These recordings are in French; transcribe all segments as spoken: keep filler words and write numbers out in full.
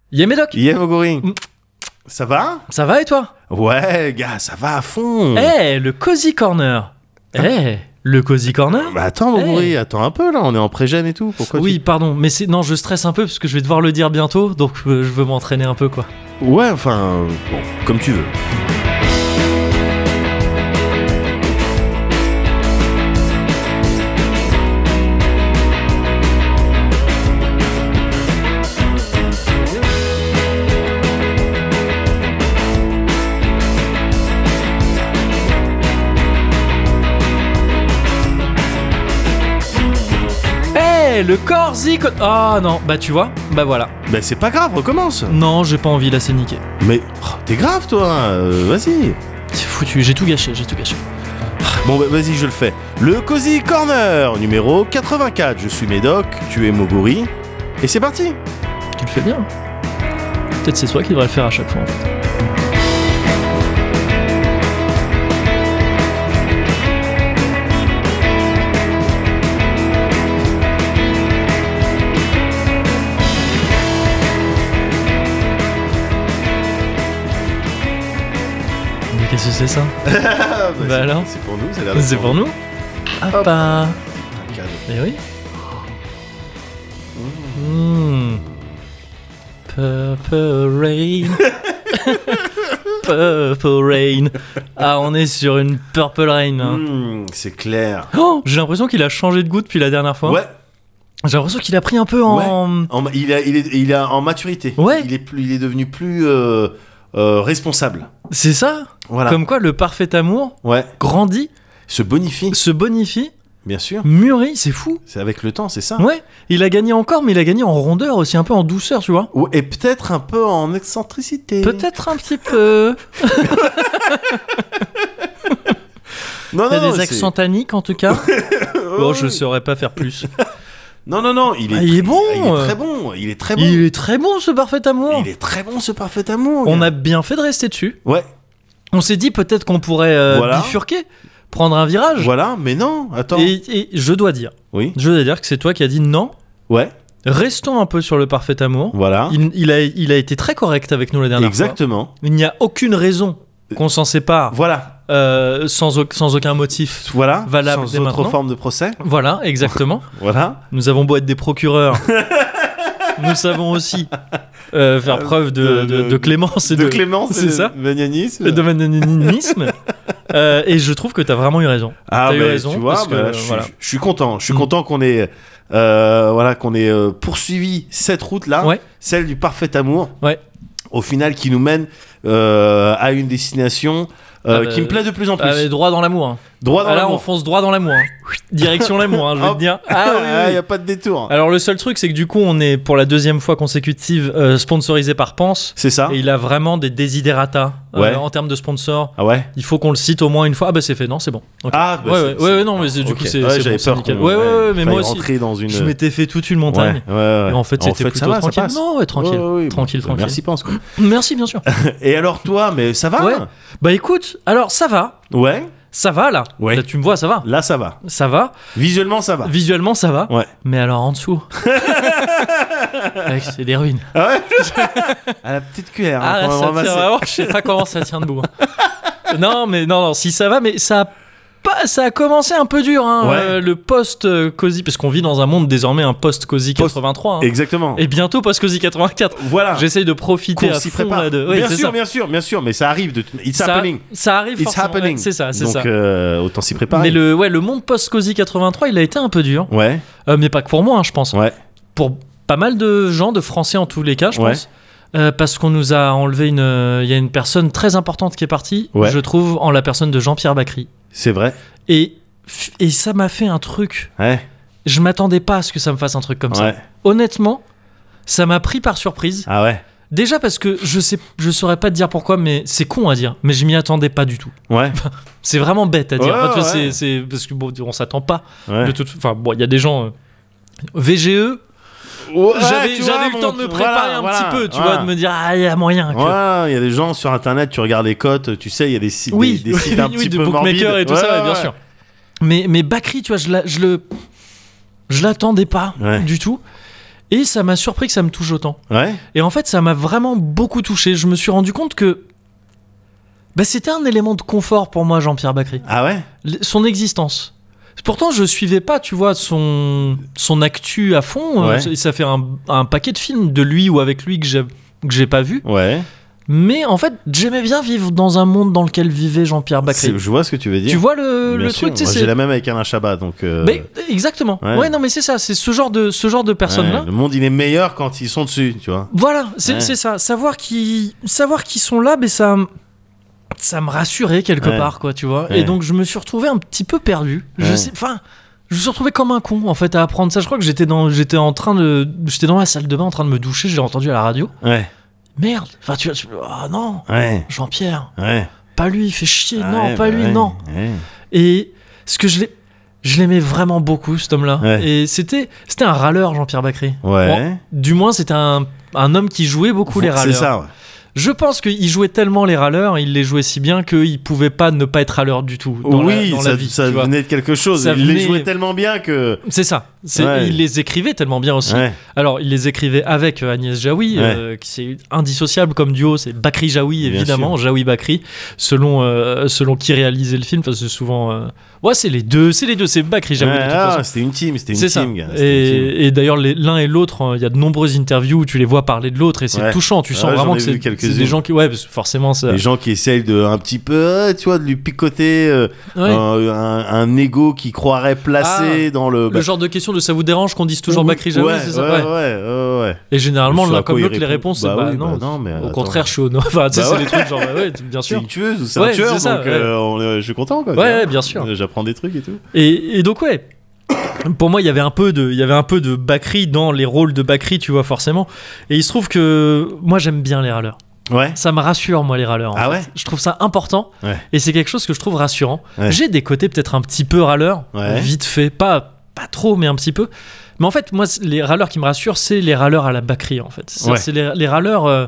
Yé Médoc. Yé Moguri. Mm. Ça va? Ça va et toi? Ouais, gars, ça va à fond. Eh, hey, le Cozy Corner. Eh, hey, le Cozy Corner. Bah attends, Moguri, hey. attends un peu là, on est en pré-gène et tout. Pourquoi Oui, tu... pardon, mais c'est non, je stresse un peu parce que je vais devoir le dire bientôt, donc euh, je veux m'entraîner un peu, quoi. Ouais, enfin, euh, bon, comme tu veux. Le Cozy Corner. Ah oh, non, bah tu vois, bah voilà. Bah c'est pas grave, recommence. Non, j'ai pas envie, là c'est niqué. Mais oh, t'es grave toi, euh, vas-y. C'est foutu, j'ai tout gâché, j'ai tout gâché. Bon bah vas-y, je le fais. Le Cozy Corner, numéro quatre-vingt-quatre. Je suis Médoc, tu es Moguri. Et c'est parti. Tu le fais bien. Peut-être c'est toi qui devrais le faire à chaque fois en fait. Qu'est-ce que c'est ça? bah, Bah c'est, alors c'est pour nous, ça a l'air d'être C'est pour nous. Ah Hop. bah. un cadeau. Eh oui. Mmh. Purple Rain. Purple Rain. Ah, on est sur une Purple Rain. Hein. Mmh, c'est clair. Oh, j'ai l'impression qu'il a changé de goût depuis la dernière fois. Ouais. J'ai l'impression qu'il a pris un peu en. Ouais. En, il, a, il, est, il est en maturité. Ouais. Il est, plus, il est devenu plus euh, euh, responsable. C'est ça. Voilà. Comme quoi, le parfait amour Ouais. grandit, Se bonifie, se bonifie, bien sûr. mûrit. C'est fou. C'est avec le temps, c'est ça. Ouais. Il a gagné encore, mais il a gagné en rondeur aussi, un peu en douceur, tu vois. Ouais, et peut-être un peu en excentricité. Peut-être un petit peu. Non, Il y a non, des c'est- accents tanniques en tout cas. Bon, Ouais, je ouais. saurais pas faire plus. Non, non, non, il est, Ah, il est bon. Il est très bon. Il est très bon. Il est très bon ce parfait amour. Il est très bon ce parfait amour. On gars. a bien fait de rester dessus. Ouais. On s'est dit peut-être qu'on pourrait euh, Voilà. bifurquer, prendre un virage. Voilà, mais non. Attends. Et, et je dois dire, Oui. je dois dire que c'est toi qui as dit non. Ouais. Restons un peu sur le parfait amour. Voilà. Il, il a, il a été très correct avec nous la dernière Exactement. fois. Il n'y a aucune raison qu'on s'en sépare Voilà. euh, sans, au- sans aucun motif. Voilà. Valable Sans dès autre maintenant. forme de procès. Voilà, exactement. Voilà. Nous avons beau être des procureurs, nous savons aussi euh, faire preuve de, de, de clémence et de, de clémence, c'est et de ça, magnanisme. et de magnanimisme. Euh, et je trouve que tu as vraiment eu raison. Ah, T'as eu bah, raison, tu vois, parce que, bah, je, suis, voilà. je suis content. Je suis Mm. content qu'on ait, euh, voilà, qu'on ait euh, poursuivi cette route-là, Ouais. celle du parfait amour. Ouais. Au final, qui nous mène euh, à une destination euh, Ah, bah, qui me plaît de plus en plus. Ah, mais droit dans l'amour. Hein. Droit dans Ah, là, on l'amour. fonce droit dans l'amour. Hein. Direction l'amour, hein, je vais Hop. te dire. Ah, Ah oui, oui, oui. y a pas de détour. Alors le seul truc, c'est que du coup, on est pour la deuxième fois consécutive euh, sponsorisé par Pense. C'est ça. Et il a vraiment des desiderata euh, Ouais. en termes de sponsors. Ah ouais. Il faut qu'on le cite au moins une fois. Ah bah c'est fait, non, c'est bon. Ok. Ah, bah, ouais, c'est- ouais, c'est- ouais, ouais, non, mais c'est- du Ok. coup, c'est Ouais, c'est j'avais bon, c'est peur nickel. qu'on- Ouais, ouais, ouais, mais faille moi aussi. rentrer dans une. Je m'étais fait toute une montagne. Ouais, ouais, ouais. Et en fait, En c'était fait, plutôt ça va, ça tranquille. passe. Non, ouais, tranquille. Ouais, ouais, ouais. Tranquille, tranquille. Merci, pense quoi. Merci, bien sûr. Et alors toi, mais ça va? Ouais. Bah écoute, alors ça va. Ouais. Ça va là. Ouais. Là, tu me vois, ça va. Là, ça va. Ça va. Visuellement, ça va. Visuellement, ça va. Ouais. Mais alors en dessous. Mec, c'est des ruines. Ah ouais. À la petite cuillère. Ah, hein, là, pour ça ramasser. tient vraiment, je sais pas comment ça tient debout. hein. Non, mais non, non, si ça va, mais ça a pas, ça a commencé un peu dur, hein, Ouais. euh, le post-Cozy, parce qu'on vit dans un monde désormais un post-Cozy Post- quatre-vingt-trois. hein. Exactement. Et bientôt post-Cozy quatre-vingt-quatre. Voilà. J'essaye de profiter Qu'on à s'y fond prépare. là de. Oui, bien c'est sûr, ça. bien sûr, bien sûr, mais ça arrive. De... It's ça, happening. ça arrive It's forcément. happening. Ouais, c'est ça, c'est Donc, ça. euh, autant s'y préparer. Mais le, ouais, le monde post-Cozy quatre-vingt-trois, il a été un peu dur. Ouais. Euh, mais pas que pour moi, hein, je pense. Ouais. Pour pas mal de gens, de Français en tous les cas, je Ouais. pense. Euh, parce qu'on nous a enlevé une. Il y a une personne très importante qui est partie, Ouais. je trouve, en la personne de Jean-Pierre Bacry. C'est vrai. Et, et ça m'a fait un truc. Ouais. Je m'attendais pas à ce que ça me fasse un truc comme ça. Ouais. Honnêtement, ça m'a pris par surprise. Ah ouais. Déjà parce que je sais, je saurais pas te dire pourquoi, mais c'est con à dire. Mais je m'y attendais pas du tout. Ouais. C'est vraiment bête à dire. Ouais, Enfin, tu vois, ouais. c'est, c'est parce que bon, on s'attend pas. Ouais. De toute, enfin bon, il y a des gens. euh, V G E. Ouais, j'avais, tu j'avais vois, eu le temps mon- de me préparer voilà, un voilà, petit peu, tu voilà. vois, de me dire ah il y a moyen. Que... Ouais, il y a des gens sur internet, tu regardes les cotes, tu sais, il y a des sites, Oui, des, des sites un oui, petit de peu bookmaker morbides. et tout Ouais, ça, ouais, bien ouais. sûr. Mais mais Bacry, tu vois, je, la, je le, je l'attendais pas Ouais. du tout. Et ça m'a surpris que ça me touche autant. Ouais. Et en fait, ça m'a vraiment beaucoup touché. Je me suis rendu compte que bah, c'était un élément de confort pour moi, Jean-Pierre Bacri. Ah ouais. Son existence. Pourtant, je suivais pas, tu vois, son, son actu à fond. Ouais. Euh, ça fait un, un paquet de films de lui ou avec lui que j'ai, que j'ai pas vu. Ouais. Mais en fait, j'aimais bien vivre dans un monde dans lequel vivait Jean-Pierre Bacri. C'est- Je vois ce que tu veux dire. Tu vois le, Bien le sûr. truc, tu sais, Moi, c'est... j'ai la même avec Alain Chabat, donc. euh, Mais, exactement. Ouais. Ouais. non, mais c'est ça. C'est ce genre de, ce genre de personnes-là. ouais, le monde, il est meilleur quand ils sont dessus, tu vois. Voilà, c'est, Ouais. c'est ça. Savoir qu'ils, savoir qu'ils sont là, mais ça, ça me rassurait quelque Ouais. part, quoi, tu vois. Ouais. Et donc, je me suis retrouvé un petit peu perdu. Je Ouais. sais, enfin, je me suis retrouvé comme un con, en fait, à apprendre ça. Je crois que j'étais dans, j'étais en train de, j'étais dans la salle de bain en train de me doucher. J'ai entendu à la radio. Ouais. Merde. Enfin, tu vois, tu- ah non, Ouais. Jean-Pierre, Ouais. pas lui, il fait chier. non, Ouais, pas bah lui, ouais. non. Ouais. Et ce que je l'ai, je l'aimais vraiment beaucoup, cet homme-là. Ouais. Et c'était, c'était un râleur, Jean-Pierre Bacri. Ouais. Bon, du moins, c'était un, un homme qui jouait beaucoup les râleurs. C'est ça, ouais. Je pense qu'il jouait tellement les râleurs, il les jouait si bien qu'il pouvait pas ne pas être râleur du tout dans, oui, la, dans ça, la vie. ça tu vois. venait de quelque chose. Ça il les venait- jouait tellement bien que. C'est ça. C'est, Ouais. Il les écrivait tellement bien aussi. Ouais. Alors, il les écrivait avec euh, Agnès Jaoui, Ouais. euh, qui c'est indissociable comme duo. C'est Bacri Jaoui, Bien évidemment, Jaoui Bacri, selon euh, selon qui réalisait le film. Enfin, c'est souvent. Euh... Ouais, c'est les deux. C'est les deux. C'est Bacri Jaoui Ouais, de toute ah, façon. c'était une team, c'était une C'est ça. team, gars. C'était une team. Et, et d'ailleurs, les- l'un et l'autre, hein, il y a de nombreuses interviews où tu les vois parler de l'autre et c'est Ouais. touchant. Tu Ouais, sens j'en vraiment ai que vu c'est, quelques-unes. c'est des gens qui, ouais, parce que forcément, ça. Les gens qui essayent de un petit peu, euh, tu vois, de lui picoter euh, Ouais. un, un, un ego qui croirait placé Ah, dans le. Le genre de question de ça vous dérange qu'on dise toujours Bacri Jaoui, ouais, c'est ça. ouais, Ouais. ouais, ouais, ouais. Et généralement, Ce à l'un comme quoi il l'autre, les répond, réponses, c'est bah bah, oui, non. bah non, mais Au attends. contraire, je suis au. Enfin, tu sais, Bah c'est ouais. des trucs genre, bah ouais, bien C'est sûr. une tueuse ou c'est un Ouais, tueur, c'est ça, donc ouais. euh, on est- je suis content, quoi. Ouais, tu vois. ouais, bien sûr. Euh, J'apprends des trucs et tout. Et, et donc, ouais. Pour moi, il y avait un peu de, il y avait un peu de Bacri dans les rôles de Bacri, tu vois, forcément. Et il se trouve que moi, j'aime bien les râleurs. Ouais. Ça me rassure, moi, les râleurs. en Ah fait. ouais Je trouve ça important. Ouais. Et c'est quelque chose que je trouve rassurant. Ouais. J'ai des côtés peut-être un petit peu râleurs, Ouais. vite fait, pas, pas trop, mais un petit peu. Mais en fait, moi, c'est- les râleurs qui me rassurent, c'est les râleurs à la Bacri, en fait. C'est, Ouais. c'est les, les râleurs euh,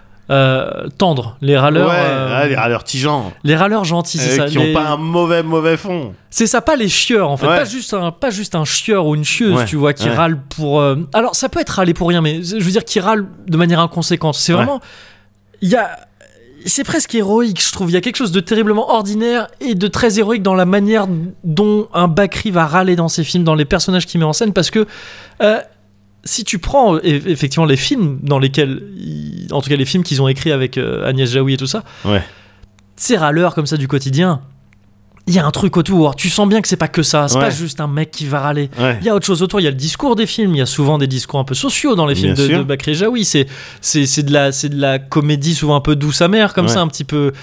euh, tendres, les râleurs, ouais, euh, ah, les râleurs tigeants. les râleurs gentils, c'est euh, ça. qui les- ont pas un mauvais, mauvais fond. C'est ça, pas les chieurs en fait, Ouais. pas juste un, pas juste un chieur ou une chieuse, Ouais, tu vois, qui ouais. râle pour. euh, Alors ça peut être râler pour rien, mais je veux dire qui râle de manière inconséquente. C'est Ouais. vraiment, il y a, c'est presque héroïque, je trouve. Il y a quelque chose de terriblement ordinaire et de très héroïque dans la manière dont un Bacri va râler dans ses films, dans les personnages qu'il met en scène, parce que. euh, si tu prends euh, eff- effectivement les films dans lesquels, il- en tout cas les films qu'ils ont écrits avec euh, Agnès Jaoui et tout ça, Ouais. ces râleurs comme ça du quotidien, il y a un truc autour. Tu sens bien que c'est pas que ça. C'est Ouais. pas juste un mec qui va râler. Ouais. Il y a autre chose autour. Il y a le discours des films. Il y a souvent des discours un peu sociaux dans les films Bien de, sûr. de Bacri Jaoui. C'est, c'est, c'est, de la, c'est de la comédie souvent un peu douce amère, comme Ouais. ça, un petit peu.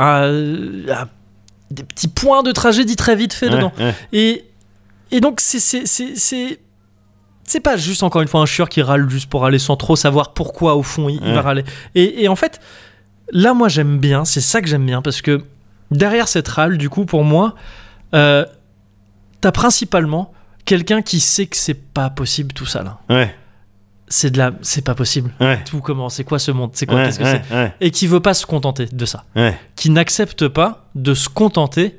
euh, euh, des petits points de tragédie très vite fait Ouais, dedans. ouais. Et, et donc, c'est, c'est, c'est, c'est, c'est pas juste, encore une fois, un chieur qui râle juste pour râler sans trop savoir pourquoi, au fond, il, il Ouais. va râler. Et, et en fait, là, moi, j'aime bien. C'est ça que j'aime bien. Parce que derrière cette râle, du coup, pour moi, euh, t'as principalement quelqu'un qui sait que c'est pas possible tout ça, là. Ouais. C'est de la... C'est pas possible. Ouais. Tout comment, c'est quoi ce monde, c'est quoi, Ouais, qu'est-ce que ouais, c'est, ouais, et qui veut pas se contenter de ça, ouais, qui n'accepte pas de se contenter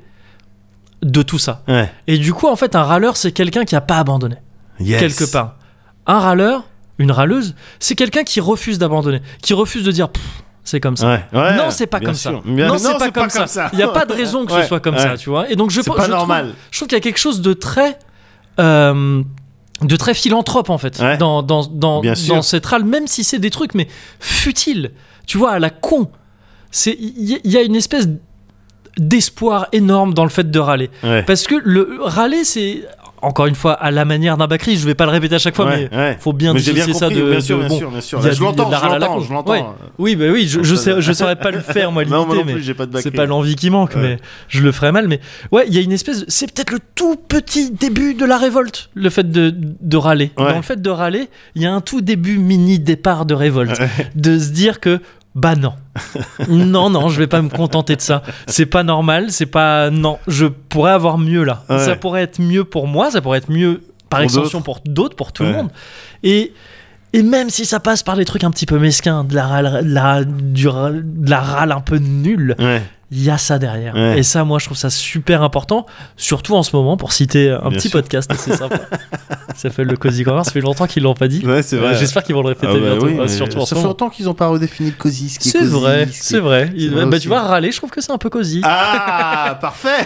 de tout ça. ouais. Et du coup, en fait, un râleur, c'est quelqu'un qui a pas abandonné Yes. quelque part. Un râleur, une râleuse, c'est quelqu'un qui refuse d'abandonner, qui refuse de dire Pff, c'est comme ça. Ouais, ouais, non, c'est pas bien comme sûr. ça. Bien- non, c'est pas, comme, ça. Il y a pas de raison que Ouais, ce soit comme ouais. ça, tu vois. Et donc je, C'est je pas trouve- normal. je trouve qu'il y a quelque chose de très euh, de très philanthrope en fait Ouais. dans dans dans, Bien sûr. dans cette râle, même si c'est des trucs mais futiles, tu vois, à la con. C'est il y, y a une espèce d'espoir énorme dans le fait de râler. Ouais. Parce que le râler, c'est encore une fois à la manière d'un Bacri. Je vais pas le répéter à chaque fois, Ouais, mais ouais. faut bien Mais j'ai bien dissocier ça compris, de. bien sûr, de- bien bon, sûr, bien sûr. il y a Je du- il y a l'entends, de la je râle à la l'entends, con. je l'entends. Ouais. Oui, bah oui, je, je, sais, je saurais pas le faire moi Non, limiter, moi non mais plus, j'ai pas de c'est Bacri. pas l'envie qui manque, Ouais. mais je le ferais mal. Mais ouais, il y a une espèce. de- C'est peut-être le tout petit début de la révolte, le fait de, de râler. Ouais. Dans le fait de râler, il y a un tout début mini départ de révolte, Ouais. de se dire que. Bah non, non, non, je vais pas me contenter de ça. C'est pas normal, c'est pas. Non, je pourrais avoir mieux là. Ouais. Ça pourrait être mieux pour moi, ça pourrait être mieux par Pour extension d'autres. pour d'autres, pour tout le Ouais. monde. Et, et même si ça passe par des trucs un petit peu mesquins, de la râle, de la, du râle- de la râle un peu nulle, Ouais. il y a ça derrière. Ouais. Et ça, moi, je trouve ça super important, surtout en ce moment, pour citer un Bien petit sûr. podcast assez sympa. Ça s'appelle le Cozy Corner. Ça fait longtemps qu'ils l'ont pas dit. Ouais, c'est vrai. Euh, J'espère qu'ils vont le répéter Ah bah bientôt. oui, euh, mais surtout en ce ça fait moment. longtemps qu'ils n'ont pas redéfini le cosy. Ce qui est C'est cosy, vrai, ce qui c'est est- vrai. c'est Il- vrai bah, aussi. tu vois, râler, je trouve que c'est un peu cosy. Ah, parfait.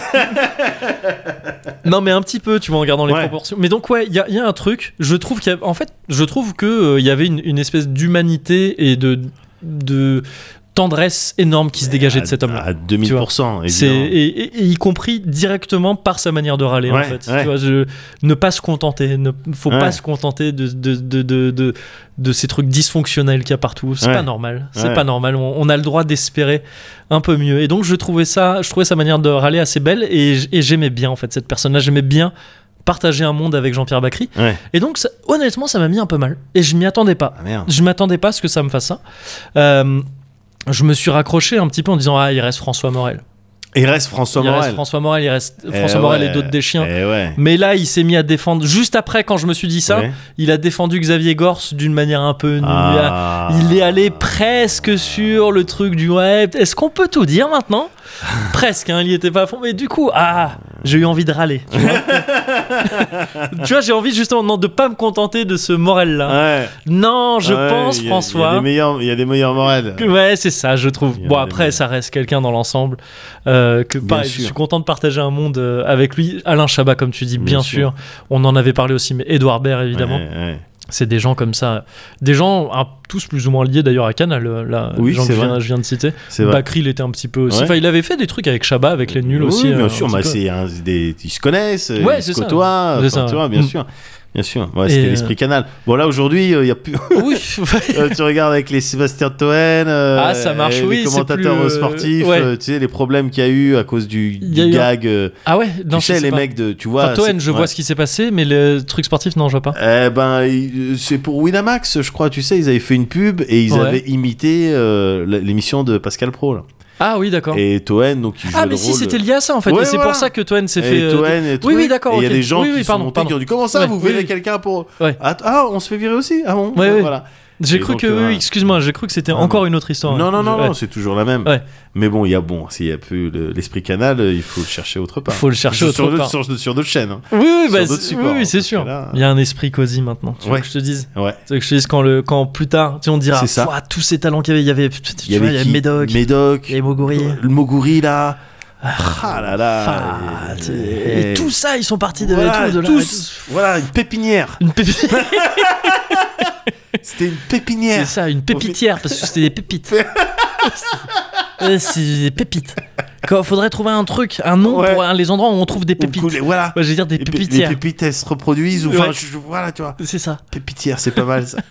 Non, mais un petit peu, tu vois, en regardant les Ouais. proportions. Mais donc, ouais, il y, a- il y a un truc. Je trouve qu'il y a, en fait, je trouve que euh, il y avait une, une espèce d'humanité et de, de tendresse énorme qui se dégageait de cet homme-là. À deux mille pour cent, C'est, évidemment. et, et- et y compris directement par sa manière de râler, en Ouais, fait. ouais. Tu vois, je- ne pas se contenter, ne faut Ouais. pas se contenter de, de, de, de, de, de ces trucs dysfonctionnels qu'il y a partout. C'est Ouais. pas normal. C'est Ouais. pas normal. On, on a le droit d'espérer un peu mieux. Et donc, je trouvais ça, je trouvais sa manière de râler assez belle et, j- et j'aimais bien, en fait, cette personne-là. J'aimais bien partager un monde avec Jean-Pierre Bacry. Ouais. Et donc, ça- honnêtement, ça m'a mis un peu mal. Et je m'y attendais pas. Ah merde. Je m'attendais pas à ce que ça me fasse ça. Euh, je me suis raccroché un petit peu en disant ah il reste François Morel. Et il reste François il reste Morel. François Morel, il reste Eh François Morel ouais. et d'autres des chiens. Eh ouais. Mais là, il s'est mis à défendre. Juste après, quand je me suis dit ça, Ouais. il a défendu Xavier Gors d'une manière un peu nulle. Ah. Il est allé presque sur le truc du ouais. Est-ce qu'on peut tout dire maintenant? Presque, hein, il y était pas à fond. Mais du coup, ah, j'ai eu envie de râler. Tu vois, Tu vois j'ai envie justement non, de pas me contenter de ce Morel-là. Ouais. Non, je Ouais, pense, il y a- François. Il y a des meilleurs, il y a des meilleurs Morel. Que- Ouais, c'est ça, je trouve. Il y en Bon, a après, des ça reste quelqu'un dans l'ensemble. Euh, que Bien pareil, je sûr. suis content de partager un monde euh, avec lui. Alain Chabat, comme tu dis, bien, Bien sûr. sûr. On en avait parlé aussi, mais Édouard Baird, évidemment. Ouais, ouais. C'est des gens comme ça. Des gens, hein, tous plus ou moins liés d'ailleurs à Canal, euh, là, Oui, les gens que c'est je viens, vrai. je viens de citer. C'est vrai. Bacry, il était un petit peu aussi. Ouais. Enfin, il avait fait des trucs avec Chabat, avec les nuls Oui, aussi. bien euh, sûr, un bah, petit peu. c'est un- des, ils se connaissent, Ouais, ils c'est se ça. côtoient, C'est enfin, ça, tu vois, ouais. bien Mm. sûr. Bien sûr. Ouais, Et, c'était euh, l'esprit Canal. Bon, là, aujourd'hui, il y a plus. Oui, Euh, tu regardes avec les Sébastien Toen, euh, Ah, ça marche, et oui, les c'est commentateurs plus, euh, sportifs, ouais. euh, tu sais, les problèmes qu'il y a eu à cause du, Il y a du eu un- gag. euh, ah ouais, non, tu sais, je sais les pas. mecs de. Tu vois. Enfin, Toen, c'est- je ouais. vois ce qui s'est passé, mais le truc sportif, non, je vois pas. Eh ben, il- c'est pour Winamax, je crois. Tu sais, ils avaient fait une pub et ils Ouais. avaient imité euh, l'émission de Pascal Pro. Là. Ah oui, d'accord. Et Toen, donc, il joue Ah, le mais si, rôle c'était de- lié à ça en fait. Ouais, et c'est voilà. pour ça que Toen s'est Et fait. euh, Toen et oui, truc. oui, d'accord. Et il y a ok. des gens oui, qui oui, sont pardon, montés pardon. qui ont dit comment ça, Ouais, vous oui, verrez oui. quelqu'un pour. Ouais. Ah, ah, on se fait virer aussi. Ah bon. Ouais, ouais. Voilà. J'ai Et cru donc, que. euh, Oui, excuse-moi, j'ai cru que c'était Ah, encore non. une autre histoire. Non, non, non, Ouais. non, c'est toujours la même. Ouais. Mais bon, il y a bon, s'il y a plus le- l'esprit Canal, euh, il faut le chercher autre part. Faut le chercher sur, autre sur, part. Sur, sur d'autres chaînes. hein. Oui, oui, Sur bah, d'autres c'est- supports, oui, oui, c'est parce sûr. que là- Il y a un esprit cosy maintenant. Tu veux Ouais. que je te dise Ouais. Tu veux que je te dise quand, le, quand plus tard, tu sais, on dira C'est ça. Ouah, tous ces talents qu'il y avait. Il y avait, tu Il y vois, avait, il y avait qui Médoc, Médoc. il y avait Moguri. Le Moguri, là. Ah là là. Fat, Et- et, tout ça, ils sont partis de, Voilà, tout, de là. tous. Voilà, une pépinière. Une pépite. C'était une pépinière. C'est ça, une pépitière, parce que c'était des pépites. Euh, c'est des pépites. Quand faudrait trouver un truc, un nom Ouais. pour un- les endroits où on trouve des Ou pépites. cool- Voilà. Ouais, je veux dire des Les, pé- les pépitières. pépites, elles se reproduisent. Ou, enfin, Ouais. je- je- voilà, tu vois. C'est ça. Pépitière, c'est pas mal ça.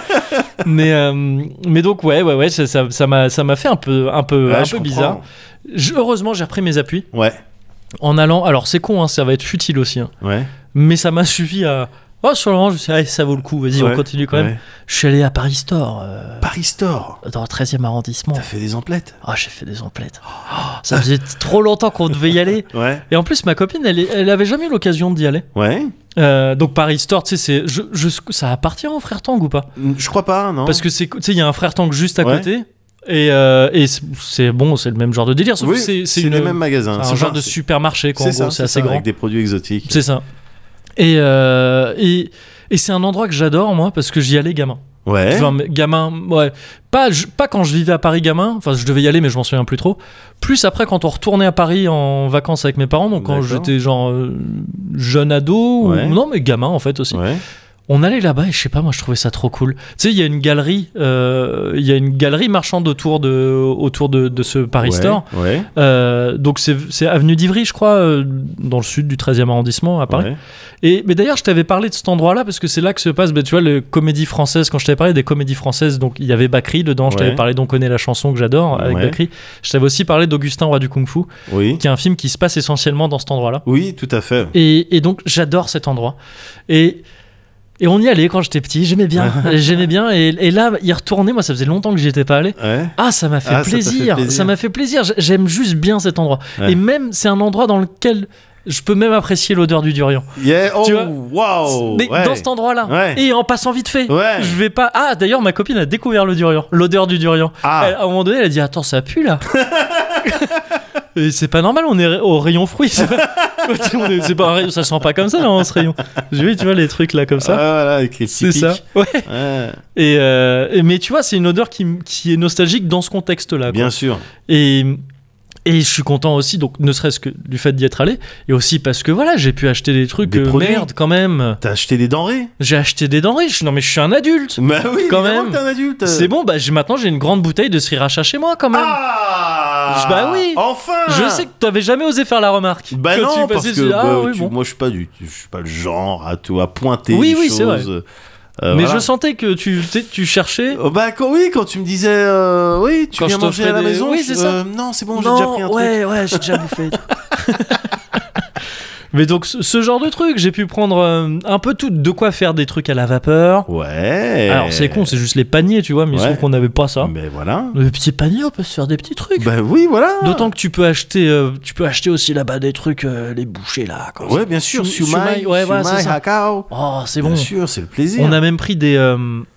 Mais, euh, mais donc, ouais, ouais, ouais, ça, ça, ça m'a, ça m'a fait un peu, un peu, Ouais, un je peu comprends. bizarre. Je- heureusement, j'ai repris mes appuis Ouais, en allant. Alors, c'est con, hein, ça va être futile aussi. hein, ouais. mais ça m'a suffi à. Oh, sur le moment, je me suis dit, allez, ça vaut le coup, vas-y, Ouais, on continue quand même. ouais. Je suis allé à Paris Store, euh, Paris Store. dans le treizième arrondissement. T'as fait des emplettes. Ah, j'ai fait des emplettes. Oh, ça faisait trop longtemps qu'on devait y aller. Ouais, Et en plus, ma copine, elle, est- elle avait jamais eu l'occasion d'y aller. ouais. Euh, donc Paris Store, tu sais, c'est, je, je, ça appartient au Frère Tang ou pas? Je crois pas, non. Parce que c'est, tu sais, il y a un Frère Tang juste à Ouais. côté. Et, euh, et c'est, c'est bon, c'est le même genre de délire. Sauf oui, que c'est, c'est une- les mêmes magasins. un C'est genre ça, de c'est- supermarché, quoi. En C'est gros, ça, c'est assez ça, grand. avec des produits exotiques. C'est ça. Et, euh, et, et c'est un endroit que j'adore, moi, parce que j'y allais gamin. Ouais. Enfin, mais gamin, ouais. Pas, je- pas quand je vivais à Paris gamin, enfin je devais y aller mais je m'en souviens plus trop. Plus après quand on retournait à Paris en vacances avec mes parents, donc quand D'accord. j'étais genre euh, jeune ado, Ouais. ou, non mais gamin en fait aussi. Ouais. On allait là-bas et je sais pas, moi je trouvais ça trop cool. Tu sais, il y a une galerie, euh, il y a une galerie marchande autour de, autour de, de ce Paris Ouais, Store. Ouais. Euh, donc c'est, c'est avenue d'Ivry, je crois, euh, dans le sud du treizième arrondissement à Paris. Ouais. Et mais d'ailleurs, je t'avais parlé de cet endroit-là parce que c'est là que se passe, bah, tu vois, les comédies françaises. Quand je t'avais parlé des comédies françaises, donc il y avait Bacri dedans. Je t'avais Ouais. parlé d'On connaît la chanson que j'adore avec Ouais. Bacri. Je t'avais aussi parlé d'Augustin Roi du Kung Fu, Oui. qui est un film qui se passe essentiellement dans cet endroit-là. Oui, tout à fait. Et, et donc j'adore cet endroit. Et et on y allait quand j'étais petit. J'aimais bien, j'aimais bien. Et, et là, y retourner, moi, ça faisait longtemps que j'y étais pas allé. Ouais. Ah, ça m'a fait, Ah, ça t'a fait plaisir. plaisir. Ça m'a fait plaisir. J- J'aime juste bien cet endroit. Ouais. Et même, c'est un endroit dans lequel je peux même apprécier l'odeur du durian. Yeah. Oh, Tu vois, waouh. Mais Ouais. dans cet endroit-là. Ouais. Et en passant vite fait. Ouais. Je vais pas. Ah, d'ailleurs, ma copine a découvert le durian, l'odeur du durian. Ah. Elle- à un moment donné, elle a dit attends, ça pue là. Et c'est pas normal, on est au rayon fruits. C'est pas, on est, c'est pas un rayon, ça sent pas comme ça dans ce rayon. J'ai vu, tu vois, les trucs là comme ça. Ah, voilà, avec les c'est ça. Ouais. ouais. Et, euh, et mais tu vois, c'est une odeur qui, qui est nostalgique dans ce contexte-là. Bien quoi. sûr. Et Et je suis content aussi, donc ne serait-ce que du fait d'y être allé, et aussi parce que voilà, j'ai pu acheter des trucs, Des euh, produits. merde quand même. T'as acheté des denrées? J'ai acheté des denrées, je, non mais je suis un adulte. Bah oui, Quand évidemment même. que t'es un adulte. C'est bon, bah j'ai, maintenant j'ai une grande bouteille de sriracha chez moi quand même. Ah Je- bah oui. Enfin. Je sais que t'avais jamais osé faire la remarque. Bah Quand non, tu parce passais, que tu dis, ah bah, oui, tu- bon. moi je suis pas du, je suis pas le genre à tout à pointer Oui, les oui, choses. c'est vrai. Euh, Mais voilà. je sentais que tu, tu, sais, tu cherchais. Oh, bah quand, oui, quand tu me disais euh, oui, tu Quand viens je manger à t'offrais la des- maison. Oui, je- c'est ça. euh, non, c'est bon, j'ai Non, déjà pris un truc. ouais, ouais, j'ai déjà bouffé. Mais donc ce, ce genre de truc, j'ai pu prendre euh, un peu tout, de quoi faire des trucs à la vapeur. Ouais. Alors c'est con, c'est juste les paniers, tu vois, mais il se Ouais. trouve qu'on n'avait pas ça. Mais voilà. Les petits paniers, on peut se faire des petits trucs. Bah oui, voilà. D'autant que tu peux acheter, euh, tu peux acheter aussi là-bas des trucs, euh, les bouchées là. Quand Ouais, bien sûr. Sumai, Sumai, ouais, voilà, Sumai, c'est ça. Hakao. Oh, c'est Bien bon. sûr, c'est le plaisir. On a même pris des, euh,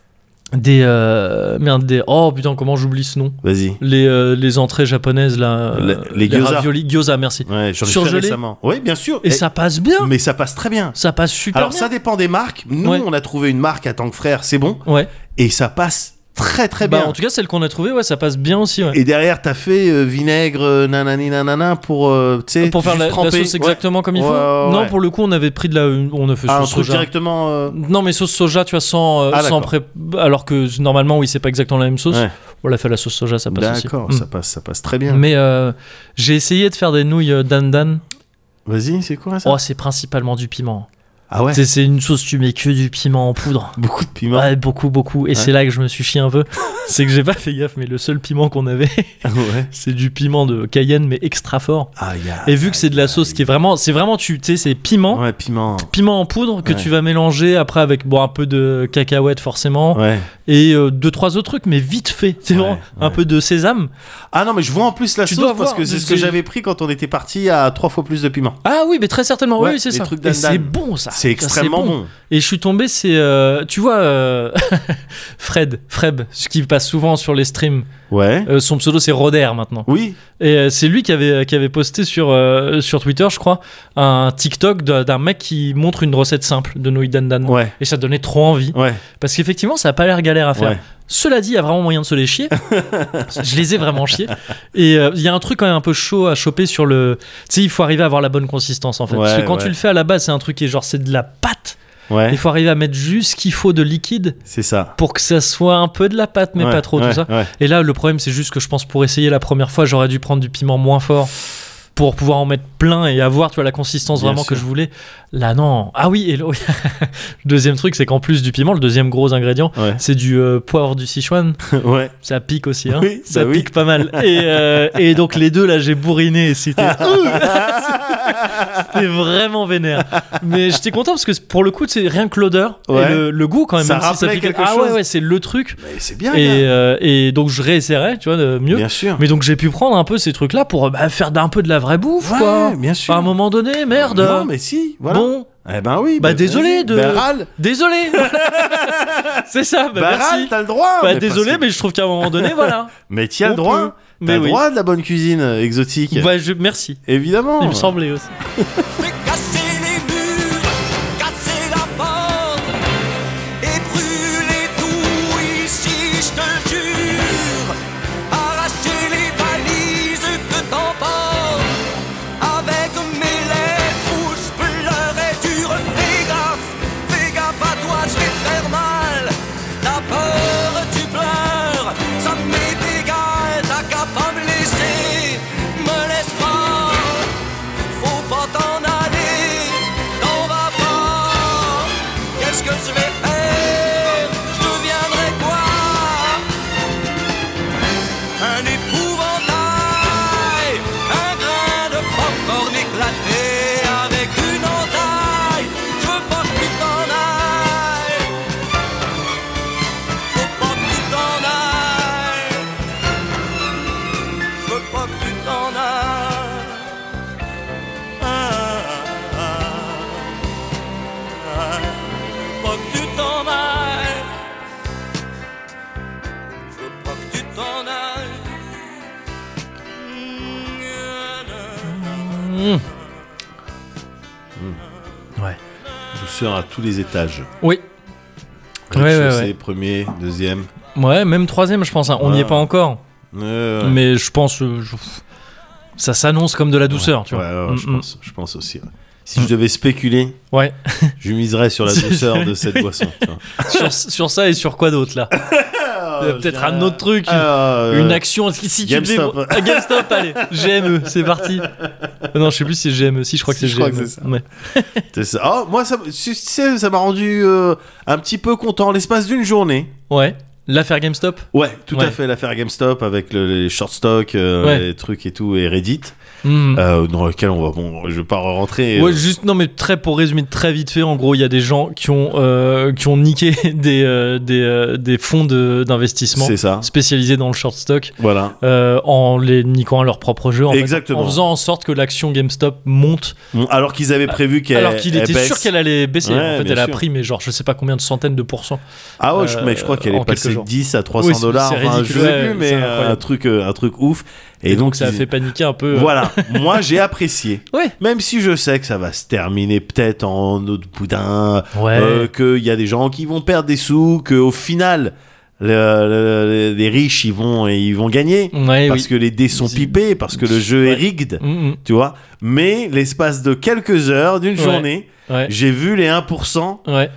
des, euh, merde, des. Oh putain, comment j'oublie ce nom. Vas-y. Les, euh, les entrées japonaises là. euh, Les- les gyoza. raviolis, gyoza, merci. Ouais, j'en ai fait Surgelé. récemment. Oui, bien sûr. Et, ça passe bien. Mais ça passe très bien. Ça passe super Alors bien. ça dépend des marques. Nous, Ouais. on a trouvé une marque à tant que frère, c'est bon. Ouais. Et ça passe très très Bah, bien. en tout cas, celle qu'on a trouvée, ouais, ça passe bien aussi. Ouais. Et derrière, t'as fait euh, vinaigre, euh, nanani nanana pour, euh, tu sais, Pour faire juste la, la tremper. sauce exactement comme il Ouais, faut. ouais, Non, ouais. pour le coup, on avait pris de la. On a fait Ah, un sauce truc soja. directement. euh, Non, mais sauce soja, tu vois, sans, euh, Ah, sans d'accord. pré... Alors que normalement, oui, c'est pas exactement la même sauce. Ouais. On l'a fait la sauce soja, ça passe aussi. D'accord, Mm. ça passe, ça passe très bien. Mais euh, j'ai essayé de faire des nouilles euh, dan dan. Vas-y, c'est quoi ça? Oh, c'est principalement du piment. Ah ouais. C'est, c'est une sauce, tu mets que du piment en poudre. Beaucoup de piment. Ouais, beaucoup, beaucoup. Et c'est là que je me suis chié un peu. C'est que j'ai pas fait gaffe, mais le seul piment qu'on avait, ouais. c'est du piment de Cayenne, mais extra fort. Aïe, aïe, Et vu que c'est de la aïe, sauce qui est vraiment, c'est vraiment, tu sais, c'est piment, Ouais, piment. piment en poudre que Ouais. tu vas mélanger après avec bon un peu de cacahuètes forcément Ouais. et euh, deux trois autres trucs, mais vite fait. C'est Ouais, vraiment un ouais. peu de sésame. Ah non, mais je vois en plus la Tu sauce dois parce voir, que c'est ce c'est- que j'avais pris quand on était parti à trois fois plus de piment. Ah oui, mais très certainement. Ouais, oui, c'est les ça. trucs Et dan c'est dan. bon ça. C'est Ça, extrêmement bon. Et je suis tombé, c'est euh, tu vois euh, Fred, Freb, ce qui passe souvent sur les streams. Ouais. Euh, son pseudo c'est Roder maintenant. Oui. Et euh, c'est lui qui avait, qui avait posté sur, euh, sur Twitter, je crois, un TikTok d'un, d'un mec qui montre une recette simple de nouilles dan dan. Ouais. Et ça donnait trop envie. Ouais. Parce qu'effectivement, ça a pas l'air galère à faire. Ouais. Cela dit, il y a vraiment moyen de se les chier. Je les ai vraiment chiés. Et il euh, y a un truc quand même un peu chaud à choper sur le. Tu sais, il faut arriver à avoir la bonne consistance en fait. Ouais, Parce que quand ouais. tu le fais à la base, c'est un truc qui est genre c'est de la pâte. Ouais. Il faut arriver à mettre juste ce qu'il faut de liquide C'est ça. pour que ça soit un peu de la pâte, mais Ouais, pas trop, ouais, tout ça. Ouais. Et là, le problème, c'est juste que je pense pour essayer la première fois, j'aurais dû prendre du piment moins fort pour pouvoir en mettre plein et avoir, tu vois, la consistance Bien vraiment sûr. que je voulais. Là, non. Ah oui, et le, le deuxième truc, c'est qu'en plus du piment, le deuxième gros ingrédient, Ouais. c'est du euh, poivre du Sichuan. Ouais. Ça pique aussi, hein. Oui, Ça bah pique oui. pas mal. Et, euh, et donc les deux, là, j'ai bourriné et c'était... C'était vraiment vénère. Mais j'étais content parce que pour le coup, c'est rien que l'odeur Ouais. et le, le goût quand même. Ça même si rappelait pique- quelque ah chose. ouais, ouais, c'est le truc. Mais c'est bien. Et, gars. euh, et donc je réessayerai, tu vois, de mieux. Bien sûr. Mais donc j'ai pu prendre un peu ces trucs-là pour bah, faire d'un peu de la vraie bouffe, Ouais, quoi. bien sûr. À un moment donné, merde. Non, mais si. Voilà. Bon, Eh ben oui. Bah, désolé vas-y. de- Ben, râle. désolé. C'est ça, bah, Bah, merci. râle, t'as le droit. Bah, mais désolé, parce que- mais je trouve qu'à un moment donné, voilà. Mais t'y as On le droit. peut. T'as Mais le oui. droit de la bonne cuisine euh, exotique. Bah, je, merci. Évidemment. Il me semblait aussi. Fais casser les murs, casser la porte et brûler tout ici, je te jure. Arracher les valises que t'emportes avec mes lettres où je pleurais dur. Fais gaffe, fais gaffe à toi, je vais te faire mal. T'as peur, tu pleures, ça m'est égal, t'as qu'à pas me laisser, me laisse pas. Faut pas t'en aller, Mmh. Mmh. Ouais. Douceur à tous les étages. Oui. Ouais, Rez-de-chaussée, ouais, ouais. premier, deuxième. Ouais, même troisième, je pense. Hein. On n'y Ouais. est pas encore. Ouais, ouais. Mais je pense. euh, je- Ça s'annonce comme de la douceur, tu Ouais, vois. ouais, ouais, je Mm, mm. pense, je pense aussi. Ouais. Si je devais spéculer, Ouais. je miserais sur la douceur de cette boisson. tu vois. sur, sur ça et sur quoi d'autre là Ah, Peut-être j'ai- un autre truc. Ah, Une euh, action. Si tu GameStop. devais- Ah, GameStop, allez. G M E, c'est parti. Non, je sais plus si c'est G M E. Si, je crois que Si, c'est je crois G M E. que c'est ça. Ouais. c'est ça. Oh, moi, ça, tu sais, ça m'a rendu euh, un petit peu content l'espace d'une journée. Ouais. L'affaire GameStop. Ouais, tout Ouais. à fait, l'affaire GameStop avec le- les short stock, euh, Ouais. les trucs et tout, et Reddit, Mhm. euh, dans lequel on va, bon, je vais pas rentrer. Ouais, euh, juste non, mais très pour résumer très vite fait, en gros, il y a des gens qui ont euh, qui ont niqué des euh, des, euh, des fonds de- d'investissement c'est ça, spécialisés dans le short stock voilà. euh, en les niquant à leur propre jeu, en fait, Exactement. en faisant en sorte que l'action GameStop monte, Bon, alors qu'ils avaient prévu qu'elle alors qu'il elle était baisse. sûr qu'elle allait baisser. Ouais, En fait, bien elle a sûr. pris mais genre je sais pas combien de centaines de pourcents. Ah ouais, je, euh, mais je crois qu'elle en est passée quelques de jours. dix à trois Oui, cents dollars, c'est enfin, je ridicule, sais ouais, plus, mais c'est euh, incroyable. un truc, euh, un truc ouf. Et, Et, donc, donc, ça a ils- fait paniquer un peu. euh, Voilà, moi j'ai apprécié. Ouais. Même si je sais que ça va se terminer peut-être en autre boudin, Ouais. euh, qu'il y a des gens qui vont perdre des sous, qu'au final, le- le- les riches ils vont, ils vont gagner. Ouais, Parce oui. que les dés sont Ils- pipés, parce que le jeu est Ouais. rigged, Mhm. tu vois. Mais l'espace de quelques heures, d'une Ouais. journée, Ouais. j'ai vu les un pour cent Ouais.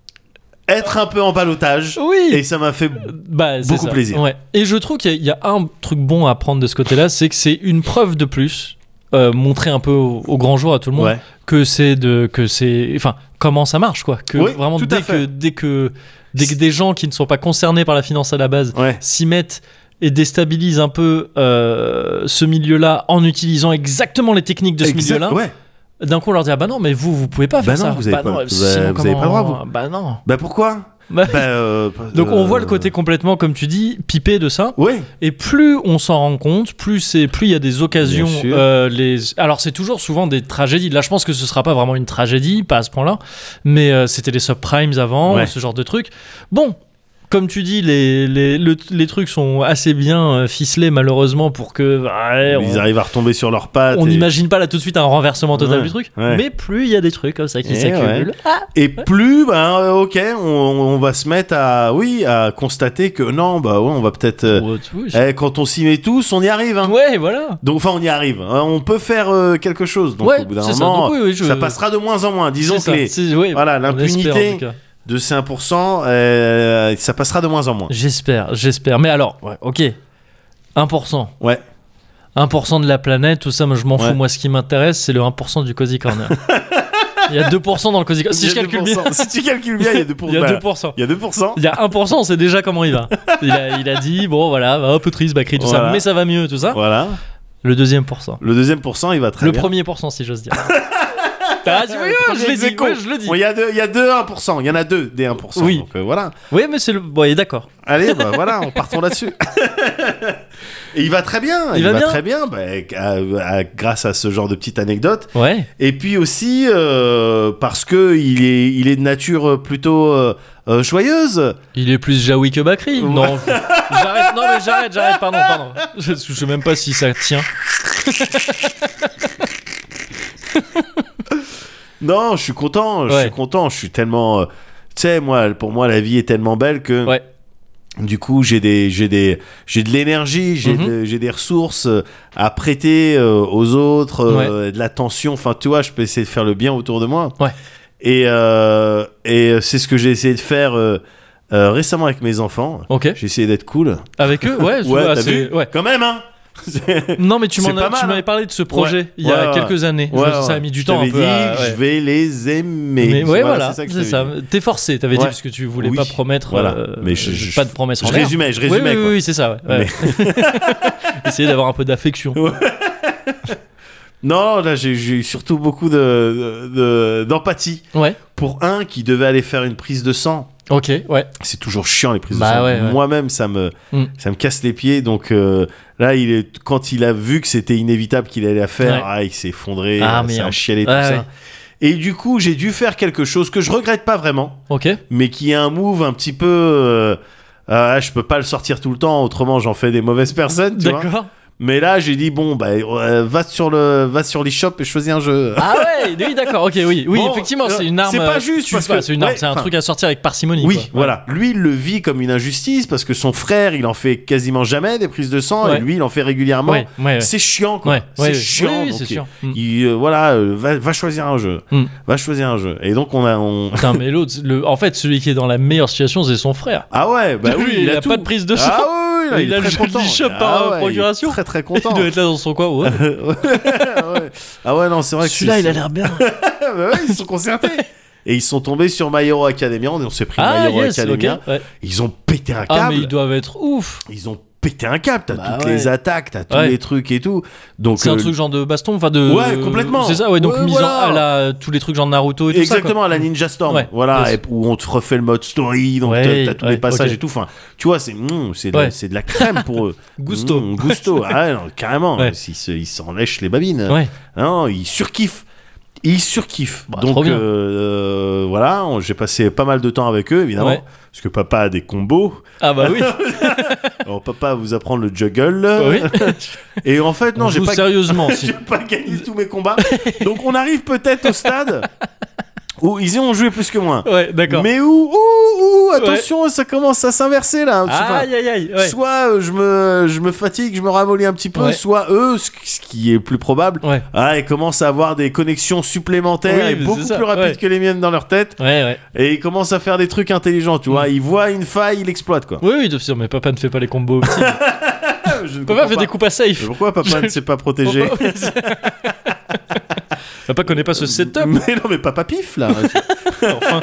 être un peu en balotage. Oui. Et ça m'a fait Bah, c'est beaucoup ça. plaisir. Ouais. Et je trouve qu'il y, a- il y a un truc bon à prendre de ce côté-là, c'est que c'est une preuve de plus, euh, montrer un peu au, au grand jour à tout le monde, Ouais. que c'est de, que c'est, enfin, comment ça marche, quoi. Que Oui, vraiment tout à dès fait. que, dès que, dès que des gens qui ne sont pas concernés par la finance à la base Ouais. s'y mettent et déstabilisent un peu euh, ce milieu-là en utilisant exactement les techniques de ce Exact- milieu-là. Ouais. D'un coup, on leur dit ah bah non, mais vous, vous pouvez pas Bah faire non, ça. vous avez bah pas- non, vous sinon, avez- vous avez pas le droit, comment- Bah non. Bah pourquoi Bah, Bah, euh, donc on voit le euh, côté complètement, comme tu dis, pipé de ça. Oui. Et plus on s'en rend compte, plus c'est plus il y a des occasions. Bien sûr. euh, les... Alors c'est toujours souvent des tragédies. Là, je pense que ce sera pas vraiment une tragédie, pas à ce point-là, mais euh, c'était les subprimes avant, Ouais. ce genre de trucs. Bon. Comme tu dis, les, les, le- les trucs sont assez bien euh, ficelés malheureusement pour que ouais, Ils on- arrivent à retomber sur leurs pattes. on et... n'imagine pas là tout de suite un renversement total Ouais, du truc. ouais. Mais plus il y a des trucs comme ça qui Eh s'accumulent. Ah, Et plus, ben, euh, ok, on, on va se mettre à, oui, à constater que non, bah ouais, on va peut-être. euh, ouais, tu vois, eh, quand on s'y met tous, on y arrive. Hein. ouais, voilà. Donc, enfin, on y arrive. hein. On peut faire euh, quelque chose. Donc, Ouais, au bout d'un c'est ça. moment, Donc, oui, oui, je- ça passera de moins en moins. Disons C'est que ça. les, C'est- ouais, voilà, on espère, l'impunité- en tout cas. de ces un pour cent, euh, ça passera de moins en moins. J'espère, j'espère. Mais alors, ouais, ok. un pour cent. Ouais. un pour cent de la planète, tout ça, moi je m'en Ouais. fous. Moi, ce qui m'intéresse, c'est le un pour cent du Cozy Corner. Il y a deux pour cent dans le Cozy Corner. Si Il y je a calcule deux bien, pour cent. Si tu calcules bien, il y a deux pour il y a cent. deux pour cent. Il y a deux pour cent. Il y a un pour cent, on sait déjà comment il va. Il a, il a dit, bon voilà, un peu triste, Bakri, tout Voilà. ça, mais ça va mieux, tout ça. Voilà. Le deuxième pour cent. Le deuxième pour cent, il va très Le bien. premier pour cent, si j'ose dire. Ah, tu vois, Le je premier l'ai ex dit, aequo. ouais, je le dis. Bon, il y a deux, il y a deux un pour cent. Il y en a deux des un pour cent. Oui. Donc euh, voilà. Oui, mais c'est le. Bon, il est d'accord. Allez, bah voilà, on partons là-dessus. Et il va très bien. Il va bien. très bien, bah, à- à- grâce à ce genre de petite anecdote. Ouais. Et puis aussi euh, parce que il est, il est de nature plutôt euh, euh, joyeuse. Il est plus Jaoui que Bakri. Ouais. Non, j'arrête. Non, mais j'arrête, j'arrête. Pardon, pardon. Je, je sais même pas si ça tient. Non, je suis content. Je Ouais. suis content. Je suis tellement. euh, tu sais, moi, pour moi, la vie est tellement belle que. Ouais. Du coup, j'ai des, j'ai des, j'ai de l'énergie, j'ai, Mhm. de- j'ai des ressources euh, à prêter euh, aux autres, euh, de l'attention. Enfin, tu vois, je peux essayer de faire le bien autour de moi. Ouais. Et, euh, et c'est ce que j'ai essayé de faire euh, euh, récemment avec mes enfants. Ok. J'ai essayé d'être cool. Avec eux, ouais. Ouais, ah, t'as c'est- vu ouais. Quand même, hein. Non, mais tu C'est m'en pas as, mal, tu m'avais hein. parlé de ce projet Ouais. il y a Ouais, ouais. quelques années. Ouais, Je- ça ouais. a mis du Je temps un t'avais peu. dit, à- ouais. je vais les aimer. Mais ouais, voilà, c'est ça que je c'est t'avais ça. dit. T'es forcé, t'avais dit, Ouais. parce que tu voulais Oui. pas promettre. Voilà. euh, Mais je- je- pas de promesse en Je l'air. résumais, je Oui, résumais. oui, quoi. oui, oui, c'est ça. Ouais. Ouais. Essayer d'avoir un peu d'affection. Non, là, j'ai, j'ai eu surtout beaucoup de, de- d'empathie Ouais. pour un qui devait aller faire une prise de sang. Ok. Ouais. C'est toujours chiant les prises Bah de sang. ouais, ouais. Moi-même, ça me, Mm. ça me casse les pieds. Donc euh, là, il est, quand il a vu que c'était inévitable qu'il allait la faire, Ouais. ah, il s'est effondré, Ah, ça a merde. chialé tout Ouais, ça. ouais. Et du coup, j'ai dû faire quelque chose que je regrette pas vraiment, Ok. mais qui est un move un petit peu. Euh, ah, je peux pas le sortir tout le temps, autrement j'en fais des mauvaises personnes. Tu vois. D'accord. Mais là, j'ai dit bon, bah, euh, va sur le, va sur l'eShop et choisis un jeu. Ah ouais, oui, d'accord, ok, oui, oui, Bon, effectivement, euh, c'est une arme. c'est pas juste tu parce sais pas, que- c'est une arme, ouais, c'est un enfin, truc à sortir avec parcimonie. Oui, quoi. voilà. Lui, il le vit comme une injustice parce que son frère, il en fait quasiment jamais des prises de sang Ouais. et lui, il en fait régulièrement. Ouais, ouais, ouais. C'est chiant, quoi. Ouais, c'est ouais, chiant. oui, oui, donc c'est il- sûr. Mm. il, euh, voilà, euh, va, va choisir un jeu. Mm. Va choisir un jeu. Et donc, on a. On... Putain, mais l'autre, le- en fait, celui qui est dans la meilleure situation, c'est son frère. Ah ouais, bah oui, Lui, il a, a tout. pas de prise de sang. Ah oui, oui, là, Il il, a est le très jeu de content. l'eShop Ah par, euh, ouais, il est procuration. Très très Il content. doit être là dans son coin. Ouais. Ouais. Ah ouais, non, c'est vrai que Celui-là, c'est- il a l'air bien. Bah ouais, ils sont concertés. Et ils sont tombés sur My Hero Academia. On s'est pris Ah, My Hero yes, ok. Academia. Ouais. Ils ont pété un Ah, câble. mais ils doivent être ouf. Ils ont pété un câble. T'as Bah toutes ouais. les attaques, t'as tous Ouais. les trucs et tout. Donc C'est un euh, truc genre de baston, enfin de. Ouais, complètement. C'est ça, ouais, donc Ouais, mis voilà. en à la, tous les trucs genre Naruto et tout exactement ça. à la Ninja Storm. Ouais, Voilà, yes. et où on te refait le mode story. Donc Ouais, t'as, t'as tous ouais, les passages ok. et tout. Enfin, tu vois, c'est mm, c'est, de, Ouais. c'est de la crème pour eux. Gusto. Mm, gusto. Ah ouais, non, carrément. Ouais. Ils, se- ils s'en lèchent les babines. Ouais. Non, ils surkiffent. Ils surkiffent. Bah, Donc trop bien. euh, voilà, on- j'ai passé pas mal de temps avec eux, évidemment. Ouais. Parce que papa a des combos. Ah bah oui. Alors papa va vous apprendre le juggle. oui. Et en fait, non, On j'ai joue pas sérieusement. j'ai si. pas gagné tous mes combats. Donc on arrive peut-être au stade où ils y ont joué plus que moi. Ouais, d'accord. Mais où, où, où, attention, ça commence à s'inverser là. Enfin, Aïe aïe aïe. Ouais. Soit euh, je me, je me fatigue, je me ramollis un petit peu, Ouais. soit eux, ce ce qui est plus probable, Ouais. ah, ils commencent à avoir des connexions supplémentaires Oui, et mais beaucoup c'est ça, plus rapides ouais. que les miennes dans leur tête. Ouais, ouais. Et ils commencent à faire des trucs intelligents, tu vois. Ils voient une faille, ils l'exploitent, quoi. Oui, oui, de sûr, mais papa ne fait pas les combos petits. Je ne Papa comprends fait pas. des coupes à safe. Mais pourquoi papa ne s'est pas protégé? Papa connaît pas ce setup. Mais non, mais papa pif, là. Enfin.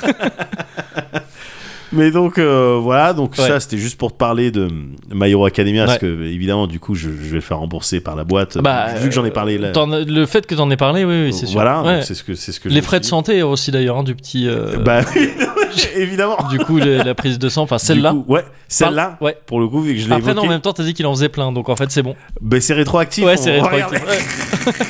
Mais donc euh, voilà, donc Ouais. ça c'était juste pour te parler de My Hero Academia, parce Ouais. que évidemment du coup je, je vais le faire rembourser par la boîte, Bah, vu que j'en ai parlé là. T'en as- Le fait que t'en aies parlé, oui, oui, c'est sûr. Voilà, Ouais. donc c'est ce que c'est ce que je Les me frais de suis santé aussi d'ailleurs, hein, du petit. euh, dit. Bah évidemment. Du coup, le- la prise de sang, enfin celle-là. Du coup, ouais, celle-là. Ouais. Pour le coup, vu que je l'ai Après, non, en évoqué, même temps, t'as dit qu'il en faisait plein, donc en fait, c'est bon. bah, c'est rétroactif. Ouais, on c'est va rétroactif. regarder. Ouais.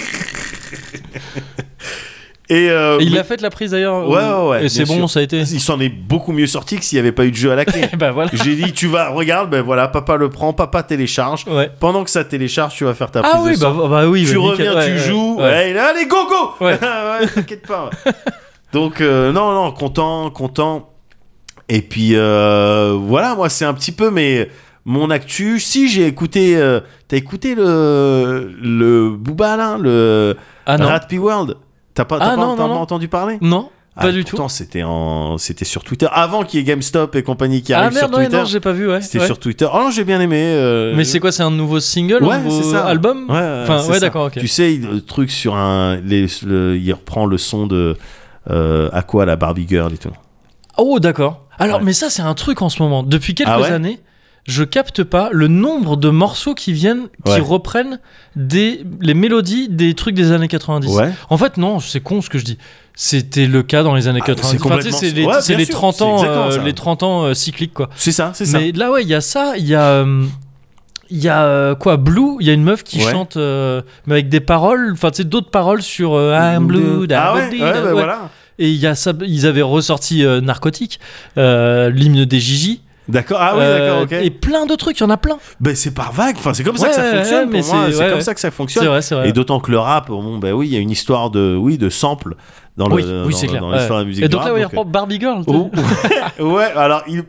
Et, euh, Et il mais- a fait la prise d'ailleurs. Ouais, ou- ouais, ouais, Et c'est bien bon, sûr. ça a été. il s'en est beaucoup mieux sorti que s'il n'y avait pas eu de jeu à la clé. Bah voilà. J'ai dit, tu vas, regarde, ben voilà, papa le prend, papa télécharge. Ouais. Pendant que ça télécharge, tu vas faire ta prise Ah oui, de bah, sang. bah oui. tu bah, reviens, nickel. tu Ouais, joues, ouais. ouais, là, allez, go, go. Ouais. Ouais, t'inquiète pas. ouais. Donc, euh, non, non, content, content. Et puis, euh, voilà, moi, c'est un petit peu mais mon actu. Si, j'ai écouté, euh, t'as écouté le, le Booba, là, le Ah non. Rat P World. T'as pas, t'as Ah pas, non, t'as non, pas non. entendu parler? Non, Ah, pas du pourtant, tout. c'était en, c'était sur Twitter. Avant qu'il y ait GameStop et compagnie qui Ah arrivent merde, sur ouais, Twitter. non, j'ai pas vu, ouais. C'était ouais. sur Twitter. Oh non, j'ai bien aimé. euh, Mais c'est quoi, c'est un nouveau single, Ouais, un nouveau c'est ça. album Ouais, ouais, Enfin, c'est ouais, ça. d'accord, ok. Tu sais, il- le truc sur un. Les, le- il reprend le son de. Euh, Aqua, la Barbie Girl et tout. Oh, d'accord. Alors, Ouais. mais ça, c'est un truc en ce moment. Depuis quelques Ah ouais années, je capte pas le nombre de morceaux qui viennent, qui Ouais. reprennent des, les mélodies des trucs des années quatre-vingt-dix. Ouais. En fait, non, c'est con ce que je dis. C'était le cas dans les années Ah, quatre-vingt-dix. c'est Enfin, tu sais, complètement- c'est les, Ouais, c'est bien les sûr, trente c'est ans, exactement euh, ça. les trente ans euh, cycliques, quoi. C'est ça, c'est ça. Mais là, ouais, il y a ça, il y a. euh, Il y a euh, quoi, Blue, il y a une meuf qui Ouais. chante euh, mais avec des paroles, enfin tu sais d'autres paroles sur euh, I'm blue, Ah ouais, da- ouais, da- bah ouais. voilà. Et il y a ça, ils avaient ressorti euh, Narcotique, euh, l'hymne des Gigi. D'accord. Ah oui, euh, d'accord, ok. Et plein de trucs, il y en a plein. Ben, c'est par vague. Enfin, c'est comme ça Ouais, que ça ouais, fonctionne. ouais, mais pour moi, c'est- c'est ouais, comme ouais. ça que ça C'est fonctionne. vrai, c'est vrai. Et d'autant que le rap, bon, ben oui, il y a une histoire de, oui, de sample dans le, oui, dans, oui, c'est clair. dans l'histoire ouais. de la musique. Et du donc là, rap, ouais, il donc, reprend Barbie Girl. tu Oh, sais. ouais, alors il.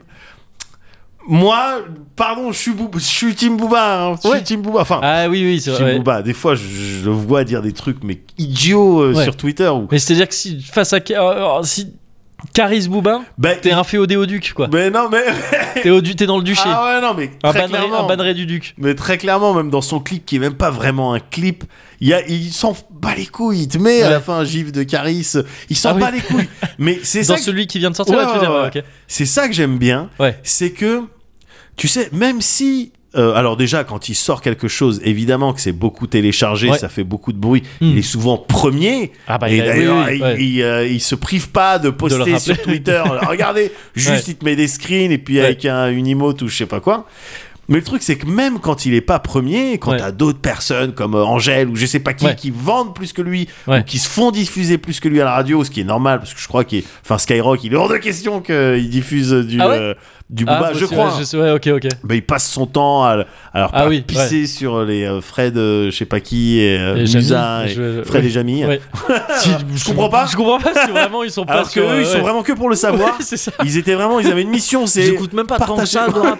Moi, pardon, je suis, Bou- je suis Team Booba. Hein, je Ouais. suis Team Booba. Enfin, Ah oui, oui, c'est Team vrai. ouais. Booba. Des fois, je, je le vois dire des trucs mais idiots euh, Ouais. sur Twitter. Où... Mais c'est-à-dire que si face à euh, si Caris Bouba, Ben, t'es un féodé au duc, quoi. mais non, mais. T'es, au du... t'es dans le duché. Ah ouais, non, mais un, très banneré, clairement. un banneret du duc. Mais très clairement, même dans son clip, qui est même pas vraiment un clip, il, y a, il s'en bat les couilles. Il te met à Ouais. la fin un gif de Caris. Il s'en Ah oui. bat les couilles. Mais c'est Dans ça, que, celui qui vient de sortir, Ouais, là, tu veux dire, ouais, ouais, ok. c'est ça que j'aime bien. Ouais. C'est que, tu sais, même si. euh, alors, déjà, quand il sort quelque chose, évidemment que c'est beaucoup téléchargé, Ouais. ça fait beaucoup de bruit. Hmm. Il est souvent premier. Ah bah, Et il a- d'ailleurs, oui, oui, il, ouais. il, euh, il se prive pas de le poster rappeler. sur Twitter. Regardez, juste Ouais. il te met des screens et puis Ouais. avec un, une emote ou je sais pas quoi. Mais le truc, c'est que même quand il est pas premier, quand Ouais. t'as d'autres personnes comme euh, Angèle ou je sais pas qui, Ouais. qui vendent plus que lui, Ouais. ou qui se font diffuser plus que lui à la radio, ce qui est normal, parce que je crois qu'il est... Enfin, Skyrock, il est hors de question qu'il diffuse du, Ah ouais euh, du Ah, Booba, moi je aussi, crois. Ouais, je sais, ouais, ok, ok. Bah, il passe son temps à, à leur Ah oui, pisser sur les euh, Fred, euh, je sais pas qui, et euh, Et Musa, Jamy, et je- Fred ouais. et Jamy. Ouais. Je comprends pas. Je comprends pas si vraiment ils sont pas Alors que sur, eux, ils ouais. sont vraiment que pour le savoir. Ouais, c'est ça. Ils étaient vraiment, ils avaient une mission, c'est. J'écoute même pas tant que partager- ça de rap.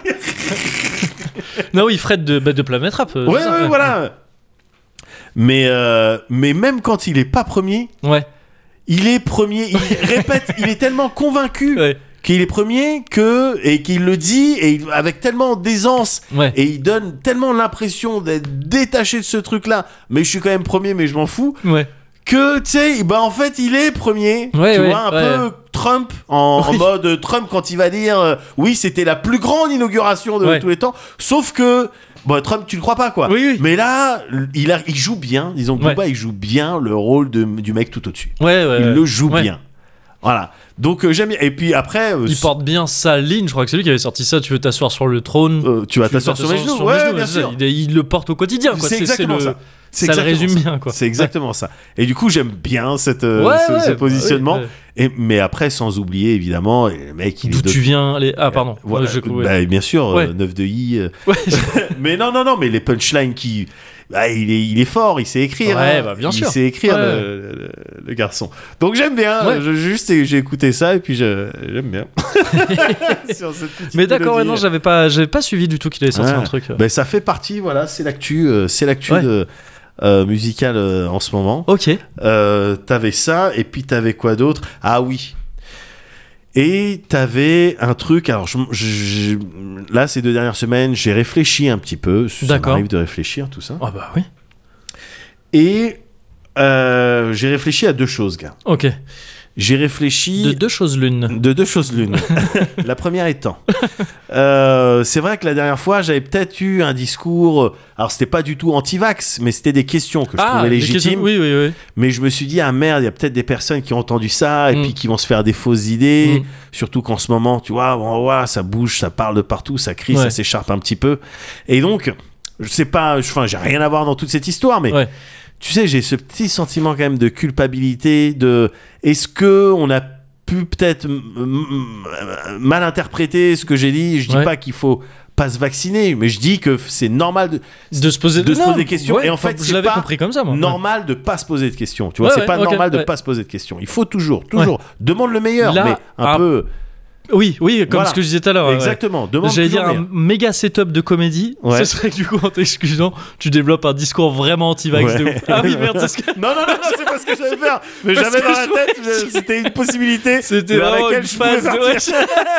Non, oui, Fred de, bah, de Planète Rap. euh, Ouais, c'est ça, ouais, voilà. Mais, euh, mais même quand il est pas premier, Ouais, il est premier. Il répète, il est tellement convaincu ouais, qu'il est premier que et qu'il le dit et il- avec tellement d'aisance ouais. et il donne tellement l'impression d'être détaché de ce truc-là. Mais je suis quand même premier, mais je m'en fous. Ouais. Que tu sais, bah en fait, il est premier. Ouais, tu ouais, vois, un ouais. peu Trump en, en Oui. mode Trump quand il va dire euh, oui, c'était la plus grande inauguration de Ouais. tous les temps. Sauf que bon, Trump, tu le crois pas quoi. Oui, oui. Mais là, il, a, il joue bien. Disons que Ouais. Booba, il joue bien le rôle de, du mec tout au-dessus. Ouais, ouais. Il ouais. le joue Ouais. bien. Voilà. Donc euh, j'aime bien. Et puis après, euh, Il porte bien sa ligne. Je crois que c'est lui qui avait sorti ça. Tu veux t'asseoir sur le trône. euh, tu vas Tu veux t'asseoir sur mes genoux. mes Ouais, genoux, bien c'est ça. sûr. Il, il le porte au quotidien. quoi. C'est exactement le- ça. C'est Ça le exactement résume ça. bien, quoi. C'est exactement ça. Et du coup, j'aime bien cette, euh, Ouais, ce, ouais, ce bah positionnement. oui, ouais. Et, mais après, sans oublier, évidemment, et le mec, il est D'où de... tu viens les... Ah, pardon. Voilà, Ouais, je- ouais. bah, bien sûr, Ouais. euh, neuf de I. euh. Ouais, mais non, non, non, mais les punchlines qui... Bah, il, est, il est fort, il sait écrire. Ouais, hein. bah, bien il sûr. sait écrire, Ouais. le, le- le garçon. Donc j'aime bien. Ouais. Je, juste, j'ai écouté ça et puis je, j'aime bien. Sur cette petite Mais d'accord, ouais, mélodie. non, j'avais pas, j'avais pas suivi du tout qu'il avait sorti Ouais. un truc. euh. Ben, ça fait partie, voilà, c'est l'actu, euh, c'est l'actu Ouais. de, euh, musicale euh, en ce moment. Ok. Euh, t'avais ça, et puis t'avais quoi d'autre? Ah oui. Et t'avais un truc, alors je, je- je- là ces deux dernières semaines, j'ai réfléchi un petit peu, ça D'accord. m'arrive de réfléchir tout ça. Ah bah oui. Et euh, j'ai réfléchi à deux choses, gars. Ok. J'ai réfléchi De deux choses l'une. de deux choses l'une. La première étant, euh, c'est vrai que la dernière fois, j'avais peut-être eu un discours. Alors, c'était pas du tout anti-vax, mais c'était des questions que je trouvais les légitimes. questions- Oui, oui, oui. Mais je me suis dit, ah merde, il y a peut-être des personnes qui ont entendu ça et Mm. puis qui vont se faire des fausses idées. Mm. Surtout qu'en ce moment, tu vois, bon, ouais, ça bouge, ça parle de partout, ça crie, Ouais. ça s'écharpe un petit peu. Et donc, je sais pas, enfin, j'ai rien à voir dans toute cette histoire, mais Ouais. tu sais, j'ai ce petit sentiment quand même de culpabilité, de est-ce que on a pu peut-être m- m- mal interpréter ce que j'ai dit. Je dis Ouais. pas qu'il faut pas se vacciner, mais je dis que c'est normal de, De se poser, de se Non, poser des questions. ouais, Et en enfin, fait, je c'est l'avais pas compris comme ça, moi. normal de pas se poser de questions. Tu vois, Ouais, c'est ouais, pas ok, normal de ouais. pas se poser de questions. Il faut toujours, toujours demande le meilleur, Là, mais un ah, peu Oui, oui, comme Voilà. ce que je disais tout à l'heure. ouais, ouais. exactement. Demande J'allais toujours dire le un meilleur. méga setup de comédie. Ouais. Ce serait que du coup, en t'excusant, tu développes un discours vraiment anti-vax de Ouais. ouf. Ah oui, merde, c'est ce que. Non, non, non, non, c'est pas ce que j'allais faire. Mais Parce j'avais que dans la je voulais tête, je- c'était une possibilité C'était vers vraiment laquelle une je pouvais phase de. partir.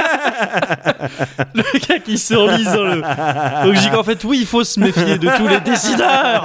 Ouais. Le gars qui s'enlise dans le. Donc je dis qu'en fait, oui, il faut se méfier de tous les décideurs.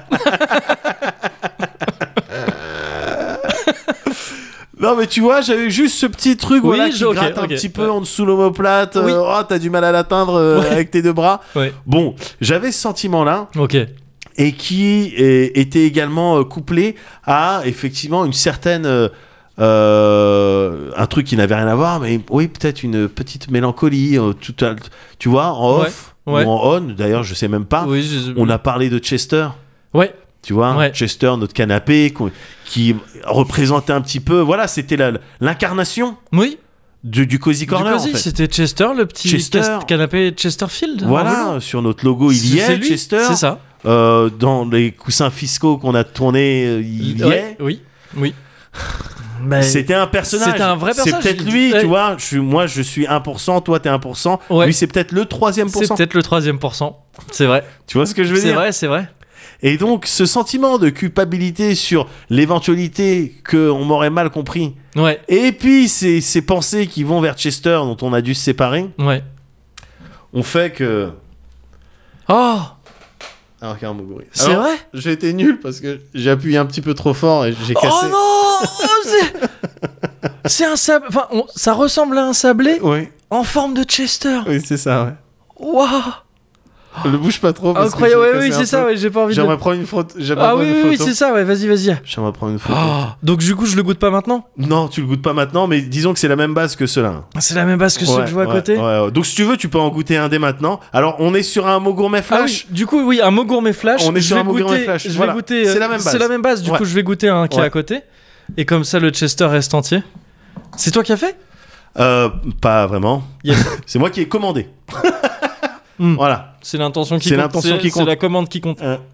Non, mais tu vois, j'avais juste ce petit truc Oui, voilà, qui je- ok, gratte un ok, petit peu ouais. en dessous l'omoplate. Oui. Euh, oh, t'as du mal à l'atteindre euh, Ouais. avec tes deux bras. Ouais. Bon, j'avais ce sentiment-là Ok. et qui euh, était également euh, couplé à effectivement une certaine. euh, euh, un truc qui n'avait rien à voir, mais oui, peut-être une petite mélancolie. euh, tout à- tu vois, en Ouais, off ouais. ou en on, d'ailleurs, je sais même pas. Oui, je- On a parlé de Chester. Ouais. Tu vois, Ouais. Chester, notre canapé, qu'on- qui représentait un petit peu. Voilà, c'était la- l'incarnation Oui. du, du Cozy Du Corner. Cozy, en fait. c'était Chester, le petit Chester. cas- canapé Chesterfield. en Voilà, velours. sur notre logo, il y C'est est, lui, Chester. C'est ça. Euh, dans les coussins fiscaux qu'on a tournés, euh, il y Ouais, est. Oui. Oui. Mais- C'était un personnage. C'était un vrai C'est personnage. peut-être lui, Ouais. tu vois. Je suis, moi, je suis un pour cent, toi, t'es un pour cent. Ouais. Lui, c'est peut-être le troisième pour C'est cent. peut-être le troisième pour cent. C'est vrai. Tu vois ce que je veux C'est dire vrai, c'est vrai. Et donc, ce sentiment de culpabilité sur l'éventualité qu'on m'aurait mal compris, Ouais. et puis ces, ces pensées qui vont vers Chester, dont on a dû se séparer, Ouais. ont fait que... Oh, Alors, regarde mon bruit. c'est Alors, vrai. j'ai été nul parce que j'ai appuyé un petit peu trop fort et j'ai cassé... Oh non, oh, c'est... c'est un sable. Enfin, on- ça ressemble à un sablé Oui, en forme de Chester. oui, c'est ça, ouais. Waouh. Le bouge pas trop. Parce Incroyable, que je ouais, vais oui, casser c'est un ça, peu. ouais, j'ai pas envie de. J'aimerais prendre une photo. J'aimerais Ah prendre oui, une oui, oui, photo. c'est ça, ouais, vas-y, vas-y. J'aimerais prendre une photo. Oh, donc du coup, je le goûte pas maintenant. Non, tu le goûtes pas maintenant, mais disons que c'est la même base que ceux-là. C'est la même base que ceux Ouais, que je vois à ouais, côté. ouais, ouais. Donc si tu veux, tu peux en goûter un dès maintenant. Alors on est sur un mot gourmet Ah flash. oui, du coup, oui, un mot gourmet flash. On est je sur vais un mot goûter, gourmet flash, Je vais voilà. goûter. euh, C'est la même base. C'est la même base. Du Ouais. coup, je vais goûter un qui est Ouais. à côté. Et comme ça, le Chester reste entier. C'est toi qui as fait? Euh, pas vraiment. Yes. C'est moi qui ai commandé. Hmm. Voilà. C'est l'intention qui C'est compte. l'intention C'est- qui compte. C'est la commande qui compte. Euh,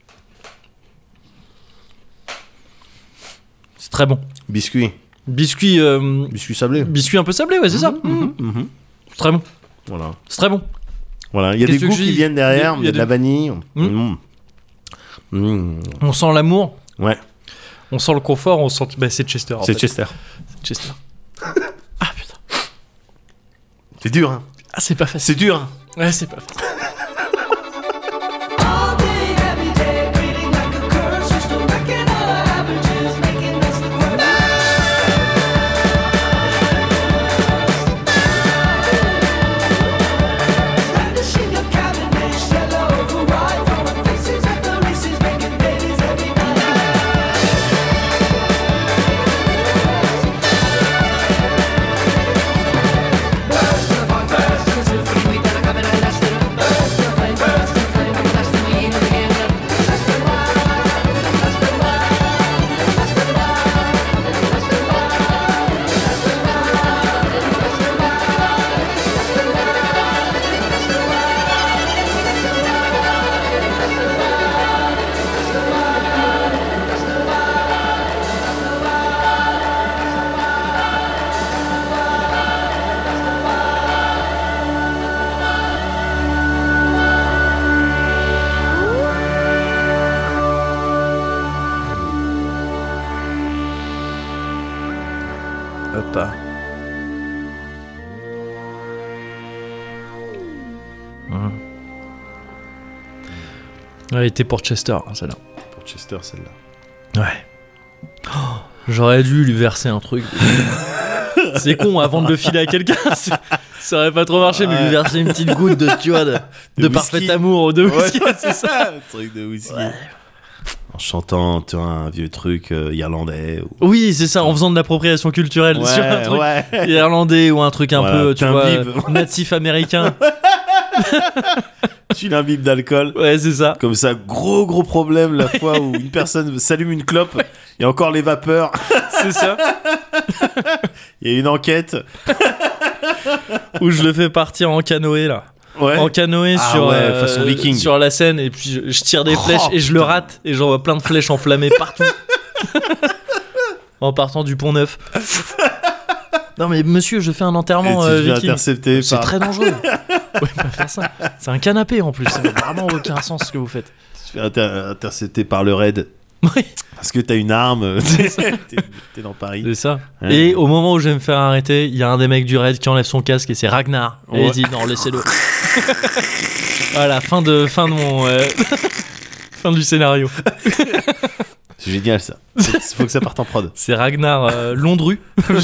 C'est très bon. biscuit. Biscuit, euh, Biscuit sablé. biscuit un peu sablé, ouais, c'est ça. Mhm, mhm. C'est très bon. Voilà. C'est très bon. Voilà. Il y a Qu'est-ce des que goûts je qui dis viennent derrière. Il Il y a de la des- vanille. Hmm. Mm. Mm. On sent l'amour. Ouais. On sent le confort. On sent. Bah, c'est Chester. en C'est fait. Chester. C'est Chester. Ah putain. C'est dur. Hein. Ah, c'est pas facile. C'est dur. Hein. Ouais, c'est pas facile. All day, every day, breathing like a curse, just a wrecking all our averages, making us look worse. Brandishing a cavendish, yellow over white, throwing faces at the races, making babies every night. Burst upon burst, as if we were gonna come in and dash through. Burst the flame, burst the flame, and dash the mean of the game. Dash the wild, dash the wild, dash the wild, dash the wild, dash the wild, dash the Hop là. Hum. Ouais, il était pour Chester, hein, celle-là. Pour Chester, celle-là. Ouais. Oh, j'aurais dû lui verser un truc. C'est con, avant de le filer à quelqu'un, c'est- ça aurait pas trop marché, mais lui Ouais. verser une petite goutte de, tu vois, de, de De parfait whisky. amour ou de whisky. Ouais, c'est ça. Le truc de whisky. En chantant, tu vois, un vieux truc euh, irlandais. Ou... Oui, c'est ça, en faisant de l'appropriation culturelle sur un Ouais, truc ouais. irlandais ou un truc un Voilà, peu, tu vois, t'imbibes. natif américain. Tu l'imbibes d'alcool. Ouais, c'est ça. Comme ça, gros gros problème la fois où une personne s'allume une clope, il y a encore les vapeurs, C'est ça. il y a une enquête. Où je le fais partir en canoë, là. Ouais. En canoë Ah sur, ouais, euh, façon viking. sur la Seine, et puis je, je tire des Oh, flèches et je le putain. rate, et j'envoie plein de flèches enflammées partout. En partant du Pont Neuf. Non mais monsieur, je fais un Et enterrement tu euh, te fais viking. intercepter C'est par... très dangereux. Ouais, pas faire ça. C'est un canapé en plus. Ça n'a vraiment aucun sens ce que vous faites. tu te fais inter- intercepter par le raid. Oui, Parce que t'as une arme. t'es, t'es dans Paris. c'est ça. Ouais. Et au moment où je vais me faire arrêter, il y a un des mecs du raid qui enlève son casque et c'est Ragnar. Et Ouais. il dit non, laissez-le. Voilà, fin de, fin de mon. euh, fin du scénario. C'est génial ça. Il faut que ça parte en prod. C'est Ragnar euh, Londru.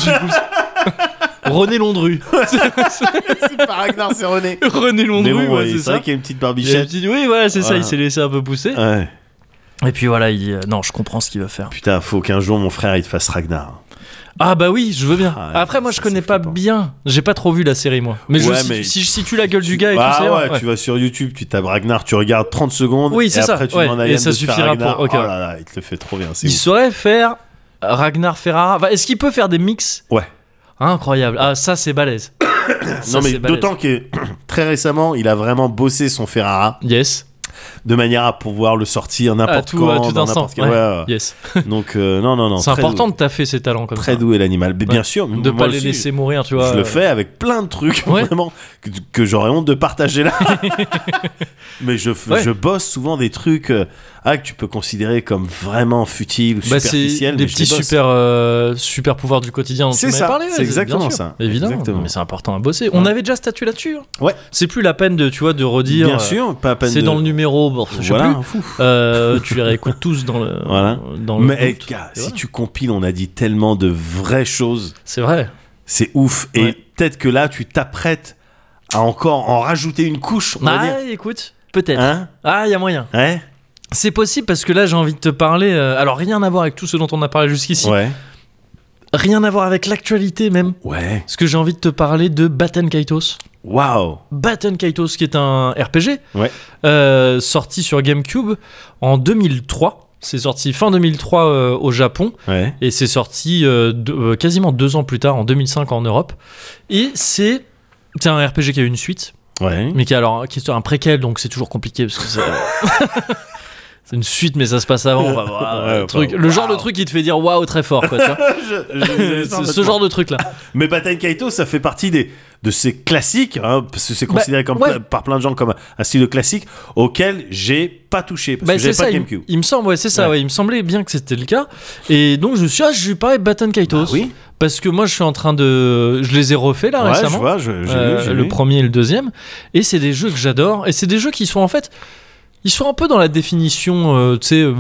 René Londru. C'est pas Ragnar, c'est René. René Londru, Mais bon, ouais, c'est c'est vrai ça. qu'il y a une petite Il a une barbichette. petite- Oui, voilà, c'est ça. Voilà. Il s'est laissé un peu pousser. Ouais. Et puis voilà, il dit euh, non, je comprends ce qu'il va faire. Putain, faut qu'un jour mon frère il te fasse Ragnar. Ah bah oui, je veux bien. Ah, Après, moi, ça, je connais c'est pas flippant. bien. J'ai pas trop vu la série, moi. Mais, je, Ouais, si, mais- si je situe la gueule du gars et Ah tout ça. ouais, tu vas sur YouTube, tu tapes Ragnar, tu regardes trente secondes. Oui, et c'est ça, après, tu ouais, demandes à et Yann ça de te faire suffira Ragnar. pour- ok. Oh là là, il te le fait trop bien. C'est Il ouf. saurait faire Ragnar Ferrara. Enfin, est-ce qu'il peut faire des mix? Ouais. Incroyable. Ah, ça, c'est balèze. Ça, Non mais c'est balèze. d'autant que très récemment, il a vraiment bossé son Ferrara Yes. de manière à pouvoir le sortir n'importe À tout, quand, à tout dans instant. n'importe quel. Ouais. Ouais, ouais. Yes. Donc euh, non non non. C'est très important doué. de taffer ses talents comme Très ça. doué l'animal. Mais bien Ouais. sûr, De moi pas les aussi, laisser mourir, tu vois. Je le euh, fais avec plein de trucs Ouais. vraiment que, que j'aurais honte de partager là. Mais je, f- Ouais. je bosse souvent des trucs euh, ah, que tu peux considérer comme vraiment futiles ou Bah, c'est superficiels. des mais je petits les bosse. super, euh, super pouvoirs du quotidien dont C'est tu m'avais ça, parlé. c'est ouais, exactement bien sûr. ça. Évidemment, Exactement. mais c'est important à bosser. On Ouais. avait déjà statué là-dessus. hein. Ouais. C'est plus la peine de, tu vois, de redire. Bien euh, sûr, pas à peine C'est de... dans le numéro, bon, je sais Voilà, plus. fou. Euh, tu les réécoutes tous dans le. Voilà. Dans le Mais hey, groupe. gars, Et si voilà. tu compiles, on a dit tellement de vraies choses. C'est vrai. C'est ouf. Et Ouais. peut-être que là, tu t'apprêtes à encore en rajouter une couche, on va Ah, dire. écoute. peut-être. Hein? Ah, il y a moyen. Ouais. C'est possible parce que là, j'ai envie de te parler. euh, alors, rien à voir avec tout ce dont on a parlé jusqu'ici. Ouais. Rien à voir avec l'actualité même. Ouais. Parce que j'ai envie de te parler de Baten Kaitos. Waouh. Baten Kaitos, qui est un R P G Ouais. euh, sorti sur GameCube en deux mille trois. C'est sorti fin deux mille trois euh, au Japon Ouais. et c'est sorti euh, de- euh, quasiment deux ans plus tard, en deux mille cinq en Europe. Et c'est, c'est un R P G qui a eu une suite, Ouais. mais qui, est alors, qui est un préquel, donc c'est toujours compliqué parce que c'est. C'est une suite, mais ça se passe avant. Enfin, voilà, Ouais, le truc, enfin, le genre de waouh. truc qui te fait dire waouh très fort, quoi. Tu vois. Je- je- c'est ce genre de truc là. Mais Baten Kaitos, ça fait partie des, de ces classiques, hein, parce que c'est Bah, considéré comme, ouais. par plein de gens comme un style de classique auquel j'ai pas touché, parce Bah, que c'est j'avais ça, pas de il, GameCube. il me semble, ouais, c'est ça, Ouais. ouais, il me semblait bien que c'était le cas. Et donc je me suis dit, ah, je vais parler de Baten Kaitos. Bah oui, Parce que moi je suis en train de. Je les ai refaits là ouais, je récemment. vois, je- j'ai Euh, vu, j'ai le vu. premier et le deuxième. Et c'est des jeux que j'adore. Et c'est des jeux qui sont en fait. Ils sont un peu dans la définition, euh, tu sais, euh,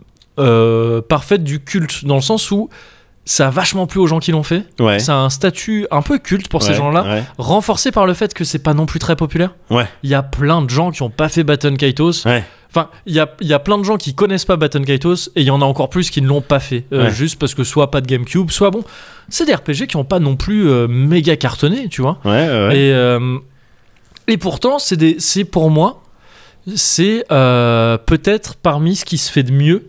euh, parfaite du culte, dans le sens où ça a vachement plu aux gens qui l'ont fait. Ouais. Ça a un statut un peu culte pour ces Ouais, gens-là, ouais. renforcé par le fait que c'est pas non plus très populaire. Ouais. Il y a plein de gens qui ont pas fait Baten Kaitos. Ouais. Enfin, il y a, il y a plein de gens qui connaissent pas Baten Kaitos et il y en a encore plus qui ne l'ont pas fait. Euh, Ouais. Juste parce que soit pas de GameCube, soit bon. C'est des R P G qui ont pas non plus euh, méga cartonné, tu vois. Ouais, ouais, ouais. Et, euh, et pourtant, c'est, des, c'est pour moi, c'est euh, peut-être parmi ce qui se fait de mieux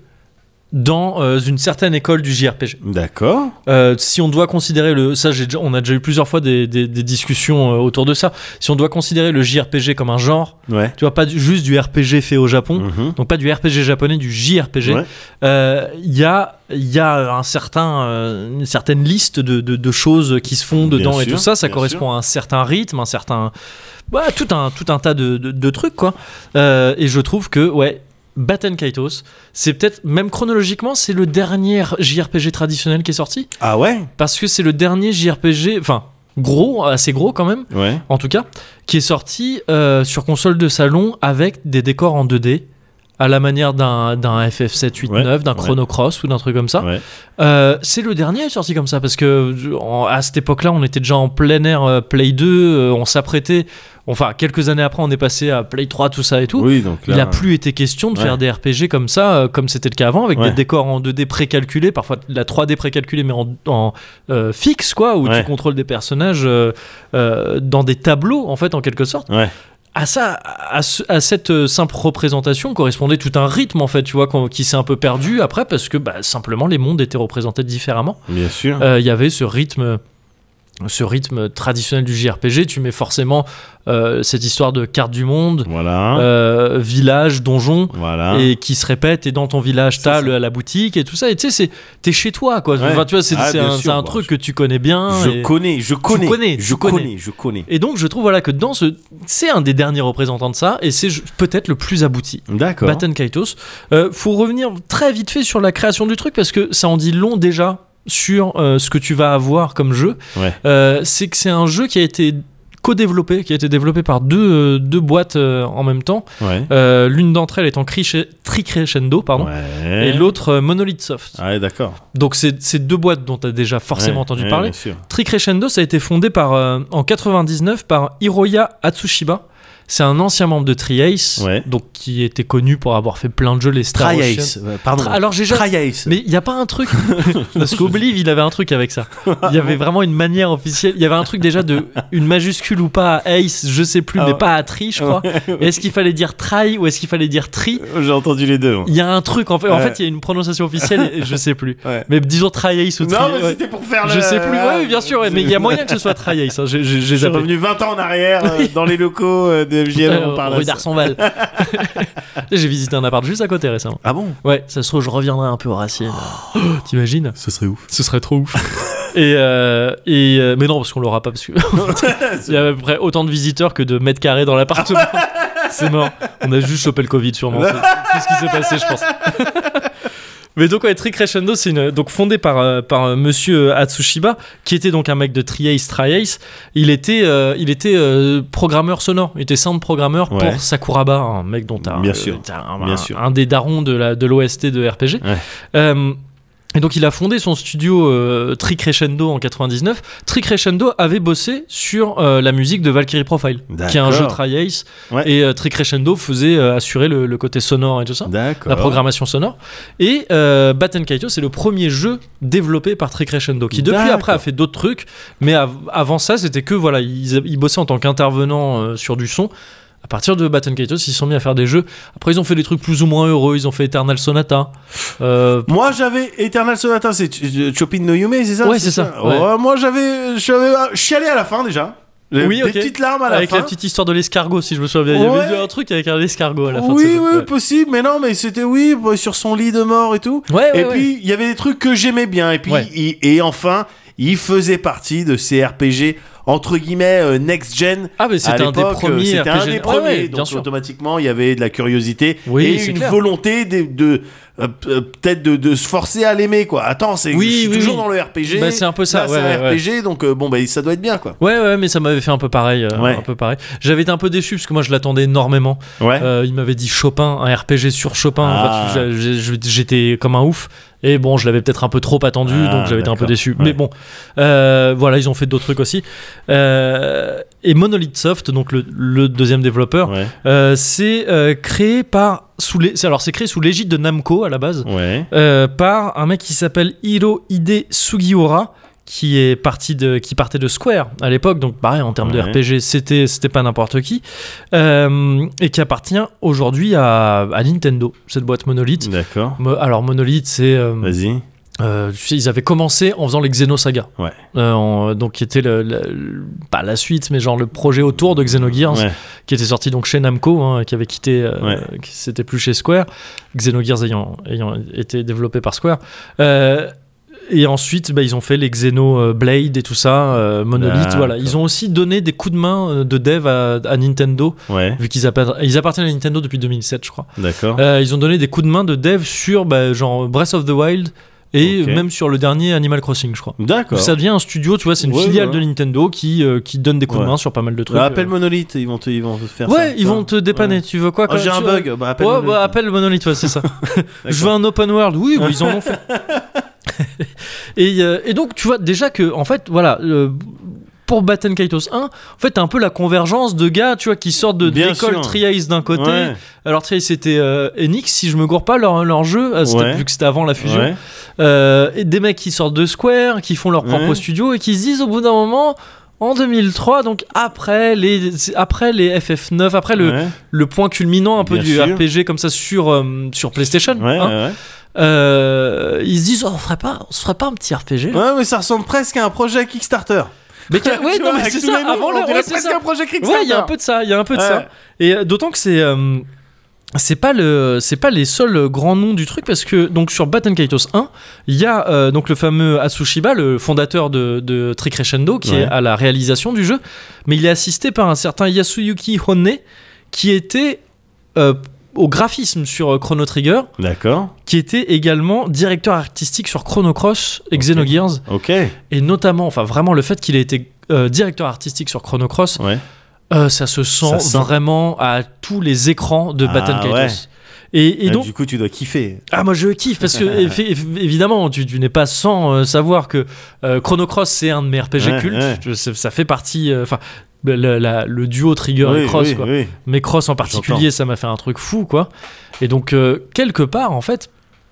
dans euh, une certaine école du J R P G. D'accord. Euh, si on doit considérer le, ça, j'ai déjà- on a déjà eu plusieurs fois des, des- des discussions euh, autour de ça. Si on doit considérer le J R P G comme un genre, Ouais. tu vois, pas du- juste du R P G fait au Japon, Mhm. donc pas du R P G japonais, du J R P G. Ouais. Euh, Il y a, il y a un certain, euh, une certaine liste de, de- de choses qui se font Bien dedans et sûr, tout ça. Ça bien correspond à un certain rythme, un certain, bah, tout un, tout un tas de, de- de trucs quoi. Euh, et je trouve que ouais. Baten Kaitos, c'est peut-être, même chronologiquement, c'est le dernier J R P G traditionnel qui est sorti. Ah ouais. Parce que c'est le dernier J R P G, enfin, gros, assez gros quand même, Ouais. en tout cas, qui est sorti euh, sur console de salon avec des décors en deux D, à la manière d'un, d'un F F sept, huit, Ouais, neuf, d'un ouais. Chrono Cross ou d'un truc comme ça. Ouais. Euh, c'est le dernier sorti comme ça, parce que en- à cette époque-là, on était déjà en plein air euh, Play deux, euh, on s'apprêtait, enfin, quelques années après, on est passé à Play trois, tout ça et tout. Oui, donc là. Il n'a plus été question de Ouais. faire des R P G comme ça, euh, comme c'était le cas avant, avec Ouais. des décors en deux D précalculés, parfois de la trois D précalculée, mais en, en, euh, fixe, quoi, où Ouais. tu contrôles des personnages euh, euh, dans des tableaux, en fait, en quelque sorte. Ouais. À ça, à, ce- à cette euh, simple représentation correspondait tout un rythme, en fait, tu vois, qu'on- qui s'est un peu perdu après, parce que bah, simplement les mondes étaient représentés différemment. Bien sûr. Euh, Il y avait ce rythme. Ce rythme traditionnel du J R P G, tu mets forcément euh, cette histoire de carte du monde, Voilà. euh, village, donjon, Voilà. et qui se répète. Et dans ton village, C'est t'as ça. le- la boutique et tout ça. Et tu sais, c'est- t'es chez toi, quoi. Ouais. Enfin, tu vois, c'est Ah, c'est bien un, sûr, c'est un bah, truc je- que tu connais bien. Je et... connais, je connais, connais, je tu connais. connais, je connais. et donc, je trouve voilà que dans ce, c'est un des derniers représentants de ça, et c'est je- peut-être le plus abouti. D'accord. Baten Kaitos. Euh, faut revenir très vite fait sur la création du truc parce que ça en dit long déjà sur euh, ce que tu vas avoir comme jeu. Ouais. Euh, c'est que c'est un jeu qui a été co-développé, qui a été développé par deux, euh, deux boîtes euh, en même temps. Ouais. Euh, l'une d'entre elles étant Cresce- Tricrescendo, pardon, Ouais. et l'autre euh, Monolith Soft. Ah ouais, d'accord. Donc c'est c'est deux boîtes dont tu as déjà forcément Ouais, entendu ouais, parler. Bien sûr. Tricrescendo, ça a été fondé par, euh, en quatre-vingt-dix-neuf par Hiroya Atsushiba. C'est un ancien membre de Tri-Ace, Ouais. donc qui était connu pour avoir fait plein de jeux, les Star Ocean. Tri-Ace. euh, Pardon. Tra- Alors j'ai jamais... Tri-Ace. Mais il n'y a pas un truc. Parce qu'Obliv, il avait un truc avec ça. Il y avait vraiment une manière officielle. Il y avait un truc déjà de une majuscule ou pas à Ace, je sais plus, Ah mais ouais. pas à Tri, je crois. Est-ce qu'il fallait dire Try ou est-ce qu'il fallait dire Tri? J'ai entendu les deux. moi. Il y a un truc, en fait, en Ouais. fait, il y a une prononciation officielle et je sais plus. Ouais. Mais disons Try Ace ou Tri. Non, mais ouais. c'était pour faire le. Je sais plus, Ah, oui, bien sûr, ouais, mais il y a moyen que ce soit Try Ace. Hein. J'ai, j'ai, j'ai Je suis zappé. revenu vingt ans en arrière euh, dans les locaux euh, de F J M. Euh, on parle rue à ça. d'Arsonval. J'ai visité un appart juste à côté récemment. Ah bon? Ouais, ça se trouve, je reviendrai un peu au Racine. T'imagines? Ce serait ouf. Ce serait trop ouf. et, euh, et euh, mais non, parce qu'on l'aura pas, parce que il y a à peu près autant de visiteurs que de mètres carrés dans l'appartement. C'est mort. On a juste chopé le Covid, sûrement. C'est tout ce qui s'est passé, je pense. Mais donc, ouais, Tricrescendo, c'est une, donc fondé par, euh, par euh, monsieur Atsushiba, qui était donc un mec de Tri-Ace, Tri-Ace. Il était, euh, il était euh, programmeur sonore, il était sound programmeur Ouais. pour Sakuraba, un mec dont t'as Bien euh, sûr. t'as un, Bien un- sûr. un des darons de, la, de l'O S T de R P G. Ouais. Euh, Et donc il a fondé son studio euh, Tricrescendo en quatre-vingt-dix-neuf. Tricrescendo avait bossé sur euh, la musique de Valkyrie Profile, D'accord. qui est un jeu Tri-Ace. Ouais. Et euh, Tricrescendo faisait euh, assurer le, le côté sonore et tout ça, D'accord. la programmation sonore. Et euh, Baten Kaitos, c'est le premier jeu développé par Tricrescendo, qui depuis D'accord. après a fait d'autres trucs, mais av- avant ça, c'était que voilà, ils, ils bossaient en tant qu'intervenants euh, sur du son. À partir de Baten Kaitos, ils se sont mis à faire des jeux. Après, ils ont fait des trucs plus ou moins heureux. Ils ont fait Eternal Sonata. Euh, Moi, j'avais Eternal Sonata, c'est Ch- Chopin no Yume, c'est ça? Ouais, c'est ça, ouais. Ouais, moi, j'avais, j'avais chialé à la fin déjà. J'avais Oui, des ok. petites larmes à la avec fin. la petite histoire de l'escargot, si je me souviens bien. Il y Ouais. avait un truc avec un escargot à la fin de Oui, ce jeu. oui, Ouais. possible, mais non, mais c'était oui, bah, sur son lit de mort et tout. Ouais, ouais, et ouais. puis, il y avait des trucs que j'aimais bien. Et puis, Ouais. il- et enfin, il faisait partie de ces R P G entre guillemets euh, next gen. Ah, mais c'était À un des l'époque, premiers C'était R P un G. des Ouais, premiers. ouais, bien donc sûr. automatiquement, il y avait de la curiosité Oui, et c'est une clair. volonté de, de euh, euh, peut-être de, de se forcer à l'aimer quoi. Attends, c'est Oui, je suis oui, toujours oui. dans le R P G. Bah, c'est un peu ça, Là, ouais, c'est un ouais, R P G, donc euh, bon bah ça doit être bien quoi. Ouais, ouais, mais ça m'avait fait un peu pareil. euh, Ouais. Un peu pareil. J'avais été un peu déçu parce que moi, je l'attendais énormément. Ouais. Euh, il m'avait dit Chopin, un R P G sur Chopin. Ah. En fait, j'ai- j'ai- j'étais comme un ouf. Et bon, je l'avais peut-être un peu trop attendu, Ah, donc j'avais été un peu d'accord. déçu. Ouais. Mais bon, euh, voilà, ils ont fait d'autres trucs aussi. Euh, et Monolith Soft, donc le, le deuxième développeur, Ouais. euh, c'est euh, créé par sous les, c'est- alors c'est créé sous l'égide de Namco à la base, Ouais. euh, par un mec qui s'appelle Hirohide Sugiura, qui est parti de, qui partait de Square à l'époque, donc pareil en termes de Ouais. R P G, c'était, c'était pas n'importe qui, euh, et qui appartient aujourd'hui à, à Nintendo, cette boîte Monolith. D'accord. Mo- Alors Monolith, c'est, euh, Vas-y. euh, tu sais, ils avaient commencé en faisant les Xenosaga, Ouais. Euh, en- donc qui était le, le- le- pas la suite, mais genre le projet autour de Xenogears, Ouais. qui était sorti donc chez Namco, hein, qui avait quitté, euh, Ouais. qui c'était plus chez Square, Xenogears ayant, ayant été développé par Square. Euh, et ensuite, bah, ils ont fait les Xenoblade et tout ça, euh, Monolith. D'accord. Voilà, ils ont aussi donné des coups de main euh, de dev à, à Nintendo, Ouais. vu qu'ils appart- ils appartiennent à Nintendo depuis deux mille sept, je crois. D'accord. Euh, ils ont donné des coups de main de dev sur bah, genre Breath of the Wild et Ok. même sur le dernier Animal Crossing, je crois. D'accord. Ça devient un studio, tu vois, c'est une Ouais, filiale ouais. de Nintendo qui, euh, qui donne des coups Ouais. de main sur pas mal de trucs. Bah, appelle euh. Monolith, ils vont te, ils vont te faire ça. Ouais, ils vont te dépanner. Ouais. Tu veux quoi Oh, quoi, j'ai un tu- bug. Bah, appelle Ouais, Monolith. bah, appelle Monolith, ouais, c'est ça. Je veux D'accord. un open world. Oui, oui, ils en ont fait. et, euh, et donc, tu vois, déjà que, en fait, voilà. euh, pour Baten Kaitos un, en fait, t'as un peu la convergence de gars, tu vois, qui sortent de, de Bien l'école sûr. Tri-Ace d'un côté. Ouais. Alors, Tri-Ace, c'était euh, Enix, si je me gourre pas, leur, leur jeu, euh, c'était- Ouais. vu que c'était avant la fusion. Ouais. Euh, et des mecs qui sortent de Square, qui font leur propre Ouais. studio et qui se disent au bout d'un moment, en deux mille trois, donc après les, après les F F neuf, après le, Ouais. le point culminant un peu Bien du sûr. R P G comme ça sur, euh, sur PlayStation, Ouais, hein, ouais, ouais. euh, ils se disent oh, on ferait pas, on se ferait pas un petit R P G là Ouais, mais ça ressemble presque à un projet Kickstarter. mais que- ouais, Tu non, vois, mais avec c'est tous ça, les noms, avant on l'heure, dirait ouais, c'est presque ça. un projet Kickstarter. Ouais, il y a un peu de ça, il y a un peu de Ouais. ça. Et euh, d'autant que c'est euh, c'est pas le c'est pas les seuls grands noms du truc parce que donc sur Baten Kaitos un, il y a euh, donc le fameux Atsushiba, le fondateur de, de Tricrescendo qui Ouais. est à la réalisation du jeu, mais il est assisté par un certain Yasuyuki Honne qui était euh, au graphisme sur euh, Chrono Trigger, D'accord. qui était également directeur artistique sur Chrono Cross et Ok. Xenogears, Ok. et notamment enfin vraiment le fait qu'il ait été euh, directeur artistique sur Chrono Cross, Ouais. euh, ça se sent, Ça sent. vraiment à tous les écrans de Ah, Baten Kaitos. ouais. Et, et Ah, donc, du coup, tu dois kiffer. ah moi je kiffe parce que effe- eff- évidemment tu, tu n'es pas sans euh, savoir que euh, Chrono Cross c'est un de mes R P G Ouais, cultes. ouais. Je- ça, ça fait partie, euh, enfin le, la- le duo Trigger oui, et Cross oui, quoi. oui. Mais Cross en particulier, ça m'a fait un truc fou, quoi. Et donc, euh, quelque part, en fait,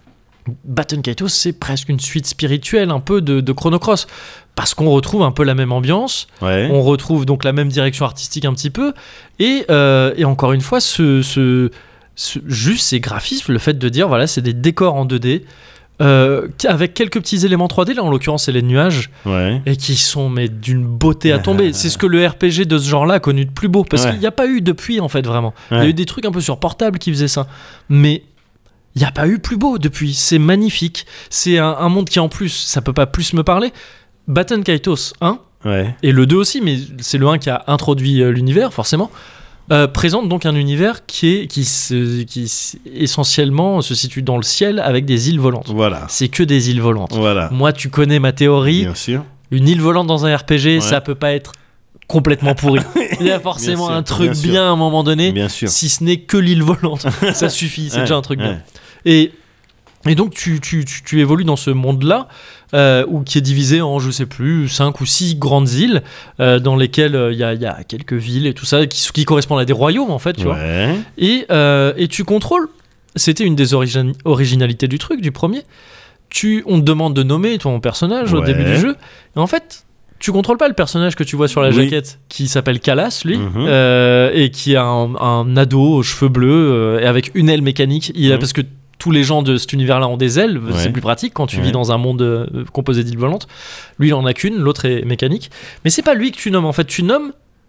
Baten Kaitos, c'est presque une suite spirituelle, un peu de, de Chrono Cross. Parce qu'on retrouve un peu la même ambiance, Ouais. on retrouve donc la même direction artistique un petit peu, et, euh, et encore une fois, ce, ce, ce- juste ces graphismes, le fait de dire, voilà, c'est des décors en deux D, euh, avec quelques petits éléments trois D, là en l'occurrence c'est les nuages, Ouais. et qui sont mais d'une beauté à tomber. C'est ce que le R P G de ce genre-là a connu de plus beau, parce Ouais. qu'il n'y a pas eu depuis en fait vraiment. Il y a Ouais. eu des trucs un peu sur portable qui faisaient ça, mais il n'y a pas eu plus beau depuis. C'est magnifique. C'est un, un monde qui en plus, ça peut pas plus me parler. Baten Kaitos un Ouais. et le deux aussi, mais c'est le un qui a introduit euh, l'univers forcément. Euh, présente donc un univers qui est qui, se, qui s- essentiellement se situe dans le ciel avec des îles volantes. Voilà. C'est que des îles volantes. Voilà. Moi, tu connais ma théorie. Bien sûr. Une île volante dans un R P G, Ouais. ça peut pas être complètement pourri. Il y a forcément Bien sûr, un truc bien bien, sûr. à un moment donné, Bien sûr. si ce n'est que l'île volante. Ça suffit, c'est Ouais, déjà un truc bien. ouais. Et Et donc tu, tu, tu, tu évolues dans ce monde-là, euh, où, qui est divisé en, je sais plus, cinq ou six grandes îles, euh, dans lesquelles il euh, y, a, y a quelques villes et tout ça, qui, qui correspondent à des royaumes en fait, tu vois. Ouais. Et, euh, et tu contrôles, c'était une des origin- originalités du truc, du premier, tu, on te demande de nommer ton personnage au Ouais. début du jeu, et en fait... Tu contrôles pas le personnage que tu vois sur la Oui. jaquette, qui s'appelle Kalas, lui, Mhm. euh, et qui a un, un ado aux cheveux bleus euh, et avec une aile mécanique. Il a, Mhm. parce que tous les gens de cet univers-là ont des ailes, c'est Ouais. plus pratique quand tu Ouais. vis dans un monde euh, composé d'îles volantes. Lui, il en a qu'une, l'autre est mécanique. Mais c'est pas lui que tu nommes, en fait. Tu nommes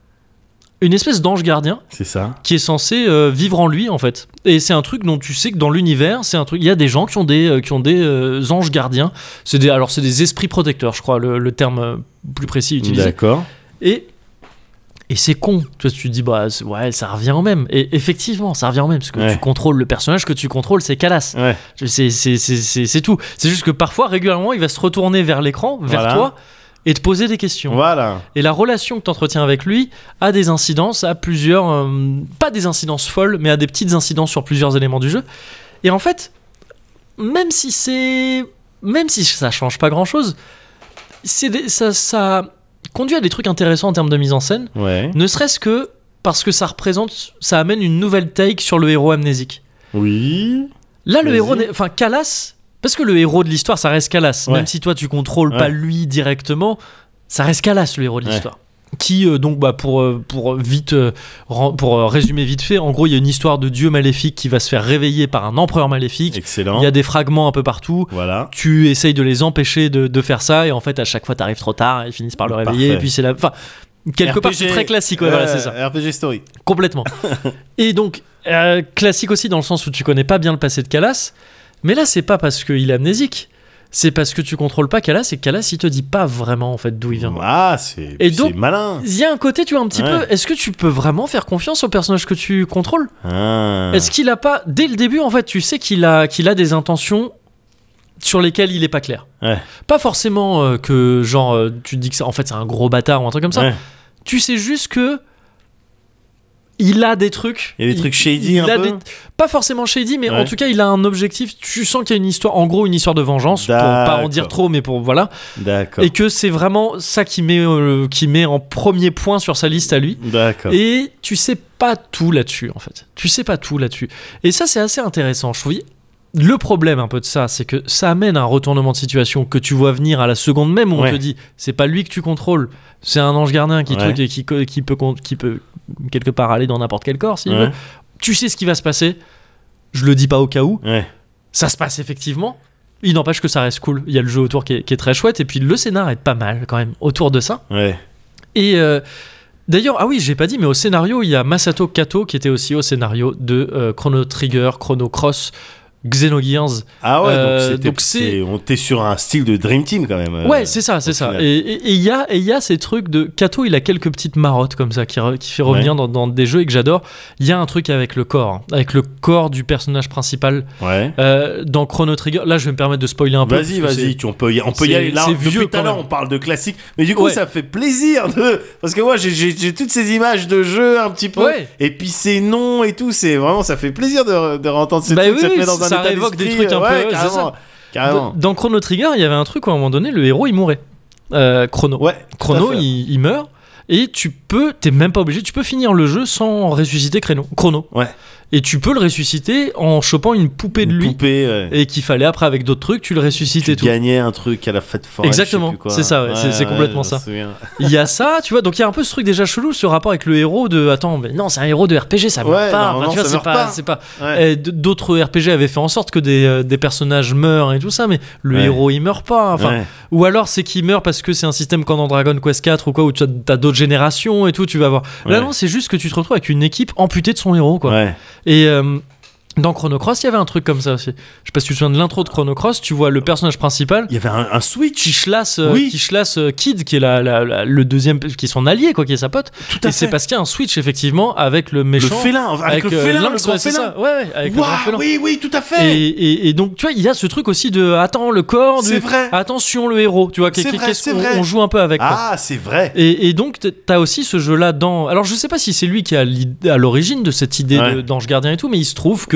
une espèce d'ange gardien C'est ça. qui est censé euh, vivre en lui, en fait. Et c'est un truc dont tu sais que dans l'univers, c'est un truc. Il y a des gens qui ont des euh, qui ont des euh, anges gardiens. C'est des alors c'est des esprits protecteurs, je crois, le, le terme euh, plus précis utilisé. D'accord. Et et c'est con. Tu vois, tu te dis bah c'est- ouais, ça revient au même. Et effectivement, ça revient au même parce que Ouais. tu contrôles le personnage que tu contrôles, c'est Kalas. Ouais. C'est c'est c'est c'est c'est tout. C'est juste que parfois régulièrement, il va se retourner vers l'écran, vers Voilà. toi. Et te poser des questions. Voilà. Et la relation que tu entretiens avec lui a des incidences, a plusieurs. euh, pas des incidences folles, mais a des petites incidences sur plusieurs éléments du jeu. Et en fait, même si c'est. Même si ça change pas grand chose, c'est des- ça, ça conduit à des trucs intéressants en termes de mise en scène, Ouais. ne serait-ce que parce que ça représente. Ça amène une nouvelle take sur le héros amnésique. Oui. Là, le Vas-y. héros. n'est- Enfin, Kalas. Parce que le héros de l'histoire, ça reste Kalas. Ouais. Même si toi, tu contrôles pas Ouais. lui directement, ça reste Kalas, le héros de Ouais. l'histoire. Qui, euh, donc, bah, pour, euh, pour, vite, euh, ren- pour euh, résumer vite fait, en gros, il y a une histoire de dieu maléfique qui va se faire réveiller par un empereur maléfique. Excellent. Il y a des fragments un peu partout. Voilà. Tu essayes de les empêcher de, de faire ça, et en fait, à chaque fois, t'arrives trop tard, et ils finissent par le réveiller, Parfait. et puis c'est la. Enfin, quelque part, R P G. c'est très classique, ouais, voilà, c'est ça. R P G Story. Complètement. Et donc, euh, classique aussi dans le sens où tu connais pas bien le passé de Kalas, mais là, c'est pas parce qu'il est amnésique, c'est parce que tu contrôles pas Kalas et que Kalas, il te dit pas vraiment en fait d'où il vient. Ah, c'est Et c'est donc- malin. Il y a un côté, tu vois, un petit Ouais. peu, est-ce que tu peux vraiment faire confiance au personnage que tu contrôles ? Ah. Est-ce qu'il a pas, dès le début, en fait, tu sais qu'il a, qu'il a des intentions sur lesquelles il est pas clair. Ouais. Pas forcément euh, que, genre, euh, tu te dis que c'est, en fait, c'est un gros bâtard ou un truc comme ça. Ouais. Tu sais juste que il a des trucs. Il y a des trucs shady il un a peu des- Pas forcément shady, mais Ouais. en tout cas, il a un objectif. Tu sens qu'il y a une histoire, en gros, une histoire de vengeance, pour pas en dire D'accord. trop, mais pour voilà. D'accord. Et que c'est vraiment ça qui met, euh, qui met en premier point sur sa liste à lui. D'accord. Et tu sais pas tout là-dessus, en fait. Tu sais pas tout là-dessus. Et ça, c'est assez intéressant. Je trouve. Le problème un peu de ça, c'est que ça amène un retournement de situation que tu vois venir à la seconde même où Ouais. on te dit c'est pas lui que tu contrôles, c'est un ange gardien qui Ouais. truc et qui, co- qui peut con- qui peut quelque part aller dans n'importe quel corps s'il Ouais. veut. Tu sais ce qui va se passer. Je le dis pas au cas où. Ouais. Ça se passe effectivement. Il n'empêche que ça reste cool. Il y a le jeu autour qui est, qui est très chouette et puis le scénar est pas mal quand même autour de ça. Ouais. Et euh, d'ailleurs, ah oui, j'ai pas dit, mais au scénario, il y a Masato Kato qui était aussi au scénario de euh, Chrono Trigger, Chrono Cross, Xenogears. Ah ouais, Euh, donc, c'était- donc c'est- c'est- on était sur un style de Dream Team quand même. euh, Ouais, c'est ça, c'est au ça. final. Et et- et il y a et il y a ces trucs de Kato, il a quelques petites marottes comme ça qui, re- qui fait revenir Ouais. dans, dans des jeux et que j'adore. Il y a un truc avec le corps, hein, avec le corps du personnage principal Ouais. euh, dans Chrono Trigger. Là, je vais me permettre de spoiler un peu. Vas-y, parce que vas-y, c'est- tu, on peut y, on peut y c'est- aller. Là, c'est depuis vieux tout à quand l'heure, même. on parle de classique, mais du coup, Ouais. ça fait plaisir de parce que moi, j'ai- j'ai j'ai toutes ces images de jeux un petit peu, Ouais. et puis ces noms et tout, c'est vraiment, ça fait plaisir de, de entendre ces Bah trucs, oui, ça te oui, met dans un ça état révoque des d'esprit, trucs un peu, ouais, ouais, c'est carrément, ça. carrément. Dans Chrono Trigger, il y avait un truc où à un moment donné, le héros il mourait. Euh, Chrono. Ouais, tout à Chrono, fait. il, il meurt. Et tu peux, t'es même pas obligé, tu peux finir le jeu sans ressusciter Chrono. Chrono. Ouais. Et tu peux le ressusciter en chopant une poupée de Une lui. poupée, ouais. Et qu'il fallait après avec d'autres trucs, tu le ressuscites Tu et tout. gagnais un truc à la fête foraine. Exactement, je sais plus quoi. c'est ça, ouais, c'est- c'est complètement je me ça. souviens. Il y a ça, tu vois, donc il y a un peu ce truc déjà chelou, ce rapport avec le héros de attends, mais non, c'est un héros de R P G, ça meurt Ouais, pas. non, Enfin, non, tu vois, ça c'est meurt pas, pas. c'est pas. Ouais. Et d- d'autres R P G avaient fait en sorte que des, euh, des personnages meurent et tout ça, mais le Ouais. héros il meurt pas. Enfin, Ouais. ou alors c'est qu'il meurt parce que c'est un système comme dans Dragon Quest quatre ou quoi, où tu as, t'as d'autres générations et tout, tu vas voir. Là Ouais. non, c'est juste que tu te retrouves avec une équipe amputée de son héros, quoi. Ouais. Et euh, dans Chrono Cross, il y avait un truc comme ça aussi. Je sais pas si tu te souviens de l'intro de Chrono Cross, tu vois le personnage principal Il y avait un, un switch. qui chlasse, euh, Oui. qui chlasse euh, Kid, qui est la, la- la- le deuxième, qui est son allié, quoi, qui est sa pote. Tout à Et c'est fait. parce qu'il y a un switch effectivement avec le Le méchant. félin, avec, le euh, félin, le Lynx, grand ouais, c'est félin. ça. Ouais, ouais, avec le grand Waouh, félin. oui, oui, tout à fait. Et, et- et donc, tu vois, il y a ce truc aussi de attends le corps, du- C'est vrai. attention le héros, tu vois, C'est qu'est- vrai, qu'est-ce c'est qu'on vrai. on joue un peu avec. quoi. Ah, c'est vrai. Et, et donc, t- t'as aussi ce jeu-là dans. Alors, je sais pas si c'est lui qui a l'id- à l'origine de cette idée Ouais. de- d'ange gardien et tout, mais il se trouve que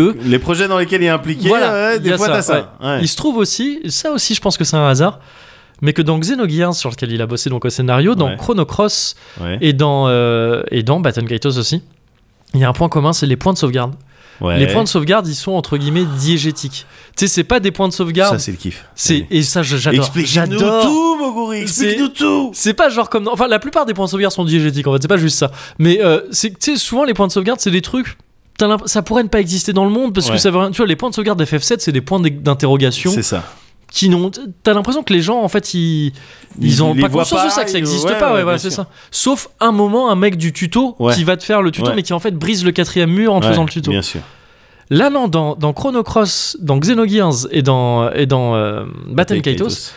veux. Les projets dans lesquels il est impliqué, Voilà, ouais, il y des a fois ça, t'as ça. Ouais. Il se trouve aussi, ça aussi je pense que c'est un hasard, mais que dans Xenogears, sur lequel il a bossé donc au scénario, dans Ouais. Chrono Cross Ouais. et dans, euh, et dans Baton Kaitos aussi, il y a un point commun, c'est les points de sauvegarde. Ouais. Les points de sauvegarde, ils sont entre guillemets diégétiques. Tu sais, c'est pas des points de sauvegarde. Ça, c'est le kiff. c'est Ouais. et ça je- j'adore. Explique-nous J'adore. tout, Moguri, explique-nous tout. C'est pas genre comme dans- enfin la plupart des points de sauvegarde sont diégétiques en fait, c'est pas juste ça. Mais euh, c'est tu sais souvent les points de sauvegarde c'est des trucs t'as l'imp- ça pourrait ne pas exister dans le monde parce Ouais. que ça veut rien- tu vois les points de sauvegarde d'F F sept c'est des points d'ex- d'interrogation C'est ça. qui n'ont t'as l'impression que les gens en fait ils ils Ils ont les pas voient conscience de ça pas, que ça ils- existe ouais, pas ouais, ouais, voilà, bien c'est sûr. ça. Sauf un moment un mec du tuto Ouais. qui va te faire le tuto Ouais. mais qui en fait brise le quatrième mur en te Ouais, faisant le tuto. Bien sûr. Là non dans dans Chrono Cross, dans Xenogears et dans et dans euh, Baton Kaitos,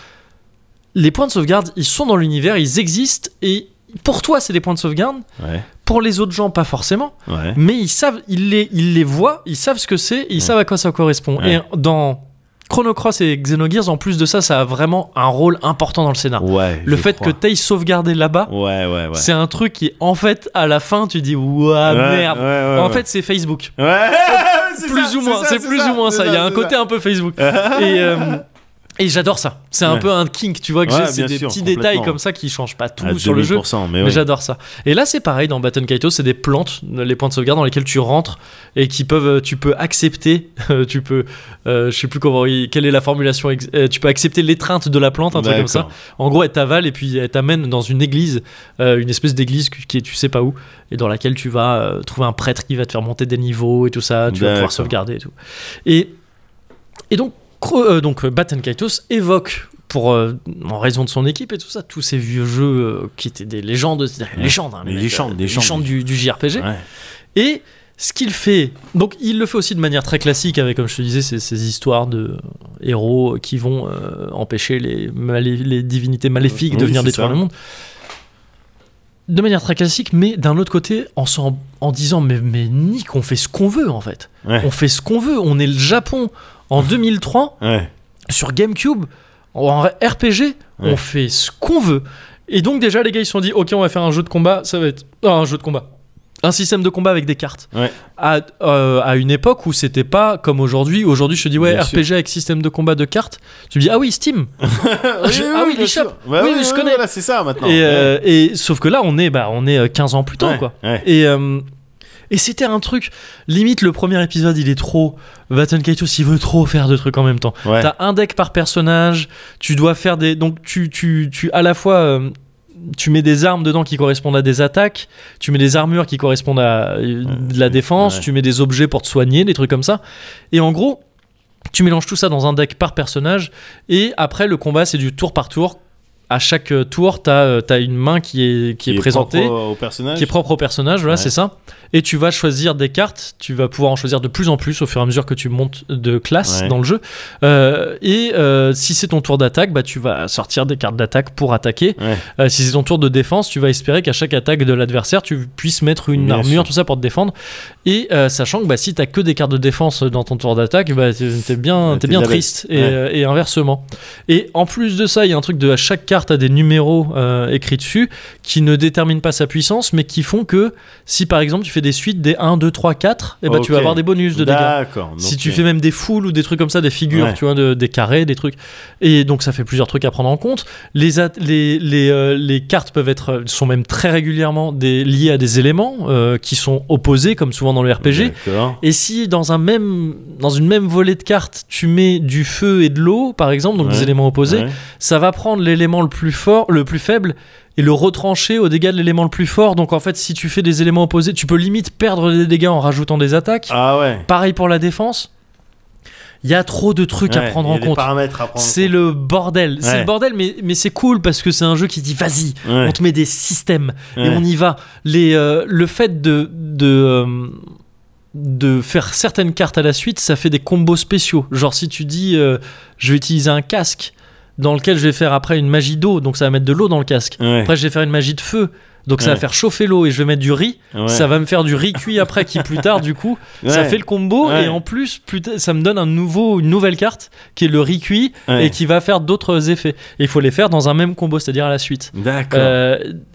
les points de sauvegarde, ils sont dans l'univers, ils existent et pour toi c'est des points de sauvegarde, Ouais. pour les autres gens pas forcément, Ouais. mais ils savent, ils les, ils les voient, ils savent ce que c'est, et ils savent à quoi ça correspond. Ouais. Et dans Chrono Cross et Xenogears, en plus de ça, ça a vraiment un rôle important dans le scénar. Ouais. Le je fait crois. que t'ailles sauvegarder là-bas, Ouais, ouais, ouais. c'est un truc qui, en fait, à la fin, tu dis ouah Ouais, merde. ouais, ouais, en ouais. fait, c'est Facebook. Ouais. c'est Plus ça, ou moins, ça, c'est plus ou moins ça. Il y a un c'est côté un peu Facebook. et euh, et j'adore ça. C'est un Ouais. peu un kink, tu vois, que Ouais, j'ai. C'est bien des sûr, petits complètement. détails comme ça qui changent pas tout À sur le jeu. deux mille pour cent, mais, Mais ouais. j'adore ça. Et là, c'est pareil dans Baton Kaitos, c'est des plantes, les points de sauvegarde dans lesquels tu rentres et qui peuvent, tu peux accepter, euh, tu peux, euh, je sais plus comment, il- quelle est la formulation, ex- euh, tu peux accepter l'étreinte de la plante, un truc comme ça. D'accord. En gros, elle t'avale et puis elle t'amène dans une église, euh, une espèce d'église qui qui est tu sais pas où, et dans laquelle tu vas euh, trouver un prêtre qui va te faire monter des niveaux et tout ça, tu vas pouvoir D'accord. sauvegarder et tout. Et, et donc, Cro- euh, donc Baton Kaitos évoque, pour, euh, en raison de son équipe et tout ça, tous ces vieux jeux euh, qui étaient des légendes, c'est des Ouais. légendes, hein, les Les mecs, légendes, euh, des légendes. du, du J R P G. Ouais. Et ce qu'il fait, donc il le fait aussi de manière très classique avec, comme je te disais, ces, ces histoires de héros qui vont euh, empêcher les, malé- les divinités maléfiques de Oui, venir c'est détruire ça. le monde. De manière très classique, mais d'un autre côté, en, s'en- en disant mais, mais Nick, on fait ce qu'on veut en fait. Ouais. On fait ce qu'on veut. On est le Japon en deux mille trois Ouais. sur GameCube en R P G. Ouais. On fait ce qu'on veut. Et donc déjà les gars ils se sont dit ok on va faire un jeu de combat. Ça va être ah, un jeu de combat. Un système de combat avec des cartes. Ouais. À, euh, à une époque où c'était pas comme aujourd'hui. Aujourd'hui, je te dis, ouais, Bien R P G avec système de combat de cartes. Tu me dis, ah oui, Steam. Oui, Je- ah oui, bien l'eShop. sûr. Ouais, Oui, ouais, mais je ouais, connais. Voilà, c'est ça maintenant. Et, euh, et sauf que là, on est, bah, on est euh, quinze ans plus tôt, Ouais, quoi. ouais. Et, euh, et c'était un truc. Limite, le premier épisode, il est trop. Baton Kaitos, il veut trop faire de trucs en même temps. Ouais. T'as un deck par personnage. Tu dois faire des. Donc, tu, tu, tu à la fois. euh, tu mets des armes dedans qui correspondent à des attaques, tu mets des armures qui correspondent à euh, de la défense, ouais. tu mets des objets pour te soigner, des trucs comme ça. Et en gros, tu mélanges tout ça dans un deck par personnage, et après le combat c'est du tour par tour. À chaque euh, tour, t'as euh, t'as une main qui est, qui est présentée, propre au personnage. qui est propre au personnage, voilà, Ouais. c'est ça. Et tu vas choisir des cartes, tu vas pouvoir en choisir de plus en plus au fur et à mesure que tu montes de classe Ouais. dans le jeu. Euh, et euh, si c'est ton tour d'attaque, bah, tu vas sortir des cartes d'attaque pour attaquer. Ouais. Euh, si c'est ton tour de défense, tu vas espérer qu'à chaque attaque de l'adversaire, tu puisses mettre une Bien armure, sûr. tout ça pour te défendre. Et euh, sachant que bah, si t'as que des cartes de défense dans ton tour d'attaque, bah, t'es t'es bien, Ouais, t'es t'es bien de la triste. bête. Et, Ouais. euh, et inversement. Et en plus de ça, il y a un truc de à chaque carte a des numéros euh, écrits dessus qui ne déterminent pas sa puissance, mais qui font que si par exemple tu fais des suites des un, deux, trois, quatre, et bah, tu vas Ok. avoir des bonus de dégâts. D'accord. Si donc, tu euh, fais même des foules ou des trucs comme ça, des figures, Ouais. tu vois, de- des carrés, des trucs. Et donc ça fait plusieurs trucs à prendre en compte. Les, at- les, les, euh, les cartes peuvent être, sont même très régulièrement des, liées à des éléments euh, qui sont opposés, comme souvent dans le R P G. D'accord. Et si dans, un même, dans une même volée de cartes, tu mets du feu et de l'eau, par exemple, donc Ouais. des éléments opposés, Ouais. ça va prendre l'élément le plus fort, le plus faible, et le retrancher au dégât de l'élément le plus fort. Donc en fait, si tu fais des éléments opposés, tu peux limite perdre des dégâts en rajoutant des attaques. Ah ouais. Pareil pour la défense. Il y a trop de trucs à Ouais, prendre il y a en des compte. paramètres à prendre en C'est compte. le bordel. C'est Ouais. le bordel, mais, mais c'est cool parce que c'est un jeu qui dit vas-y, Ouais. on te met des systèmes et Ouais. on y va. Les, euh, le fait de, de, euh, de faire certaines cartes à la suite, ça fait des combos spéciaux. Genre si tu dis euh, je vais utiliser un casque dans lequel je vais faire après une magie d'eau, donc ça va mettre de l'eau dans le casque. Ouais. Après je vais faire une magie de feu. Donc ça va Ouais. faire chauffer l'eau et je vais mettre du riz. Ouais. Ça va me faire du riz cuit après qui plus tard du coup ça Ouais. fait le combo Ouais. et en plus plus tard, ça me donne un nouveau, une nouvelle carte qui est le riz cuit Ouais. et qui va faire d'autres effets. Et il faut les faire dans un même combo, c'est-à-dire à la suite. D'accord. Euh,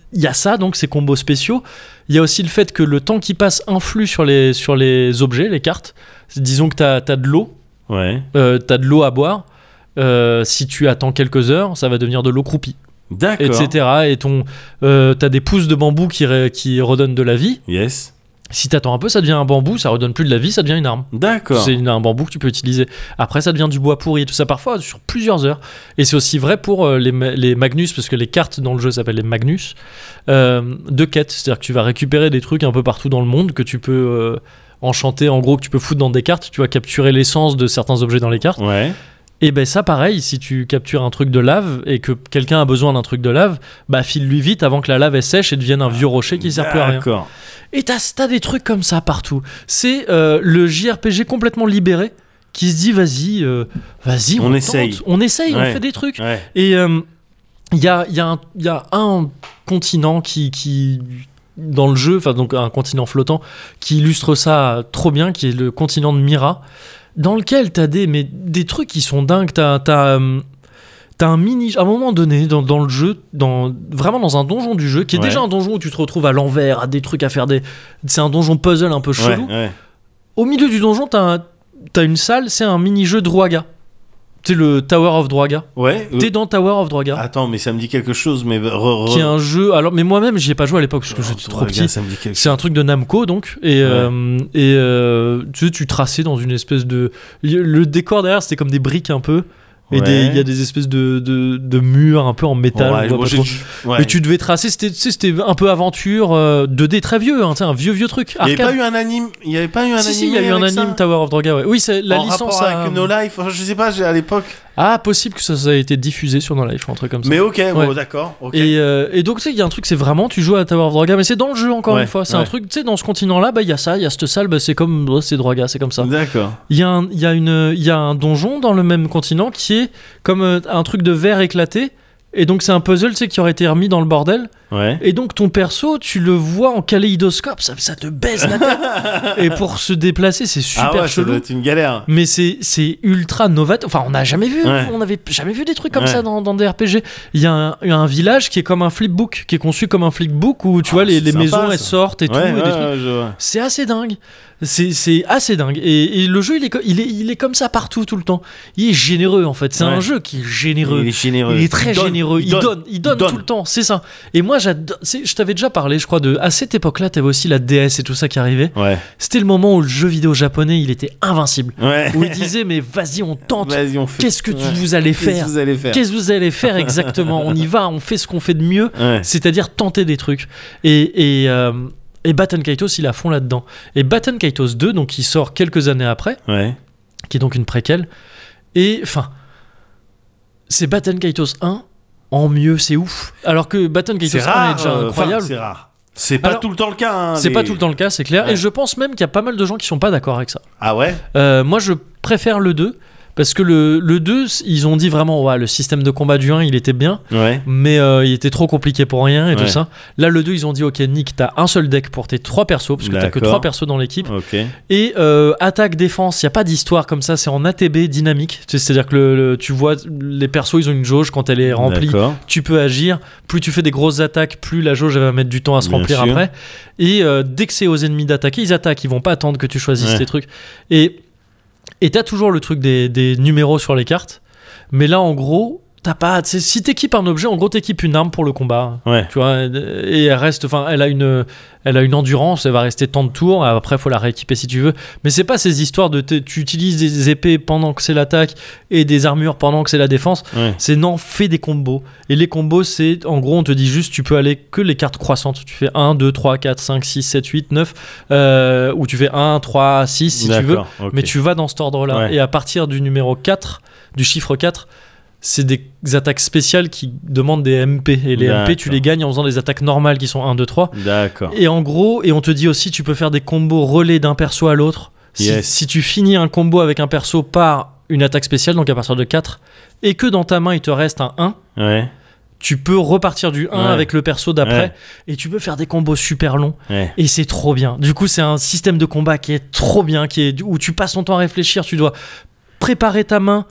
il y a ça, donc ces combos spéciaux. Il y a aussi le fait que le temps qui passe influe sur les, sur les objets, les cartes. Disons que tu as de l'eau, Ouais. euh, tu as de l'eau à boire. Euh, si tu attends quelques heures, ça va devenir de l'eau croupie, D'accord. et cetera. Et ton, euh, tu as des pousses de bambou qui, ré- qui redonnent de la vie. Yes. Si tu attends un peu, ça devient un bambou, ça redonne plus de la vie, ça devient une arme. D'accord. C'est une- un bambou que tu peux utiliser. Après, ça devient du bois pourri et tout ça, parfois sur plusieurs heures. Et c'est aussi vrai pour euh, les, ma- les Magnus, parce que les cartes dans le jeu s'appellent les Magnus, euh, de quête. C'est-à-dire que tu vas récupérer des trucs un peu partout dans le monde que tu peux euh, enchanter, en gros, que tu peux foutre dans des cartes. Tu vas capturer l'essence de certains objets dans les cartes. Ouais. Et ben ça, pareil, si tu captures un truc de lave et que quelqu'un a besoin d'un truc de lave, bah file-lui vite avant que la lave elle sèche et devienne un vieux rocher qui sert plus à rien. D'accord. Et t'as, t'as des trucs comme ça partout. C'est euh, le J R P G complètement libéré qui se dit vas-y, euh, vas-y, on, On tente, essaye. on essaye, Ouais. on fait des trucs. Ouais. Et euh, il y, a, il y, a un- il y a un continent qui, qui dans le jeu, enfin donc un continent flottant, qui illustre ça trop bien, qui est le continent de Mira, dans lequel t'as des, mais, des trucs qui sont dingues. T'as, t'as, euh, T'as un mini, à un moment donné dans, dans le jeu, dans, vraiment dans un donjon du jeu, qui est Ouais. déjà un donjon où tu te retrouves à l'envers, à des trucs à faire des. C'est un donjon puzzle un peu Ouais. chelou. Ouais. Au milieu du donjon, t'as, un- t'as une salle, c'est un mini-jeu Druaga. C'est le Tower of Druaga. Ouais. euh, T'es dans Tower of Druaga, Attends, mais ça me dit quelque chose, mais re, re- qui est un jeu. Alors, mais moi-même, j'y ai pas joué à l'époque parce que Oh, j'étais trop regarde, petit. Ça me dit quelque C'est un truc de Namco donc et euh, et euh, tu sais, tu traçais dans une espèce de le décor derrière c'était comme des briques un peu et Ouais. des- il y a des espèces de, de, de murs un peu en métal. Ouais, on voit bon, pas j'ai- trop. ouais. Et tu devais tracer, c'était, tu sais, c'était un peu aventure euh, deux D très vieux, hein, tu sais, un vieux vieux truc. Il n'y avait arcade. pas eu un anime. Il y avait pas eu un Si, si, anime. il y a eu un avec ça anime Tower of Druaga, ouais. Oui, c'est la en licence. rapport a- avec No Life. Enfin, je sais pas, j'ai- à l'époque. Ah, possible que ça, ça ait été diffusé sur No Life, un truc comme ça. Mais ok, bon, Ouais. d'accord. ok. Et, euh, et donc, tu sais, il y a un truc, c'est vraiment, tu joues à Tower of Druaga, mais c'est dans le jeu encore Ouais, une fois. C'est ouais. un truc, tu sais, dans ce continent-là, bah, il y a ça, il y a cette salle, bah, c'est comme, bah, c'est Druaga, c'est comme ça. D'accord. Il y, a un- il y, a une- il y a un donjon dans le même continent qui est comme euh, un truc de verre éclaté. Et donc, c'est un puzzle, tu sais, qui aurait été remis dans le bordel. Ouais. Et donc, ton perso, tu le vois en kaléidoscope, ça, ça te baise la tête. Et pour se déplacer, c'est super Ah ouais, ça chelou. doit être une galère. Mais c'est, c'est ultra novateur. Enfin, on n'a jamais vu, Ouais. on n'avait jamais vu des trucs comme Ouais. ça dans, dans des R P G. Il y, a un- il y a un village qui est comme un flipbook, qui est conçu comme un flipbook où tu Ah, vois les, c'est les sympa, maisons ça. elles sortent et tout. Ouais, et des ouais, trucs. ouais, je vois. C'est assez dingue. C'est, c'est assez dingue. Et, et le jeu, il est, co- il, est, il est comme ça partout, tout le temps. Il est généreux, en fait. C'est Ouais. un jeu qui est généreux. Il est généreux. Il est très donne, généreux. Il donne, il donne, donne. tout le temps. C'est ça. Et moi, j'adore. c'est- Je t'avais déjà parlé, je crois, de. À cette époque-là, t'avais aussi la D S et tout ça qui arrivait. Ouais. C'était le moment où le jeu vidéo japonais, il était invincible. Ouais. Où il disait, mais vas-y, on tente. Vas-y, on fait. Qu'est-ce que tu- Ouais. vous allez Qu'est-ce faire que vous allez faire Qu'est-ce que vous allez faire exactement On y va, on fait ce qu'on fait de mieux, Ouais. c'est-à-dire tenter des trucs. Et, et, euh, et Batten Kaitos, il est à fond là-dedans. Et Batten Kaitos deux, donc qui sort quelques années après, Ouais. qui est donc une préquelle. Et enfin, c'est Batten Kaitos un en mieux, c'est ouf. Alors que Batten Kaitos C'est un est rare. déjà euh, incroyable. enfin, c'est rare. C'est pas Alors, tout le temps le cas. hein, C'est les- pas tout le temps le cas, c'est clair. Ouais. Et je pense même qu'il y a pas mal de gens qui sont pas d'accord avec ça. Ah ouais. Euh, moi, je préfère le deux. Parce que le, le deux, ils ont dit vraiment, ouais, le système de combat du un, il était bien, Ouais. mais euh, il était trop compliqué pour rien et tout Ouais. ça. Là, le deux, ils ont dit, ok, Nick, t'as un seul deck pour tes trois persos, parce que t'as que D'accord. trois persos dans l'équipe. Ok. Et euh, attaque, défense, il n'y a pas d'histoire comme ça, c'est en A T B dynamique. Tu sais, C'est-à-dire que le, le- tu vois, les persos, ils ont une jauge, quand elle est remplie, D'accord. tu peux agir. Plus tu fais des grosses attaques, plus la jauge elle va mettre du temps à se Bien remplir sûr. après. Et euh, dès que c'est aux ennemis d'attaquer, ils attaquent, ils vont pas attendre que tu choisisses Ouais. tes trucs. Et et t'as toujours le truc des, des numéros sur les cartes, mais là en gros, t'as pas. tu sais, Si t'équipes un objet, en gros t'équipes une arme pour le combat. Ouais. Tu vois, et elle reste, enfin, elle a une, elle a une endurance, elle va rester tant de tours. Après, faut la rééquiper si tu veux. Mais c'est pas ces histoires de, t- tu utilises des épées pendant que c'est l'attaque et des armures pendant que c'est la défense. Ouais. C'est non, fais des combos. Et les combos, c'est, en gros, on te dit juste, tu peux aller que les cartes croissantes. Tu fais un, deux, trois, quatre, cinq, six, sept, huit, neuf, euh, ou tu fais un, trois, six si tu veux. D'accord, ok. Mais tu vas dans cet ordre-là. Ouais. Et à partir du numéro quatre, du chiffre quatre, c'est des attaques spéciales qui demandent des M P. Et les M P, tu D'accord. les gagnes en faisant des attaques normales qui sont un, deux, trois. D'accord. Et en gros, et on te dit aussi, tu peux faire des combos relais d'un perso à l'autre. Si, Yes. si tu finis un combo avec un perso par une attaque spéciale, donc à partir de quatre, et que dans ta main il te reste un un, Ouais. tu peux repartir du un Ouais. avec le perso d'après, Ouais. et tu peux faire des combos super longs. Ouais. Et c'est trop bien. Du coup, c'est un système de combat qui est trop bien, qui est, où tu passes ton temps à réfléchir, tu dois préparer ta main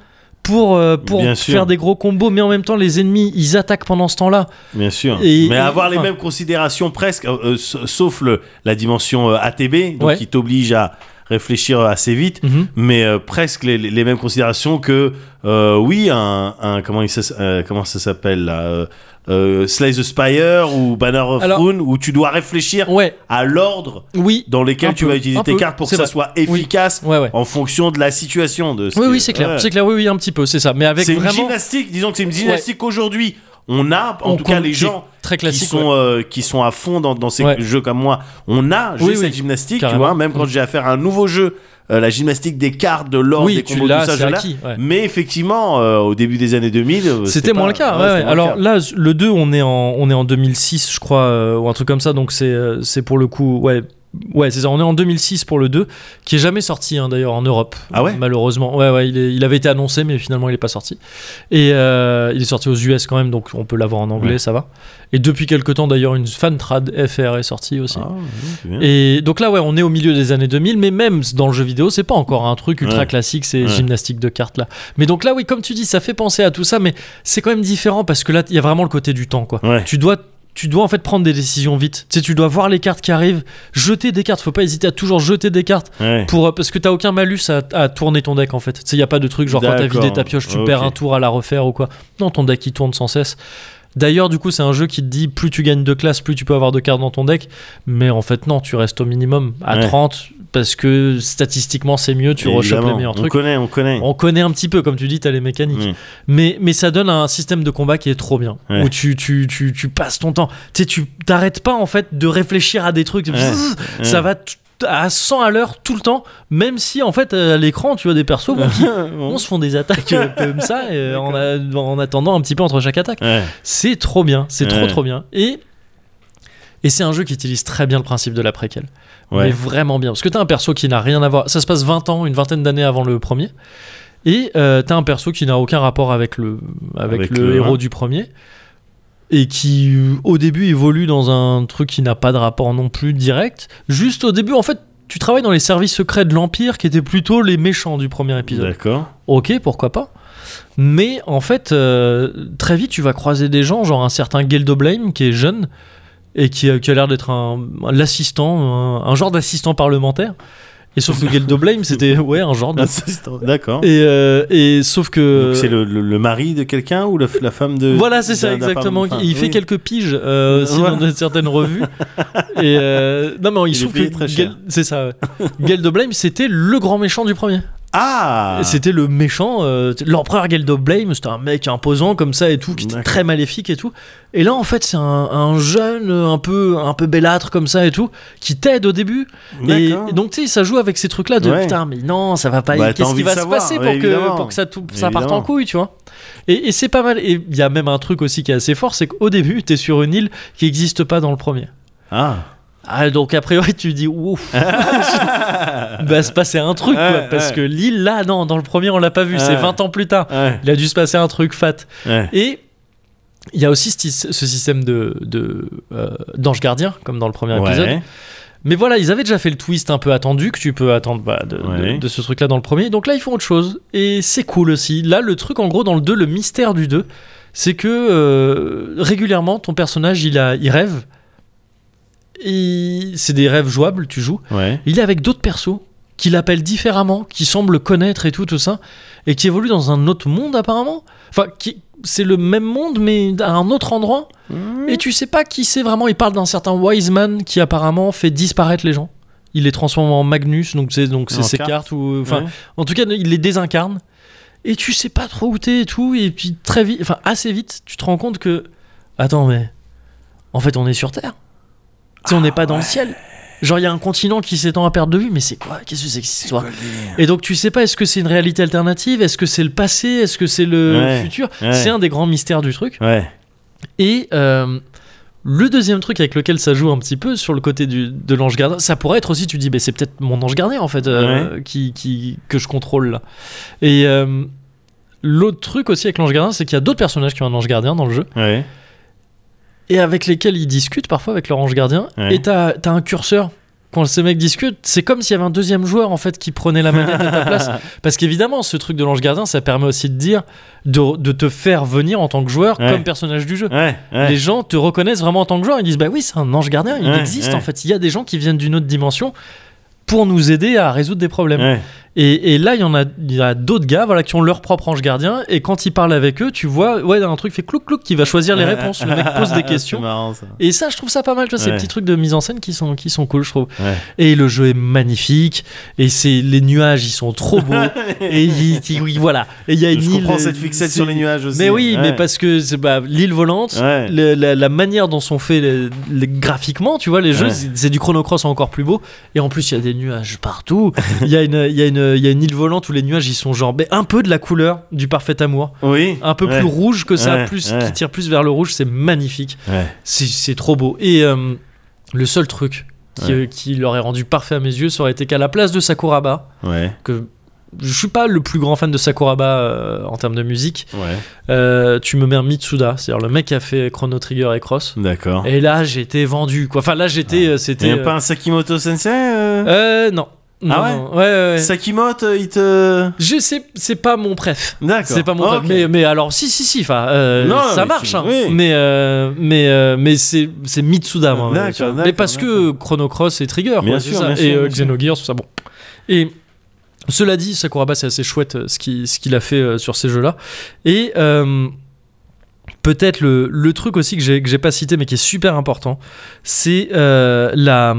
pour, euh, pour Bien sûr. faire des gros combos, mais en même temps, les ennemis, ils attaquent pendant ce temps-là. Bien sûr. Et- mais et- avoir les enfin- mêmes considérations presque, euh, euh, s- sauf le, la dimension euh, A T B, donc Ouais. qui t'oblige à réfléchir assez vite, Mhm. mais euh, presque les, les mêmes considérations que, euh, oui, un, un comment, il s- euh, comment ça s'appelle là, euh, euh, Slay the Spire ou Banner of Alors- Rune, où tu dois réfléchir Ouais, à l'ordre oui. dans lesquels Un tu peu, vas utiliser un tes peu, cartes pour que c'est ça vrai. soit Oui. efficace Ouais, ouais. en fonction de la situation. De ce Oui, que- oui, c'est clair. Ouais. C'est clair, oui, oui, un petit peu, c'est ça. Mais avec C'est une vraiment. gymnastique, disons que c'est une gymnastique qu'aujourd'hui, on a, en On tout cas compte- les qui est gens très qui classique. sont, euh, qui sont à fond dans, dans ces Ouais. jeux comme moi, on a j'ai Oui, cette oui. gymnastique, tu Carrément. vois, même quand Mm. j'ai à faire un nouveau jeu, euh, la gymnastique des cartes, de l'ordre, Oui, des tu combos, l'as, tout ça, c'est je l'ai. acquis, ouais. Mais effectivement, euh, au début des années deux mille, euh, C'était moins pas- le cas. ouais, ouais, c'était ouais. moins Alors le cas. là, le deux, on est en, on est en deux mille six, je crois, euh, ou un truc comme ça. Donc c'est, euh, c'est pour le coup, ouais. Ouais, c'est ça. On est en deux mille six pour le deux, qui est jamais sorti hein, d'ailleurs en Europe. Ah ouais Malheureusement. Ouais, ouais. Il, est- il avait été annoncé, mais finalement il est pas sorti. Et euh, il est sorti aux U S quand même, donc on peut l'avoir en anglais, Ouais. ça va. Et depuis quelques temps d'ailleurs, une fantrad F R est sortie aussi. Ah, oui, c'est bien. Et donc là, ouais, on est au milieu des années deux mille, mais même dans le jeu vidéo, c'est pas encore un truc ultra Ouais. classique, ces Ouais. gymnastiques de cartes là. Mais donc là, oui, comme tu dis, ça fait penser à tout ça, mais c'est quand même différent parce que là, il y a vraiment le côté du temps, quoi. Ouais. Tu dois. Tu dois en fait prendre des décisions vite. Tu sais, tu dois voir les cartes qui arrivent, jeter des cartes. Faut pas hésiter à toujours jeter des cartes Ouais. pour parce que t'as aucun malus à, à tourner ton deck en fait. Tu sais, y a pas de truc genre quand t'as D'accord. vidé ta pioche, tu Ok. perds un tour à la refaire ou quoi. Non, ton deck il tourne sans cesse. D'ailleurs, du coup, c'est un jeu qui te dit plus tu gagnes de classe, plus tu peux avoir de cartes dans ton deck. Mais en fait, non, tu restes au minimum à Ouais. trente parce que statistiquement c'est mieux, tu rechopes les Évidemment, meilleurs on trucs. connaît, on connaît. On connaît un petit peu, comme tu dis, t'as les mécaniques. Mm. Mais, mais ça donne un système de combat qui est trop bien. Ouais. Où tu, tu, tu, tu passes ton temps. Tu sais, tu t'arrêtes pas en fait de réfléchir à des trucs. Ouais. Ça Ouais. va t- à cent à l'heure tout le temps. Même si en fait à l'écran tu vois des persos bon, qui on se font des attaques euh, comme ça et, euh, en, a- en attendant un petit peu entre chaque attaque. Ouais. C'est trop bien. C'est Ouais. trop trop bien. Et, et c'est un jeu qui utilise très bien le principe de la préquelle. Ouais. Mais vraiment bien. Parce que t'as un perso qui n'a rien à voir. Ça se passe vingt ans, une vingtaine d'années avant le premier. Et euh, t'as un perso qui n'a aucun rapport avec le, avec Avec le, le héros un. du premier. Et qui, euh, au début, évolue dans un truc qui n'a pas de rapport non plus direct. Juste au début, en fait, tu travailles dans les services secrets de l'Empire, qui étaient plutôt les méchants du premier épisode. D'accord. Ok, pourquoi pas. Mais en fait, euh, très vite, tu vas croiser des gens, genre un certain Geldoblame, qui est jeune, et qui, a- qui a l'air d'être un, l'assistant, un, un genre d'assistant parlementaire. Et sauf que Geldoblame, c'était ouais, un genre de... Assistant, D'accord. Et, euh, et sauf que... Donc c'est le, le, le mari de quelqu'un ou la, la femme de. Voilà, c'est ça, d'un- d'un exactement. parlement- Il enfin, fait oui. quelques piges euh, aussi Voilà. dans certaines revues. Et euh, non, mais il, Il se est trouve payé que très Gel- cher. c'est ça. Ouais. Geldoblame, c'était le grand méchant du premier. Ah. C'était le méchant, euh, l'empereur Geldoblame, c'était un mec imposant comme ça et tout, qui était D'accord. très maléfique et tout. Et là, en fait, c'est un, un jeune euh, un peu, un peu bellâtre comme ça et tout, qui t'aide au début. Et, D'accord. et donc, tu sais, ça joue avec ces trucs-là de Ouais. putain, mais non, ça va pas. Bah, t'as Qu'est-ce envie qui de va se savoir, passer pour, ouais, que, évidemment. pour que ça, tout, ça parte en Évidemment. couille, tu vois. Et, et c'est pas mal. Et il y a même un truc aussi qui est assez fort, c'est qu'au début, t'es sur une île qui n'existe pas dans le premier. Ah. Ah, donc a priori tu dis ouf, va se passer un truc quoi, Ouais, parce ouais. que l'île là, non, dans le premier on l'a pas vu, c'est Ouais. vingt ans plus tard. Ouais. Il a dû se passer un truc fat. Ouais. Et il y a aussi ce, ce système de, de euh, d'ange gardien, comme dans le premier épisode. Ouais. Mais voilà, ils avaient déjà fait le twist un peu attendu que tu peux attendre bah, de, Ouais. de, de ce truc-là dans le premier. Donc là, ils font autre chose. Et c'est cool aussi. Là, le truc, en gros, dans le deux, le mystère du deux, c'est que euh, régulièrement, ton personnage, il, a, il rêve. Et c'est des rêves jouables, tu joues. Ouais. Il est avec d'autres persos qui l'appellent différemment, qui semblent connaître et tout, tout ça, et qui évoluent dans un autre monde apparemment. Enfin, qui, c'est le même monde, mais à un autre endroit. Et tu sais pas qui c'est vraiment. Il parle d'un certain Wiseman qui apparemment fait disparaître les gens. Il les transforme en Magnus, donc c'est donc c'est En ses carte. cartes ou enfin, Ouais. en tout cas, il les désincarne. Et tu sais pas trop où t'es et tout. Et puis très vite, enfin assez vite, tu te rends compte que attends, mais en fait, on est sur Terre. Tu sais, on n'est pas dans le ciel. Genre, il y a un continent qui s'étend à perte de vue, mais c'est quoi? Qu'est-ce que c'est que cette histoire? Et donc, tu sais pas, est-ce que c'est une réalité alternative? Est-ce que c'est le passé? Est-ce que c'est le Ouais, futur? ouais. C'est un des grands mystères du truc. Ouais. Et euh, le deuxième truc avec lequel ça joue un petit peu sur le côté du, de l'ange gardien, ça pourrait être aussi, tu dis, bah, c'est peut-être mon ange gardien en fait, euh, qui, qui, que je contrôle là. Et euh, l'autre truc aussi avec l'ange gardien, c'est qu'il y a d'autres personnages qui ont un ange gardien dans le jeu Ouais. et avec lesquels ils discutent parfois avec leur ange gardien. Ouais. Et t'as, t'as un curseur quand ces mecs discutent, c'est comme s'il y avait un deuxième joueur en fait qui prenait la manette à ta place. Parce qu'évidemment, ce truc de l'ange gardien, ça permet aussi de dire, de, de te faire venir en tant que joueur Ouais. comme personnage du jeu. Ouais, ouais. Les gens te reconnaissent vraiment en tant que joueur. Ils disent bah oui, c'est un ange gardien. Il Ouais, existe ouais. en fait. Il y a des gens qui viennent d'une autre dimension pour nous aider à résoudre des problèmes. Ouais. Et, et là, il y en a, il y a d'autres gars, voilà, qui ont leur propre ange gardien. Et quand ils parlent avec eux, tu vois, ouais, un truc fait clouc clouc qui va choisir les réponses. Le mec pose des questions. C'est marrant ça. Et ça, je trouve ça pas mal, tu vois, ces Ouais. petits trucs de mise en scène qui sont, qui sont cool, je trouve. Ouais. Et le jeu est magnifique, et c'est, les nuages, ils sont trop beaux, et il, il- oui, voilà. Et il y a une Je île. comprends cette fixette c'est- sur les nuages aussi. Mais oui, Ouais. mais parce que c'est, bah, l'île volante, Ouais. le- la, la manière dont sont faits les, les- graphiquement, tu vois, les jeux, Ouais. c'est, c'est du Chrono Cross encore plus beau, et en plus, il y a des nuages partout. Il y a une, il y a une, il y a une île volante où les nuages, ils sont genre, ben, un peu de la couleur du Parfait Amour. Oui. Un peu Ouais. plus rouge que ça, Ouais, plus, ouais. qui tire plus vers le rouge, c'est magnifique. Ouais. C'est, c'est trop beau. Et euh, le seul truc qui, Ouais. euh, qui l'aurait rendu parfait à mes yeux, ça aurait été qu'à la place de Sakuraba, Ouais. que je suis pas le plus grand fan de Sakuraba euh, en termes de musique, Ouais. euh, tu me mets un Mitsuda, c'est-à-dire le mec qui a fait Chrono Trigger et Cross. D'accord. Et là, j'étais vendu, quoi. Enfin, là, j'étais. euh, C'était. Il n'y a euh, pas un Sakimoto Sensei euh euh, non. Non, Ah ouais non. Ouais, ouais, ouais. Sakimoto, il te. Je sais, c'est pas mon préf. D'accord. C'est pas mon Oh, préf. ok. Mais, mais alors, si, si, si. Enfin, euh, Non, ça mais marche. tu- hein. oui. Mais, euh, mais, euh, mais c'est, c'est Mitsuda, moi. D'accord, tu vois. d'accord, mais parce que Chrono Cross et Trigger. Bien quoi, sûr, c'est ça. bien Et sûr, euh, bien sûr. Xenogears, tout ça. Bon. Et cela dit, Sakuraba, c'est assez chouette euh, ce qu'il, ce qu'il a fait euh, sur ces jeux-là. Et. euh, Peut-être le, le truc aussi que j'ai, que j'ai pas cité mais qui est super important, c'est euh, la,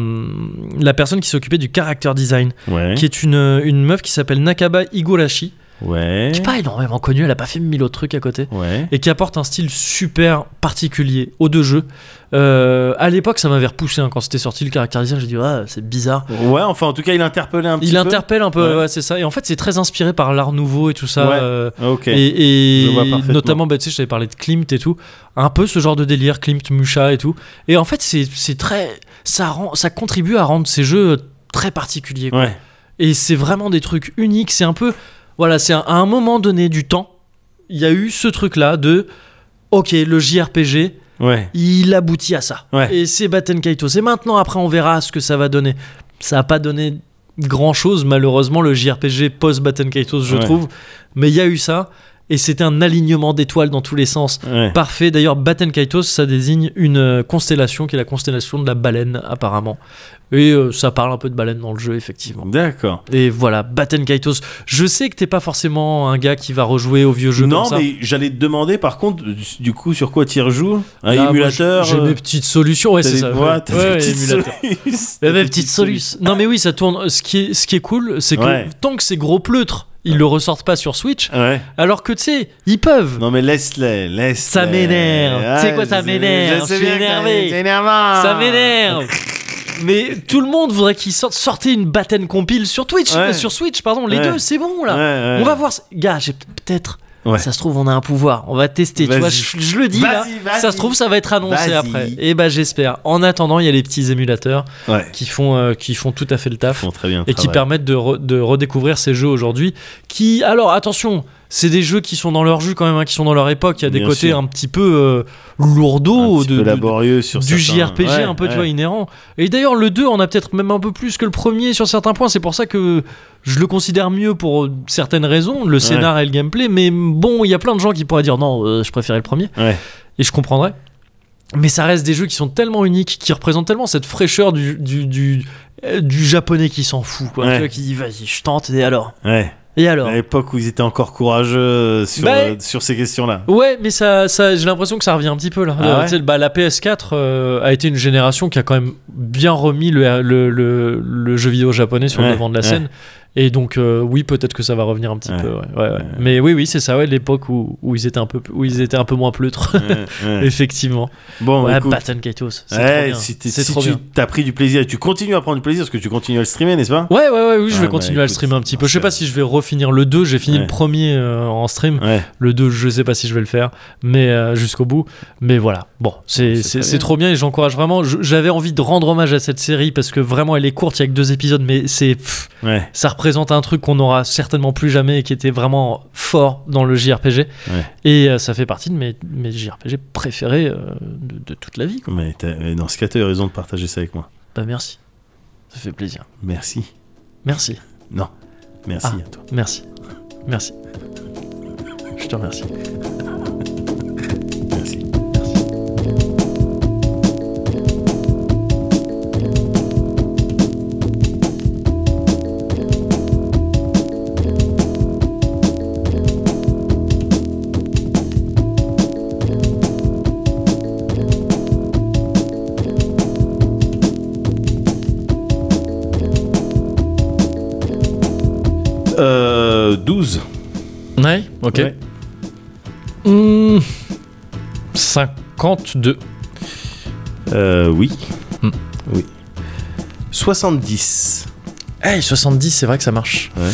la personne qui s'occupait du character design, Ouais. qui est une, une meuf qui s'appelle Nakaba Higurashi, Ouais. qui est pas énormément connue, elle a pas fait mille autres trucs à côté, Ouais. et qui apporte un style super particulier aux deux jeux. Euh, à l'époque, ça m'avait repoussé hein, quand c'était sorti le character design, j'ai dit ah, c'est bizarre. Ouais, enfin, en tout cas, il interpellait un petit Il peu. interpelle un peu, Ouais. ouais, c'est ça. Et en fait, c'est très inspiré par l'art nouveau et tout ça. Ouais. euh, Ok. Et, et Je vois parfaitement. notamment, bah, tu sais, je t'avais parlé de Klimt et tout. Un peu ce genre de délire, Klimt, Musha et tout. Et en fait, c'est, c'est très. Ça, rend, ça contribue à rendre ces jeux très particuliers. Quoi. Ouais. Et c'est vraiment des trucs uniques. C'est un peu. Voilà, c'est un- à un moment donné du temps, il y a eu ce truc-là de. Ok, le J R P G, Ouais. il aboutit à ça. Ouais. Et c'est Batten Kaitos. Et maintenant, après, on verra ce que ça va donner. Ça n'a pas donné grand chose, malheureusement, le J R P G post-Batten Kaitos, je Ouais. trouve. Mais il y a eu ça. Et c'était un alignement d'étoiles dans tous les sens. Ouais. Parfait. D'ailleurs, Batten Kaitos, ça désigne une euh, constellation qui est la constellation de la baleine, apparemment. Et euh, ça parle un peu de baleine dans le jeu, effectivement. D'accord. Et voilà, Batten Kaitos. Je sais que t'es pas forcément un gars qui va rejouer aux vieux jeux Non, comme ça. mais j'allais te demander, par contre, du coup, sur quoi tu y rejoues? Un Là, moi, émulateur J'ai euh, mes petites solutions. Ouais, t'as c'est des- ça. ouais, Ouais, t'as ouais, des ouais, petites émulateur. solutions. Mais T'as mes des petites solutions. Non, mais oui, ça tourne. Ce qui est, ce qui est cool, c'est que Ouais. tant que c'est gros pleutre, ils le ressortent pas sur Switch. Ouais. Alors que tu sais, ils peuvent. Non, mais laisse-les, laisse. Ça m'énerve. Tu sais quoi, ça m'énerve. Je suis énervé. C'est énervant. Ça m'énerve. Mais tout le monde voudrait qu'ils sortent sortez une Batten compile sur Twitch, Ouais. euh, sur Switch, pardon. Les Ouais. deux, c'est bon là. Ouais, ouais. On va voir. Gars, j'ai peut-être. Ouais. Ça se trouve, on a un pouvoir. On va tester. Tu Vas-y. vois, je, je le dis là. Vas-y, vas-y. Ça se trouve, ça va être annoncé Vas-y. après. Et bah, j'espère. En attendant, il y a les petits émulateurs Ouais. qui font, euh, qui font tout à fait le taf. Ils font très bien. le Et qui travail. permettent de, re- de redécouvrir ces jeux aujourd'hui. Qui, alors attention, c'est des jeux qui sont dans leur jus quand même, hein, qui sont dans leur époque. Il y a des Bien côtés sûr. un petit peu euh, lourdeaux un petit de, peu de- laborieux sur du certains- J R P G Ouais, un peu, ouais. tu vois, inhérent. Et d'ailleurs, le deux en a peut-être même un peu plus que le premier sur certains points. C'est pour ça que je le considère mieux pour euh, certaines raisons, le scénar et le gameplay. Mais bon, il y a plein de gens qui pourraient dire non, euh, je préférais le premier. Ouais. Et je comprendrais. Mais ça reste des jeux qui sont tellement uniques, qui représentent tellement cette fraîcheur du, du, du, euh, du japonais qui s'en fout, quoi. Ouais. Tu vois, qui dit vas-y, je tente, et alors Ouais. Et alors À l'époque où ils étaient encore courageux euh, sur, Bah, euh, sur ces questions-là. Ouais, mais ça, ça, j'ai l'impression que ça revient un petit peu là. Ah Euh, ouais tu sais, bah, la P S quatre euh, a été une génération qui a quand même bien remis le, le, le, le jeu vidéo japonais sur Ouais, le devant de la ouais. scène. Et donc, euh, oui, peut-être que ça va revenir un petit Ouais, peu. Ouais, ouais, ouais. ouais. Mais oui, oui, c'est ça, ouais, l'époque où, où, ils étaient un peu, où ils étaient un peu moins pleutres. Ouais, ouais. Effectivement. Bon, Ouais, écoute. Batten Kaitos, c'est Ouais, trop bien. si, t'es- C'est si trop tu bien. t'as pris du plaisir et tu continues à prendre du plaisir parce que tu continues à le streamer, n'est-ce pas? Ouais, ouais, ouais, oui, je Ah, vais bah, continuer à le écoute, streamer un petit peu. dans Je sais ce pas cas- si je vais refinir le deux. J'ai fini Ouais. le premier euh, en stream. Ouais. Le deux, je sais pas si je vais le faire, mais euh, jusqu'au bout. Mais voilà, bon, c'est, C'est c'est, très c'est bien. trop bien et j'encourage vraiment. Je- j'avais envie de rendre hommage à cette série parce que vraiment elle est courte, il y a que deux épisodes, mais c'est, pff, Ouais. ça représente un truc qu'on n'aura certainement plus jamais et qui était vraiment fort dans le J R P G. Ouais. Et euh, ça fait partie de mes, mes J R P G préférés euh, de, de toute la vie. Quoi. Mais t'as- dans ce cas, tu as eu raison de partager ça avec moi. Bah merci. Ça fait plaisir. Merci. Merci. Non. Merci Ah. à toi. Merci. Merci. Je te remercie. Merci. Euh, douze. Ouais, ok. Ouais. Mmh, cinquante-deux. Euh, oui. Hmm. Oui. soixante-dix. Hey, soixante-dix, c'est vrai que ça marche. Ouais.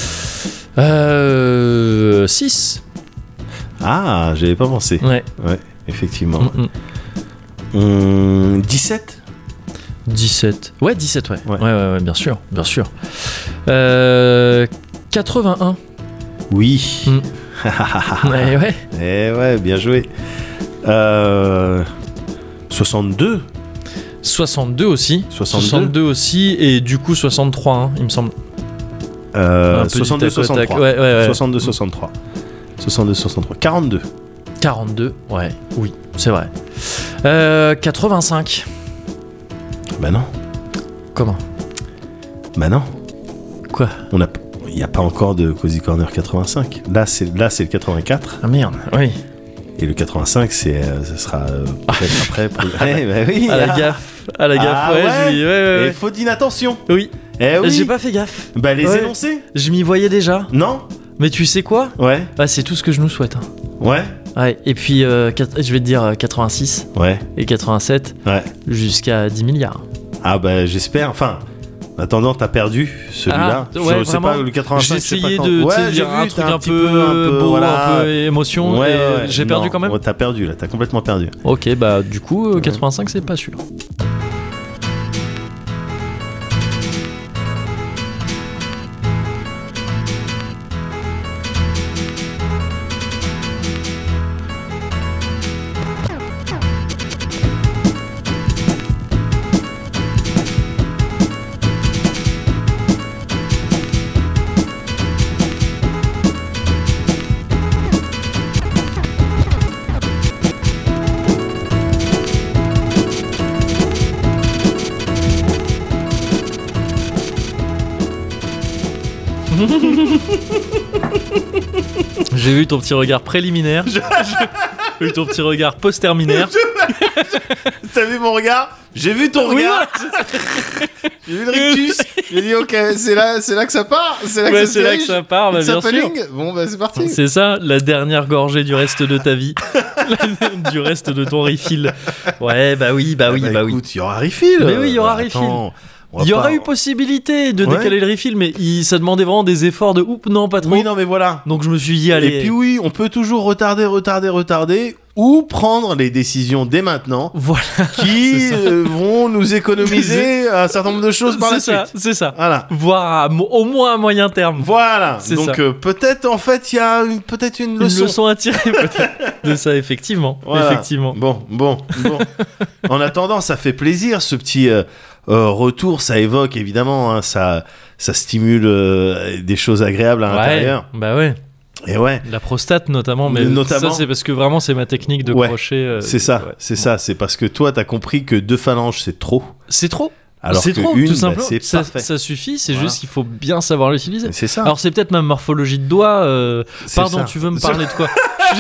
Euh. six. Ah, j'avais pas pensé. Ouais. Ouais, effectivement. Mm, mm. Hum, dix-sept. dix-sept. Ouais, dix-sept, ouais. Ouais. Ouais, ouais, ouais, bien sûr, bien sûr. Euh. quatre-vingt-un. Oui. Mm. Ouais, ouais. Eh ouais, bien joué. Euh, soixante-deux. soixante-deux aussi. soixante-deux. soixante-deux aussi, et du coup soixante-trois, hein, il me semble. Euh, Un peu du soixante-deux, tac au tac. soixante-trois. Ouais, ouais, ouais. soixante-deux, soixante-trois. soixante-deux, soixante-trois. quarante-deux. quarante-deux, ouais, oui, c'est vrai. Euh, quatre-vingt-cinq. Bah non. Comment? Bah non. Quoi? On a, il n'y a pas encore de Cozy Corner quatre-vingt-cinq. Là, c'est, là, c'est le quatre-vingt-quatre. Ah merde, oui. Et le quatre-vingt-cinq, c'est, euh, ce sera euh, peut-être après. Pour... Eh, bah oui. À la ah. gaffe, à la gaffe, Ah ouais, ouais. je lui- ouais, ouais, Et ouais. faut d'inattention. Oui, Eh oui. j'ai pas fait gaffe. Bah les Ouais. énoncer. Je m'y voyais déjà. Non. Mais tu sais quoi? Ouais. Bah, c'est tout ce que je nous souhaite. hein. Ouais. Ouais, et puis euh, quatre- je vais te dire euh, quatre-vingt-six Ouais. et quatre-vingt-sept Ouais. jusqu'à dix milliards. Ah bah j'espère. Enfin, en attendant, t'as perdu celui-là. Ah, ouais, je sais vraiment. pas le quatre-vingt-cinq. J'ai je sais pas essayé quand. de Ouais, tu sais, j'ai dire vu, un t'es truc un, petit peu, un peu, beau, voilà. un peu émotion. Ouais, et ouais, j'ai perdu non. quand même. Ouais, t'as perdu là. T'as complètement perdu. Ok, bah du coup, euh, quatre-vingt-cinq, c'est pas sûr. J'ai vu ton petit regard préliminaire. J'ai vu ton petit regard post-terminaire. T'as vu mon regard? J'ai vu ton Oui, regard. J'ai vu le rictus. J'ai dit ok, c'est là, c'est là que ça part. C'est là que Ouais, ça c'est se là que dirige. ça part, bah, It's bien sûr. happening. Bon bah c'est parti. C'est ça, la dernière gorgée du reste de ta vie. Du reste de ton refill. Ouais, bah oui, bah oui, Ah bah, oui. écoute, il y aura refill. Mais oui, il y aura Bah, refill. attends, on va Il y pas- aurait eu possibilité de Ouais. décaler le refill, mais il, ça demandait vraiment des efforts de oup, non, pas trop. Oui, non mais voilà. Donc je me suis dit, allez. Et puis oui, on peut toujours retarder, retarder, retarder, ou prendre les décisions dès maintenant Voilà, qui C'est ça. euh, vont nous économiser un certain nombre de choses par la c'est ça, suite. c'est ça. Voilà. Voire à mo- au moins à moyen terme. Voilà. C'est Donc ça. euh, peut-être en fait il y a une- peut-être une Une leçon. leçon à tirer peut-être de ça, effectivement. Voilà. Effectivement. Bon, bon, bon. En attendant, ça fait plaisir ce petit euh, euh, retour. Ça évoque évidemment, hein, ça, ça stimule euh, des choses agréables à l'intérieur. Ouais, bah ouais. Et ouais. La prostate notamment, mais Notamment. ça c'est parce que vraiment c'est ma technique de Ouais, crochet. euh, C'est ça, ouais. c'est ça. C'est parce que toi, t'as compris que deux phalanges c'est trop. C'est trop. Alors c'est que trop, une, tout bah, simplement. c'est ça, parfait. ça suffit, c'est Voilà. juste qu'il faut bien savoir l'utiliser. C'est ça. Alors c'est peut-être ma morphologie de doigt. euh, C'est Pardon, ça. tu veux me C'est- parler de quoi?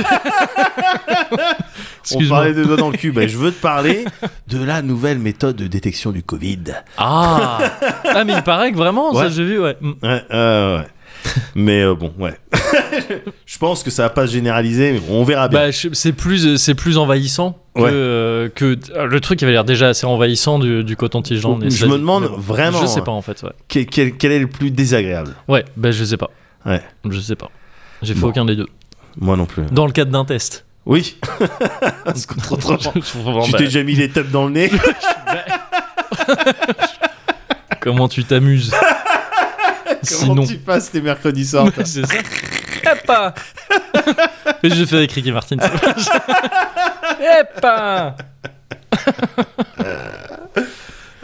On Excuse-moi. parlait de doigts dans le cul. Ben, je veux te parler de la nouvelle méthode de détection du Covid. Ah, ah mais il paraît que vraiment, ça Ouais. j'ai vu, ouais. Mm. Ouais, euh, ouais. Mais euh, bon, ouais. Je pense que ça va pas se généraliser, mais bon, on verra bien. Bah, je- c'est plus, c'est plus envahissant que, Ouais. euh, que euh, le truc qui avait l'air déjà assez envahissant du, du coton-tige jaune. et Je ça- me demande mais bon, vraiment, Je sais hein. pas en fait, ouais. Quel, quel- quel est le plus désagréable? Ouais, bah je sais pas. Ouais. Je sais pas. J'ai fait Bon. aucun des deux. Moi non plus. Dans le cadre d'un test. Oui. Parce que autrement, Vraiment, tu bah, t'es déjà mis les tapes dans le nez. Comment tu t'amuses? Comment Sinon. tu passes tes mercredis soirs? toi C'est ça. Epa. Et je fais avec Ricky Martin. Epa.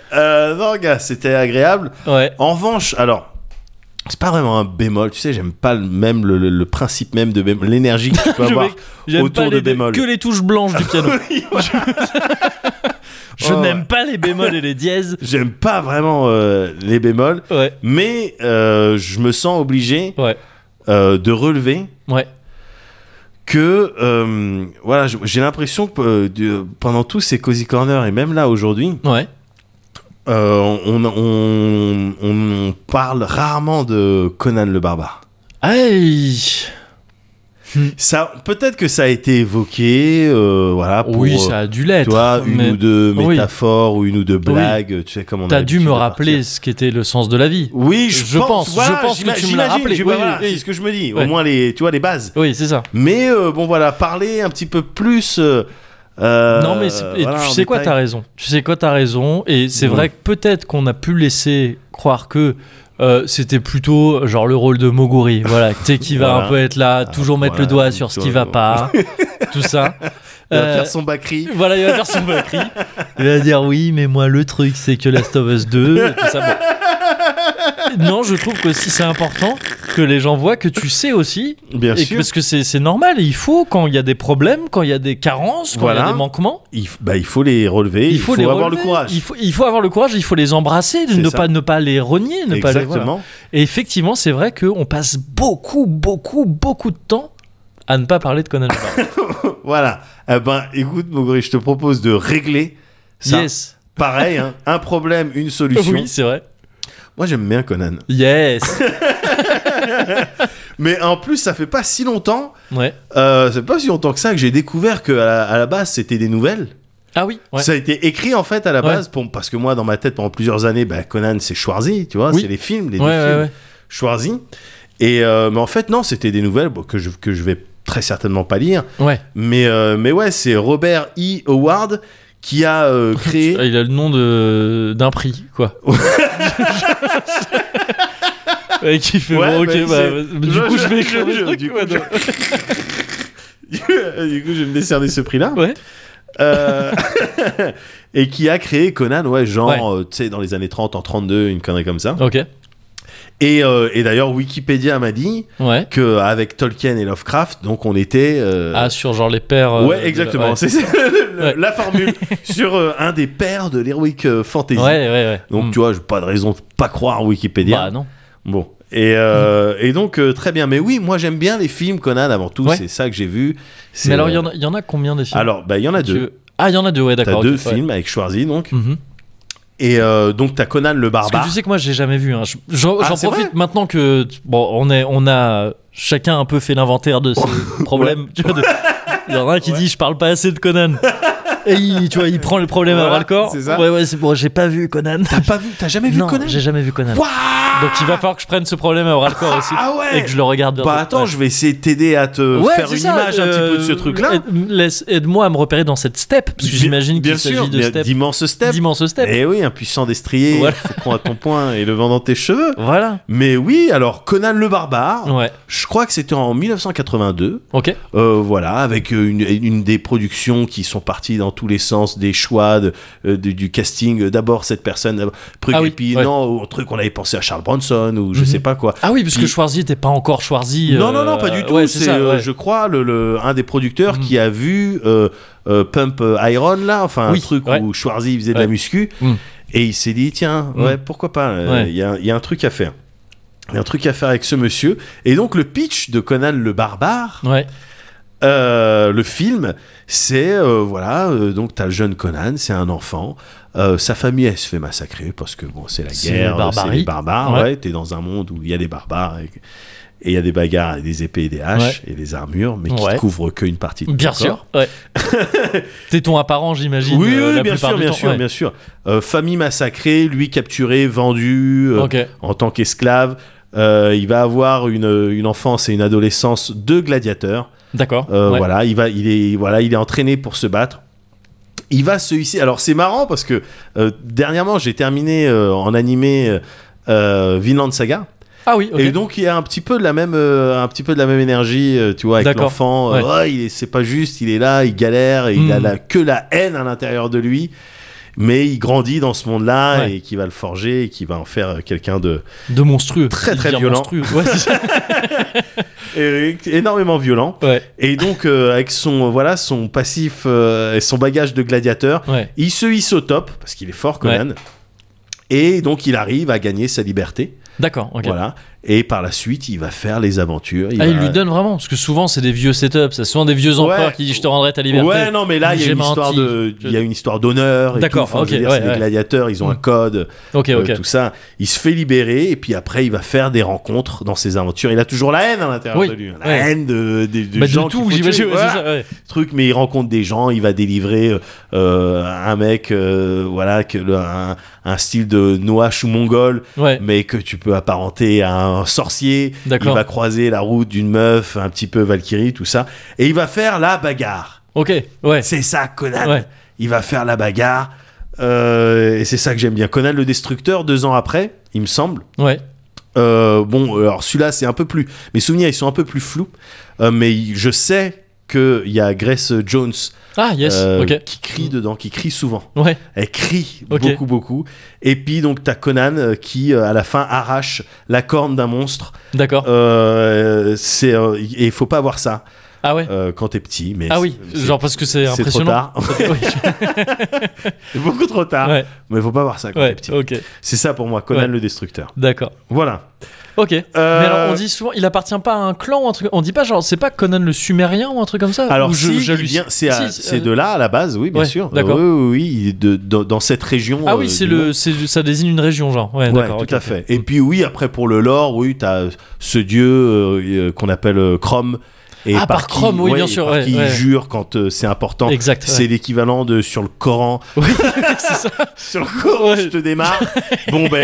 Euh, non, gars, c'était agréable. Ouais. En revanche, alors, c'est pas vraiment un bémol. Tu sais, j'aime pas le, même le, le- le principe même de bémol, l'énergie que tu peux Je avoir vais- J'aime autour pas de les bémol. que les touches blanches du piano. Oui, voilà. Je Ouais, n'aime ouais. pas les bémols et les dièses. J'aime pas vraiment euh, les bémols, Ouais. mais euh, je me sens obligé Ouais. euh, de relever Ouais. que euh, voilà, j- j'ai l'impression que euh, de- pendant tous ces Cozy Corner et même là aujourd'hui, Ouais. euh, on, on, on parle rarement de Conan le Barbare. Aïe. Ça, peut-être que ça a été évoqué, euh, voilà, pour Oui, euh, ça a dû l'être. tu vois, une mais ou deux Oui. métaphores ou une ou deux blagues, tu sais comme on a T'as dû l'habitude me de rappeler partir. ce qu'était le sens de la vie. Oui, je, Je pense, voilà, je pense que j'ima- tu me l'as j'imagine, rappelé. je- Oui, voilà, oui, oui. c'est ce que je me dis. Ouais. Au moins les, tu vois, les bases. Oui, c'est ça. Mais euh, bon, voilà, parler un petit peu plus. euh, euh, non, mais c'est- et voilà, tu en sais quoi, détail. t'as raison. Tu sais quoi, t'as raison. Et c'est Mhm. vrai que peut-être qu'on a pu laisser croire que euh, c'était plutôt genre le rôle de Moguri. Voilà, tu sais, qui va Voilà. un peu être là, toujours mettre voilà, le doigt sur ce qui toujours- va pas, tout ça. Il va Euh, faire son Bakri. Voilà, il va faire son Bakri. Il va dire oui, mais moi le truc c'est que Last of Us deux, et tout ça. Bon. Non, je trouve que si c'est important que les gens voient que tu sais aussi, Bien et que- sûr. parce que c'est c'est normal. Il faut quand il y a des problèmes, quand il y a des carences, quand il y Voilà. a des manquements. Il, f- bah, il faut les relever. Il faut, les avoir relever. le courage. Il faut, il faut avoir le courage. Il faut les embrasser, C'est ne ça. pas ne pas les renier, ne pas les. Exactement. Voilà. Et effectivement, c'est vrai qu'on passe beaucoup, beaucoup, beaucoup de temps à ne pas parler de Conan le Barbare. Voilà. Eh ben, écoute, Moguri, je te propose de régler ça. Yes. Pareil, hein, un problème, une solution. Oui, c'est vrai. Moi, j'aime bien Conan. Yes. Mais en plus, ça fait pas si longtemps. Ouais. Euh, c'est pas si longtemps que ça que j'ai découvert que à la, à la base, c'était des nouvelles. Ah oui. Ouais. Ça a été écrit en fait à la Ouais. base pour, parce que moi, dans ma tête, pendant plusieurs années, bah, Conan, c'est Schwarzy, tu vois, Oui. c'est les films, les Ouais, deux ouais, films. ouais. Schwarzy. Et euh, mais en fait, non, c'était des nouvelles bon, que je que je vais très certainement pas lire. Ouais. Mais euh, mais ouais, c'est Robert E. Howard qui a euh, créé. Il a le nom de d'un prix, quoi. Ouais, qui fait Ouais, bon, ok, bah, bah, c'est- bah, du je- coup je, je- vais écrire je- des je- trucs, du coup, ouais, je- donc- du coup, je vais me décerner ce prix-là. Ouais. Euh, et qui a créé Conan, ouais, genre, Ouais. euh, tu sais, dans les années trente, en trente-deux, une connerie comme ça. Ok. Et, euh, et d'ailleurs, Wikipédia m'a dit Ouais. qu'avec Tolkien et Lovecraft, donc on était. euh, Ah, sur genre les pères. euh, ouais, de- exactement. ouais. C'est c'est le- le- Ouais. la formule sur euh, un des pères de l'heroic euh, fantasy. Ouais, ouais, ouais. Donc, Mm. tu vois, j'ai pas de raison de pas croire Wikipédia. Bah non. Bon. Et, euh, et donc, euh, très bien. Mais oui, moi, j'aime bien les films Conan avant tout. Ouais. C'est ça que j'ai vu. C'est, Mais alors, il y, euh, en a- il y en a combien des films Alors, bah, il y en a Tu deux. veux- Ah, il y en a deux, ouais, T'as d'accord. deux ok, ouais. films avec Schwarzy, donc. Mhm. Et euh, donc, t'as Conan le Parce barbare. que tu sais que moi j'ai jamais vu. Hein. Je- J'en Ah, j'en c'est profite vrai maintenant que bon, on est, on a chacun un peu fait l'inventaire de ses problèmes. Tu vois, de- il y en a un qui dit je parle pas assez de Conan. Et il, tu vois, il prend le problème à Voilà, bras le corps. c'est ça. Ouais, ouais, c'est bon. J'ai pas vu Conan. T'as pas vu, t'as jamais vu non, Conan j'ai jamais vu Conan. Waouh Donc il va falloir que je prenne ce problème à bras le corps aussi Ah ouais et que je le regarde. bientôt. Bah attends, Ouais. je vais essayer de t'aider à te Ouais, faire c'est une ça, image un petit peu de ce euh, truc-là. aide- laisse- Aide-moi à me repérer dans cette step, parce que Bien- j'imagine bien qu'il s'agit sûr, de bien- step, d'immenses steps. d'immenses steps. Eh oui, un puissant destrier, Voilà. faut prendre à ton poing et le vent dans tes cheveux. Voilà. Mais oui, alors Conan le barbare, Ouais. je crois que c'était en mille neuf cent quatre-vingt-deux. Ok. Euh, voilà, avec euh, une, une des productions qui sont parties dans tous les sens, des choix de, euh, du, du casting. D'abord cette personne, d'abord, truc, Ah oui, et puis ouais. non, au truc on avait pensé à Charles Bronson ou je Mhm. sais pas quoi. Ah oui, parce que Puis- Schwarzy n'était pas encore Schwarzy. Non, euh, non, non, pas du tout. ouais, c'est, ça, euh, ouais. je crois, le, le- un des producteurs Mhm. qui a vu euh, euh, Pump Iron, là, enfin, Oui, un truc ouais. où Schwarzy faisait de Ouais. la muscu, Mhm. et il s'est dit, tiens, Mhm. ouais, pourquoi pas, il Ouais. y, a, y a un truc à faire. Il y a un truc à faire avec ce monsieur. Et donc, le pitch de Conan le barbare, Ouais. euh, le film, c'est, euh, voilà, euh, donc t'as le jeune Conan, c'est un enfant. Euh, sa famille, elle se fait massacrer parce que bon, c'est la C'est guerre, la c'est barbarie. les barbares. Ouais. Ouais, t'es dans un monde où il y a des barbares et et il y a des bagarres et des épées et des haches et des armures, mais qui Ouais. ne couvrent qu'une partie de ton Bien corps. sûr. Ouais. T'es ton apparent, j'imagine. Oui, euh, oui, la bien plupart sûr, du bien temps. sûr, Ouais. bien sûr. Euh, famille massacrée, lui capturé, vendu euh, Ok. en tant qu'esclave. Euh, il va avoir une, une enfance et une adolescence de gladiateur. D'accord. Euh, Ouais. Voilà, il va, il est, voilà, il est entraîné pour se battre. Il va se hisser. Alors c'est marrant parce que euh, dernièrement j'ai terminé euh, en animé euh, Vinland Saga. Ah oui. Ok. Et donc il y a un petit peu de la même, euh, un petit peu de la même énergie, euh, tu vois, avec D'accord. l'enfant. euh, Ouais. ouais, il est, c'est pas juste, il est là, il galère, et il a Mm. la, que la haine à l'intérieur de lui. mais il grandit dans ce monde-là Ouais. et qui va le forger et qui va en faire quelqu'un de De monstrueux. Très, Il très devient violent. monstrueux. Ouais, c'est ça. é- énormément violent. Ouais, Et donc euh, avec son voilà son passif euh, et son bagage de gladiateur, ouais. il se hisse au top parce qu'il est fort, Conan. Et donc il arrive à gagner sa liberté. D'accord, ok. Voilà. Et par la suite, il va faire les aventures. Ah, il va- lui donne vraiment, parce que souvent c'est des vieux setups, c'est souvent des vieux empereurs Ouais. qui disent je te rendrai ta liberté. Ouais, non, mais là, il y a J'ai une menti. histoire de, il y a une histoire d'honneur. et D'accord, tout. Enfin, je veux ok, dire, ouais, c'est ouais. des gladiateurs, ils ont un Mm. code, Ok, euh, ok. tout ça. Il se fait libérer et puis après, il va faire des rencontres dans ses aventures. Il a toujours la haine à l'intérieur Oui, de lui, la ouais. haine de, de, de Bah, de gens qu'il tout, faut j'imagine, tuer. ouais, Voilà. c'est ça, ouais. Truc, mais il rencontre des gens, il va délivrer euh, un mec, euh, voilà, que le- un, un style de Noach ou mongol, Ouais, mais que tu peux apparenter à un sorcier. Il d'accord. va croiser la route d'une meuf, un petit peu Valkyrie, tout ça, et il va faire la bagarre. Ok, ouais. C'est ça, Conan. Ouais. Il va faire la bagarre. Euh, et c'est ça que j'aime bien. Conan le Destructeur, deux ans après, il me semble. Ouais. Euh, bon, alors celui-là, c'est un peu plus. Mes souvenirs, ils sont un peu plus flous. Euh, mais je sais qu'il y a Grace Jones Ah, yes, euh, ok. qui crie dedans, qui crie souvent. Ouais, Elle crie Ok. beaucoup, beaucoup. Et puis, donc, t'as Conan euh, qui, euh, à la fin, arrache la corne d'un monstre. d'accord. Euh, c'est, euh, et il faut pas voir ça Ah ouais. euh, quand t'es petit. Mais Ah c'est- oui, c'est- genre parce que c'est c'est trop impressionnant. tard. C'est beaucoup trop tard. Ouais, Mais faut pas voir ça quand ouais, t'es petit. ok, C'est ça pour moi, Conan Ouais. le Destructeur. d'accord. Voilà. Ok. Euh, Mais alors on dit souvent, il appartient pas à un clan ou un truc. On dit pas genre, c'est pas Conan le Sumérien ou un truc comme ça. Alors, Ou je- si, il j'hallucine. vient- c'est, à- Si, c'est euh, de là à la base, oui, bien ouais, sûr. d'accord. Euh, oui, oui, oui, il est de, dans, dans cette région. Ah euh, oui, c'est du le, monde. c'est, ça désigne une région genre. Ouais, Ouais, d'accord. tout ok, à ok. fait. Et puis oui, après pour le lore, oui, t'as ce dieu euh, euh, qu'on appelle euh, Chrome. Et Ah, par qui- Chrome, oui, ouais, bien et sûr, par ouais, qui ouais. il jure quand euh, c'est important. Exact. C'est ouais. l'équivalent de sur le Coran. Oui, c'est ça. Sur le Coran, Ouais. je te démarre. Bon ben,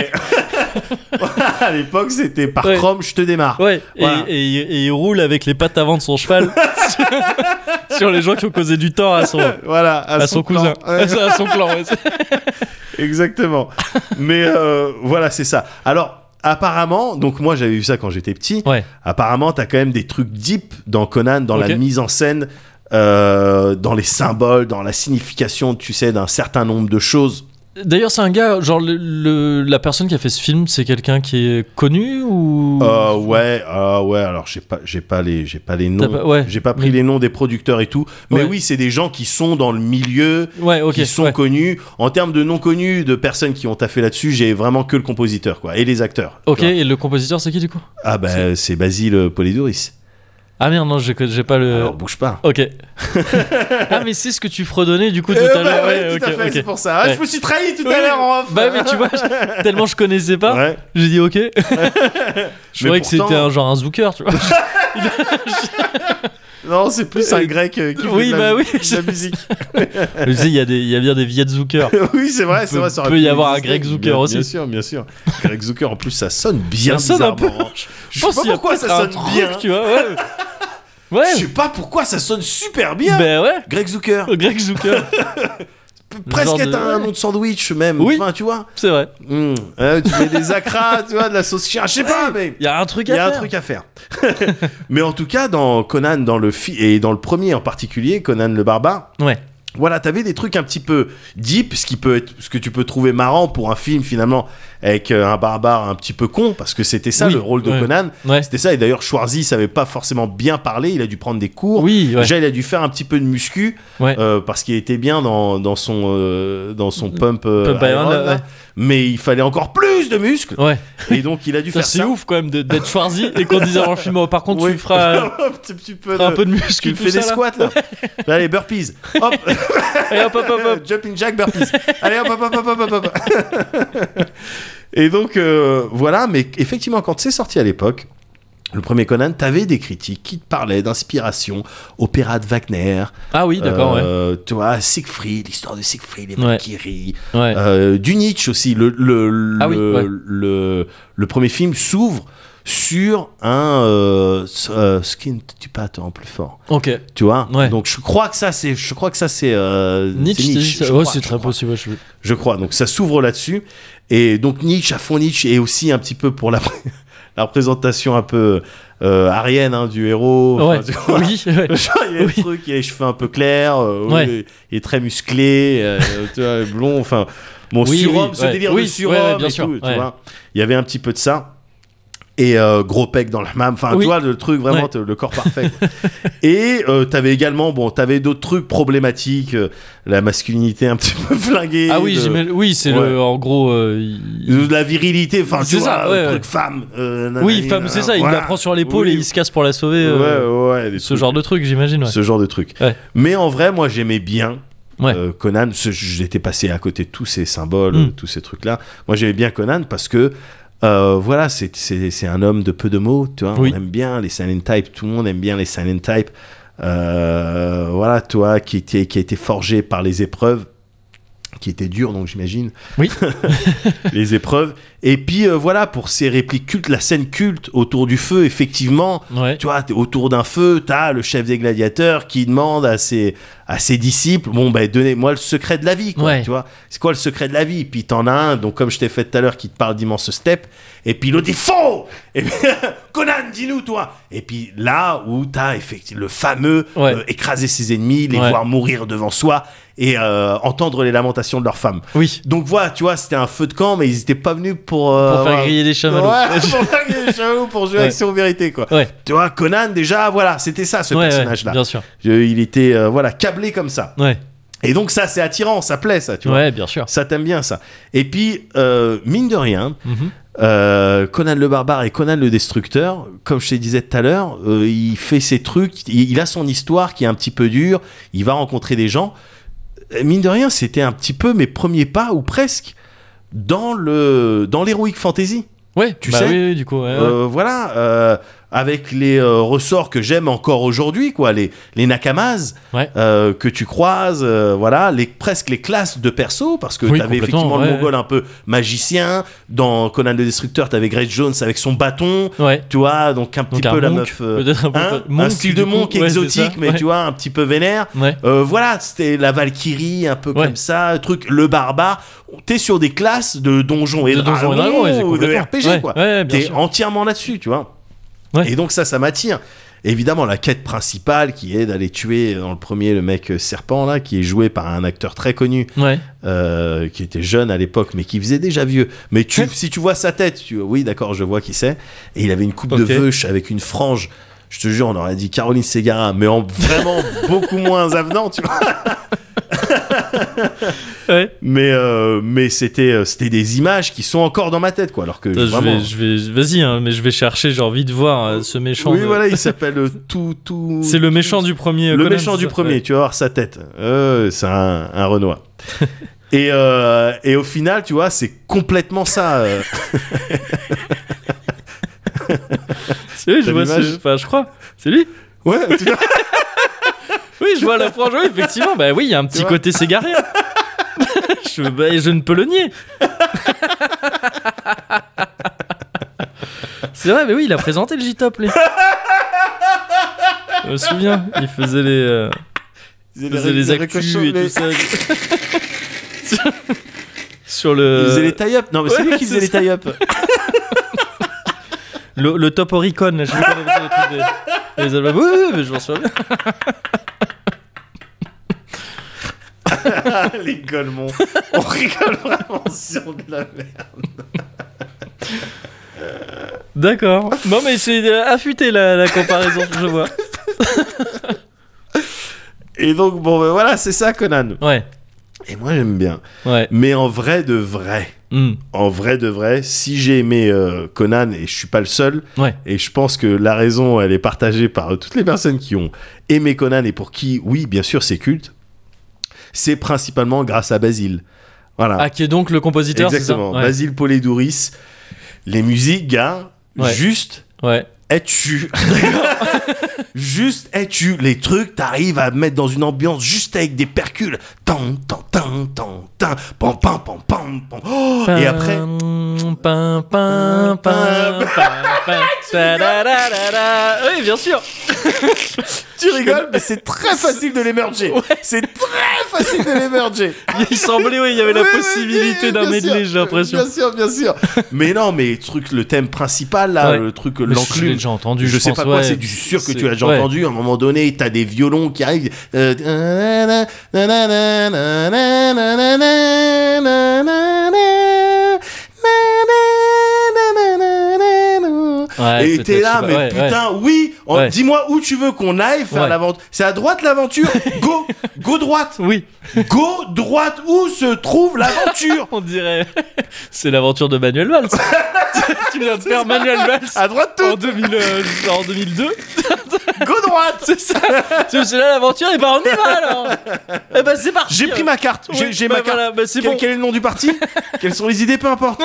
à l'époque, c'était par Ouais. Chrome, je te démarre. Ouais. Et, Voilà. et, et, et il roule avec les pattes avant de son cheval sur, sur les gens qui ont causé du tort à son, Voilà, à, à son, clan. cousin, Ouais. à son clan. Ouais, c'est- Exactement. Mais euh, voilà, c'est ça. Alors, apparemment, donc moi j'avais vu ça quand j'étais petit. ouais. Apparemment, t'as quand même des trucs deep dans Conan, dans Ok. la mise en scène, euh, dans les symboles, dans la signification, tu sais, d'un certain nombre de choses. D'ailleurs, c'est un gars, genre le, le- la personne qui a fait ce film, c'est quelqu'un qui est connu ou Euh, ouais, euh, ouais. Alors j'ai pas, j'ai pas les, j'ai pas les noms. T'as pas- ouais. J'ai pas pris Mais- les noms des producteurs et tout. Mais Ouais. oui, c'est des gens qui sont dans le milieu. Ouais, ok. Qui sont ouais. connus. En termes de non connus, de personnes qui ont taffé là-dessus, j'ai vraiment que le compositeur, quoi, et les acteurs. Ok, tu vois. et le compositeur, c'est qui du coup? Ah bah c'est Basile Polidouris. Ah merde, non, j'ai, j'ai pas le. Alors bouge pas. Ok. ah, mais c'est ce que tu fredonnais du coup tout Euh, à bah l'heure. ouais, Ouais, tout à ok, fait, ok. c'est pour ça. Ah, Ouais. je me suis trahi tout Oui, à l'heure en off. Bah, mais tu vois, je- tellement je connaissais pas, Ouais. j'ai dit ok. je Mais croyais que pourtant- c'était un genre un zooker, tu vois. Non, c'est plus un grec euh, qui fait Oui, de la, bah oui. de la musique. Je sais, il y, a des- il y a bien des Viet zookers. Oui, c'est vrai, c'est Peut- vrai. Ça aurait peut pu y avoir un exister. Greg Zucker Bien- aussi. Bien sûr, bien sûr. Greg Zucker, en plus, ça sonne bien Ça sonne un peu. bizarrement. Je sais pense pas qu'il y a pourquoi ça peut-être un sonne truc, bien. tu vois. Ouais. Ouais. Je sais pas pourquoi ça sonne super bien. Ben ouais. Greg Zucker. Greg Zucker. Peut presque genre de- être un ouais. nom de sandwich même. Oui. Enfin, tu vois. C'est vrai. Hum, euh, tu mets des acras, tu vois, de la sauce chien. Je sais pas, mais. Il y a un truc Il à y a un faire. truc à faire. Mais en tout cas, dans Conan, dans le fi- et dans le premier en particulier, Conan le barbare, Ouais. voilà, t'avais des trucs un petit peu deep, ce qui peut être, ce que tu peux trouver marrant pour un film finalement avec euh, un barbare un petit peu con, parce que c'était ça Oui, le rôle de ouais. Conan. Ouais. C'était ça. Et d'ailleurs, Schwarzy savait pas forcément bien parler. Il a dû prendre des cours. Oui, ouais. Déjà, il a dû faire un petit peu de muscu Ouais. euh, parce qu'il était bien dans, dans son euh, dans son pump, euh, Pump Iron, Iron, là, là. ouais. Mais il fallait encore plus de muscles. Ouais. Et donc, il a dû Ça, faire c'est ça. ouf quand même de- d'être Schwarzy et qu'on dise avant le film, oh, par contre, Oui. tu feras, un petit, petit peu, feras un de- peu de muscle. Tu tout fais ça, des là. squats là. Allez, burpees. Hop. Et hop, hop, hop, hop. Jumping jack, burpees. Allez, hop, hop, hop, hop, hop, hop. Et donc, euh, voilà. Mais effectivement, quand c'est sorti à l'époque, le premier Conan, t'avais des critiques qui te parlaient d'inspiration, opéra de Wagner. Ah oui, d'accord, euh, Tu vois, Siegfried, l'histoire de Siegfried et Ouais. Valkyrie. ouais. Ouais. Euh, du Nietzsche aussi. Le, le, Ah oui, le, ouais. le, le premier film s'ouvre sur un euh, s- euh, skin tu pas attends plus fort Ok. tu vois. Ouais. Donc je crois que ça c'est je crois que ça c'est euh, Nietzsche, c'est c'est Nietzsche, ça. je Ouais, crois, c'est je très crois. possible. ouais, je- Je crois. Donc ça s'ouvre là-dessus et donc Nietzsche à fond Nietzsche et aussi un petit peu pour la la représentation un peu euh, arienne hein, du héros. Enfin, Ouais. tu vois. Oui. Ouais. Genre, il a Oui. le truc, il a les cheveux un peu clairs, euh, Ouais. oui, il est très musclé, euh, tu vois, blond, enfin, bon, Oui, surhomme, oui, ce ouais. délire Oui, de surhomme ouais, ouais, bien et sûr, tout, tu ouais. vois. Il y avait un petit peu de ça. Et euh, gros pec dans la mam, enfin Oui. tu vois le truc vraiment Ouais. t- le corps parfait quoi. Et euh, t'avais également bon t'avais d'autres trucs problématiques, euh, la masculinité un petit peu flinguée, Ah oui, de, j'imagine- oui, c'est Ouais. le, en gros. euh, il- de la virilité, enfin tu C'est ça, vois ouais, le ouais. truc femme. euh, Oui, nanani, femme, c'est ça. Il voilà. la prend sur l'épaule Oui. et il se casse pour la sauver. euh, Ouais ouais des Ce trucs- genre de truc, j'imagine. Ouais. ce genre de truc. Ouais. Mais en vrai moi j'aimais bien. Ouais. Euh, Conan, ce- j'étais passé à côté de tous ces symboles, Mm. euh, tous ces trucs-là. Moi, j'aimais bien Conan parce que, euh, voilà, c'est, c'est, c'est un homme de peu de mots, tu vois. Oui. On aime bien les silent types, tout le monde aime bien les silent types. Euh, voilà, toi, qui, était, qui a été forgé par les épreuves, qui étaient dures, donc j'imagine. Oui. Les épreuves. Et puis, euh, voilà, pour ces répliques cultes, la scène culte autour du feu, effectivement. Ouais. Tu vois, t'es autour d'un feu, t'as le chef des gladiateurs qui demande à ses, à ses disciples, bon, ben, donnez-moi le secret de la vie, quoi, Ouais. tu vois. C'est quoi le secret de la vie? Puis t'en as un, donc comme je t'ai fait tout à l'heure, qui te parle d'immense step, et puis l'autre dit faux! Et puis, Conan, dis-nous, toi! Et puis là où t'as effectivement le fameux Ouais. euh, écraser ses ennemis, les Ouais. voir mourir devant soi, et euh, entendre les lamentations de leurs femmes. Oui. Donc voilà, tu vois, c'était un feu de camp, mais ils étaient pas venus pour... euh, Pour faire voilà. griller les chamallows. Ouais, pour faire griller les chamallows, pour jouer Ouais. avec ses vérités, quoi. Ouais. Tu vois, Conan, déjà, voilà, c'était ça, ce Ouais, ouais, personnage-là. bien sûr. Je- il était, euh, voilà, câblé comme ça. Ouais. Et donc, ça, c'est attirant, ça plaît, ça, tu vois. Ouais, bien sûr. Ça, t'aime bien, ça. Et puis, euh, mine de rien, Mhm. euh, Conan le barbare et Conan le destructeur, comme je te disais tout à l'heure, euh, il fait ses trucs, il, il a son histoire qui est un petit peu dure, il va rencontrer des gens. Euh, Mine de rien, c'était un petit peu mes premiers pas, ou presque, dans le dans l'heroic fantasy. Ouais, Tu bah sais, oui, oui, du coup. Ouais, ouais. Euh, voilà, euh, avec les euh, ressorts que j'aime encore aujourd'hui, quoi, les, les nakamas Ouais. euh, que tu croises, euh, voilà, les, presque les classes de perso, parce que Oui, t'avais complètement, effectivement ouais, le mongol un peu magicien, dans Conan le Destructeur, t'avais Grace Jones avec son bâton, Ouais. tu vois, donc un petit Donc peu un la monk, meuf... euh, peut-être un peu. hein, monk, un style du de coup. monk Ouais, c'est exotique, ça. mais Ouais. tu vois, un petit peu vénère. Ouais. Euh, voilà, c'était la Valkyrie, un peu Ouais. comme ça, truc, le barbare. T'es sur des classes de donjons et De Donjons et Dragons, ouais, c'est ou de complètement. R P G, Ouais, quoi. ouais, bien T'es sûr. entièrement là-dessus, tu vois. Ouais. Et donc ça, ça m'attire. Évidemment, la quête principale qui est d'aller tuer dans le premier le mec euh, serpent là, qui est joué par un acteur très connu, Ouais. euh, qui était jeune à l'époque, mais qui faisait déjà vieux. Mais tu, Ouais. si tu vois sa tête, tu, oui, d'accord, je vois qui c'est. Et il avait une coupe Ok. de veuche avec une frange. Je te jure, on aurait dit Caroline Ségara, mais en vraiment beaucoup moins avenant, tu vois. Ouais. Mais, euh, mais c'était, euh, c'était des images qui sont encore dans ma tête, quoi. Alors que Je vraiment. vais, je vais, vas-y, hein, mais je vais chercher. J'ai envie de voir euh, ce méchant. Oui, de- voilà, il s'appelle euh, tout, tout. C'est le méchant du premier. euh, Le Conan, méchant c'est du ça premier, Ouais. tu vas voir sa tête. Euh, c'est un, un Renoir. et, euh, et au final, tu vois, c'est complètement ça. euh. C'est lui, je T'as vois. l'image ce- Enfin, je crois. C'est lui. Ouais, tu vois. Oui, je vois la frange. Oui, effectivement. Bah oui, il y a un petit vois côté ségarien. je, bah, je ne peux le nier. C'est vrai, mais oui, il a présenté le J-Top, lui. Je me souviens, il faisait les, euh, il faisait les actus et tout ça. sur, sur le. Il faisait les tie-up. Non, mais c'est Ouais, lui qui faisait c'est les ça. tie-up. Le, le top Oricon, là, je sais pas comment c'est le truc des, des albums. Oui, oui, mais je m'en souviens bien. Les Golemons. On rigole vraiment sur de la merde. D'accord. Non, mais c'est euh, affûté la, la comparaison, je vois. Et donc, bon, ben voilà, c'est ça, Conan. Ouais, Et moi, j'aime bien. ouais. Mais en vrai de vrai. Hmm. En vrai de vrai, si j'ai aimé euh, Conan, et je suis pas le seul, Ouais. et je pense que la raison, elle est partagée par euh, toutes les personnes qui ont aimé Conan et pour qui, oui, bien sûr, c'est culte, c'est principalement grâce à Basile. Voilà. Ah, qui est donc le compositeur, c'est ça Exactement. Ouais. Basile Poledouris. Les musiques, gars, Ouais. juste Ouais. es-tu juste es-tu les trucs, t'arrives à mettre dans une ambiance juste avec des percules. Tan, tan, tan, tan, tan, pam, pam, pam, pam, pam. Oh, et après, Pam, pam, pam, pam, pam, pam, tadadadada. Oui, bien sûr. Tu rigoles, mais c'est très facile de les merger. Ouais. C'est très facile de les merger. Il semblait, oui, il y avait la Oui, oui, possibilité oui, d'un bien medley, sûr, j'ai l'impression. Bien sûr, bien sûr. Mais non, mais truc, le thème principal là, Ouais. le truc, Mais je l'ai l'enclume. déjà entendu, Je, je sais pense, pas quoi, ouais. c'est du sûr que C'est- tu as déjà ouais. entendu. À un moment donné, t'as des violons qui arrivent. Euh, Ouais, et peut-être, t'es je là, sais pas, mais ouais, putain, oui, en- Ouais. dis-moi où tu veux qu'on aille faire Ouais. l'aventure. C'est à droite l'aventure. Go, go droite. ouais. Oui, Go droite. Où se trouve l'aventure? on dirait. C'est l'aventure de Manuel Valls. Tu viens de faire Manuel Valls À droite en, tout. deux mille, euh, en deux mille deux. Go droite. C'est ça. C'est c'est là l'aventure, et bah on y va alors. Et bah c'est parti. J'ai pris ma carte. J'ai Oui, j'ai bah ma carte. voilà, bah c'est Quel, bon. quel est le nom du parti? Quelles sont les idées? Peu importe.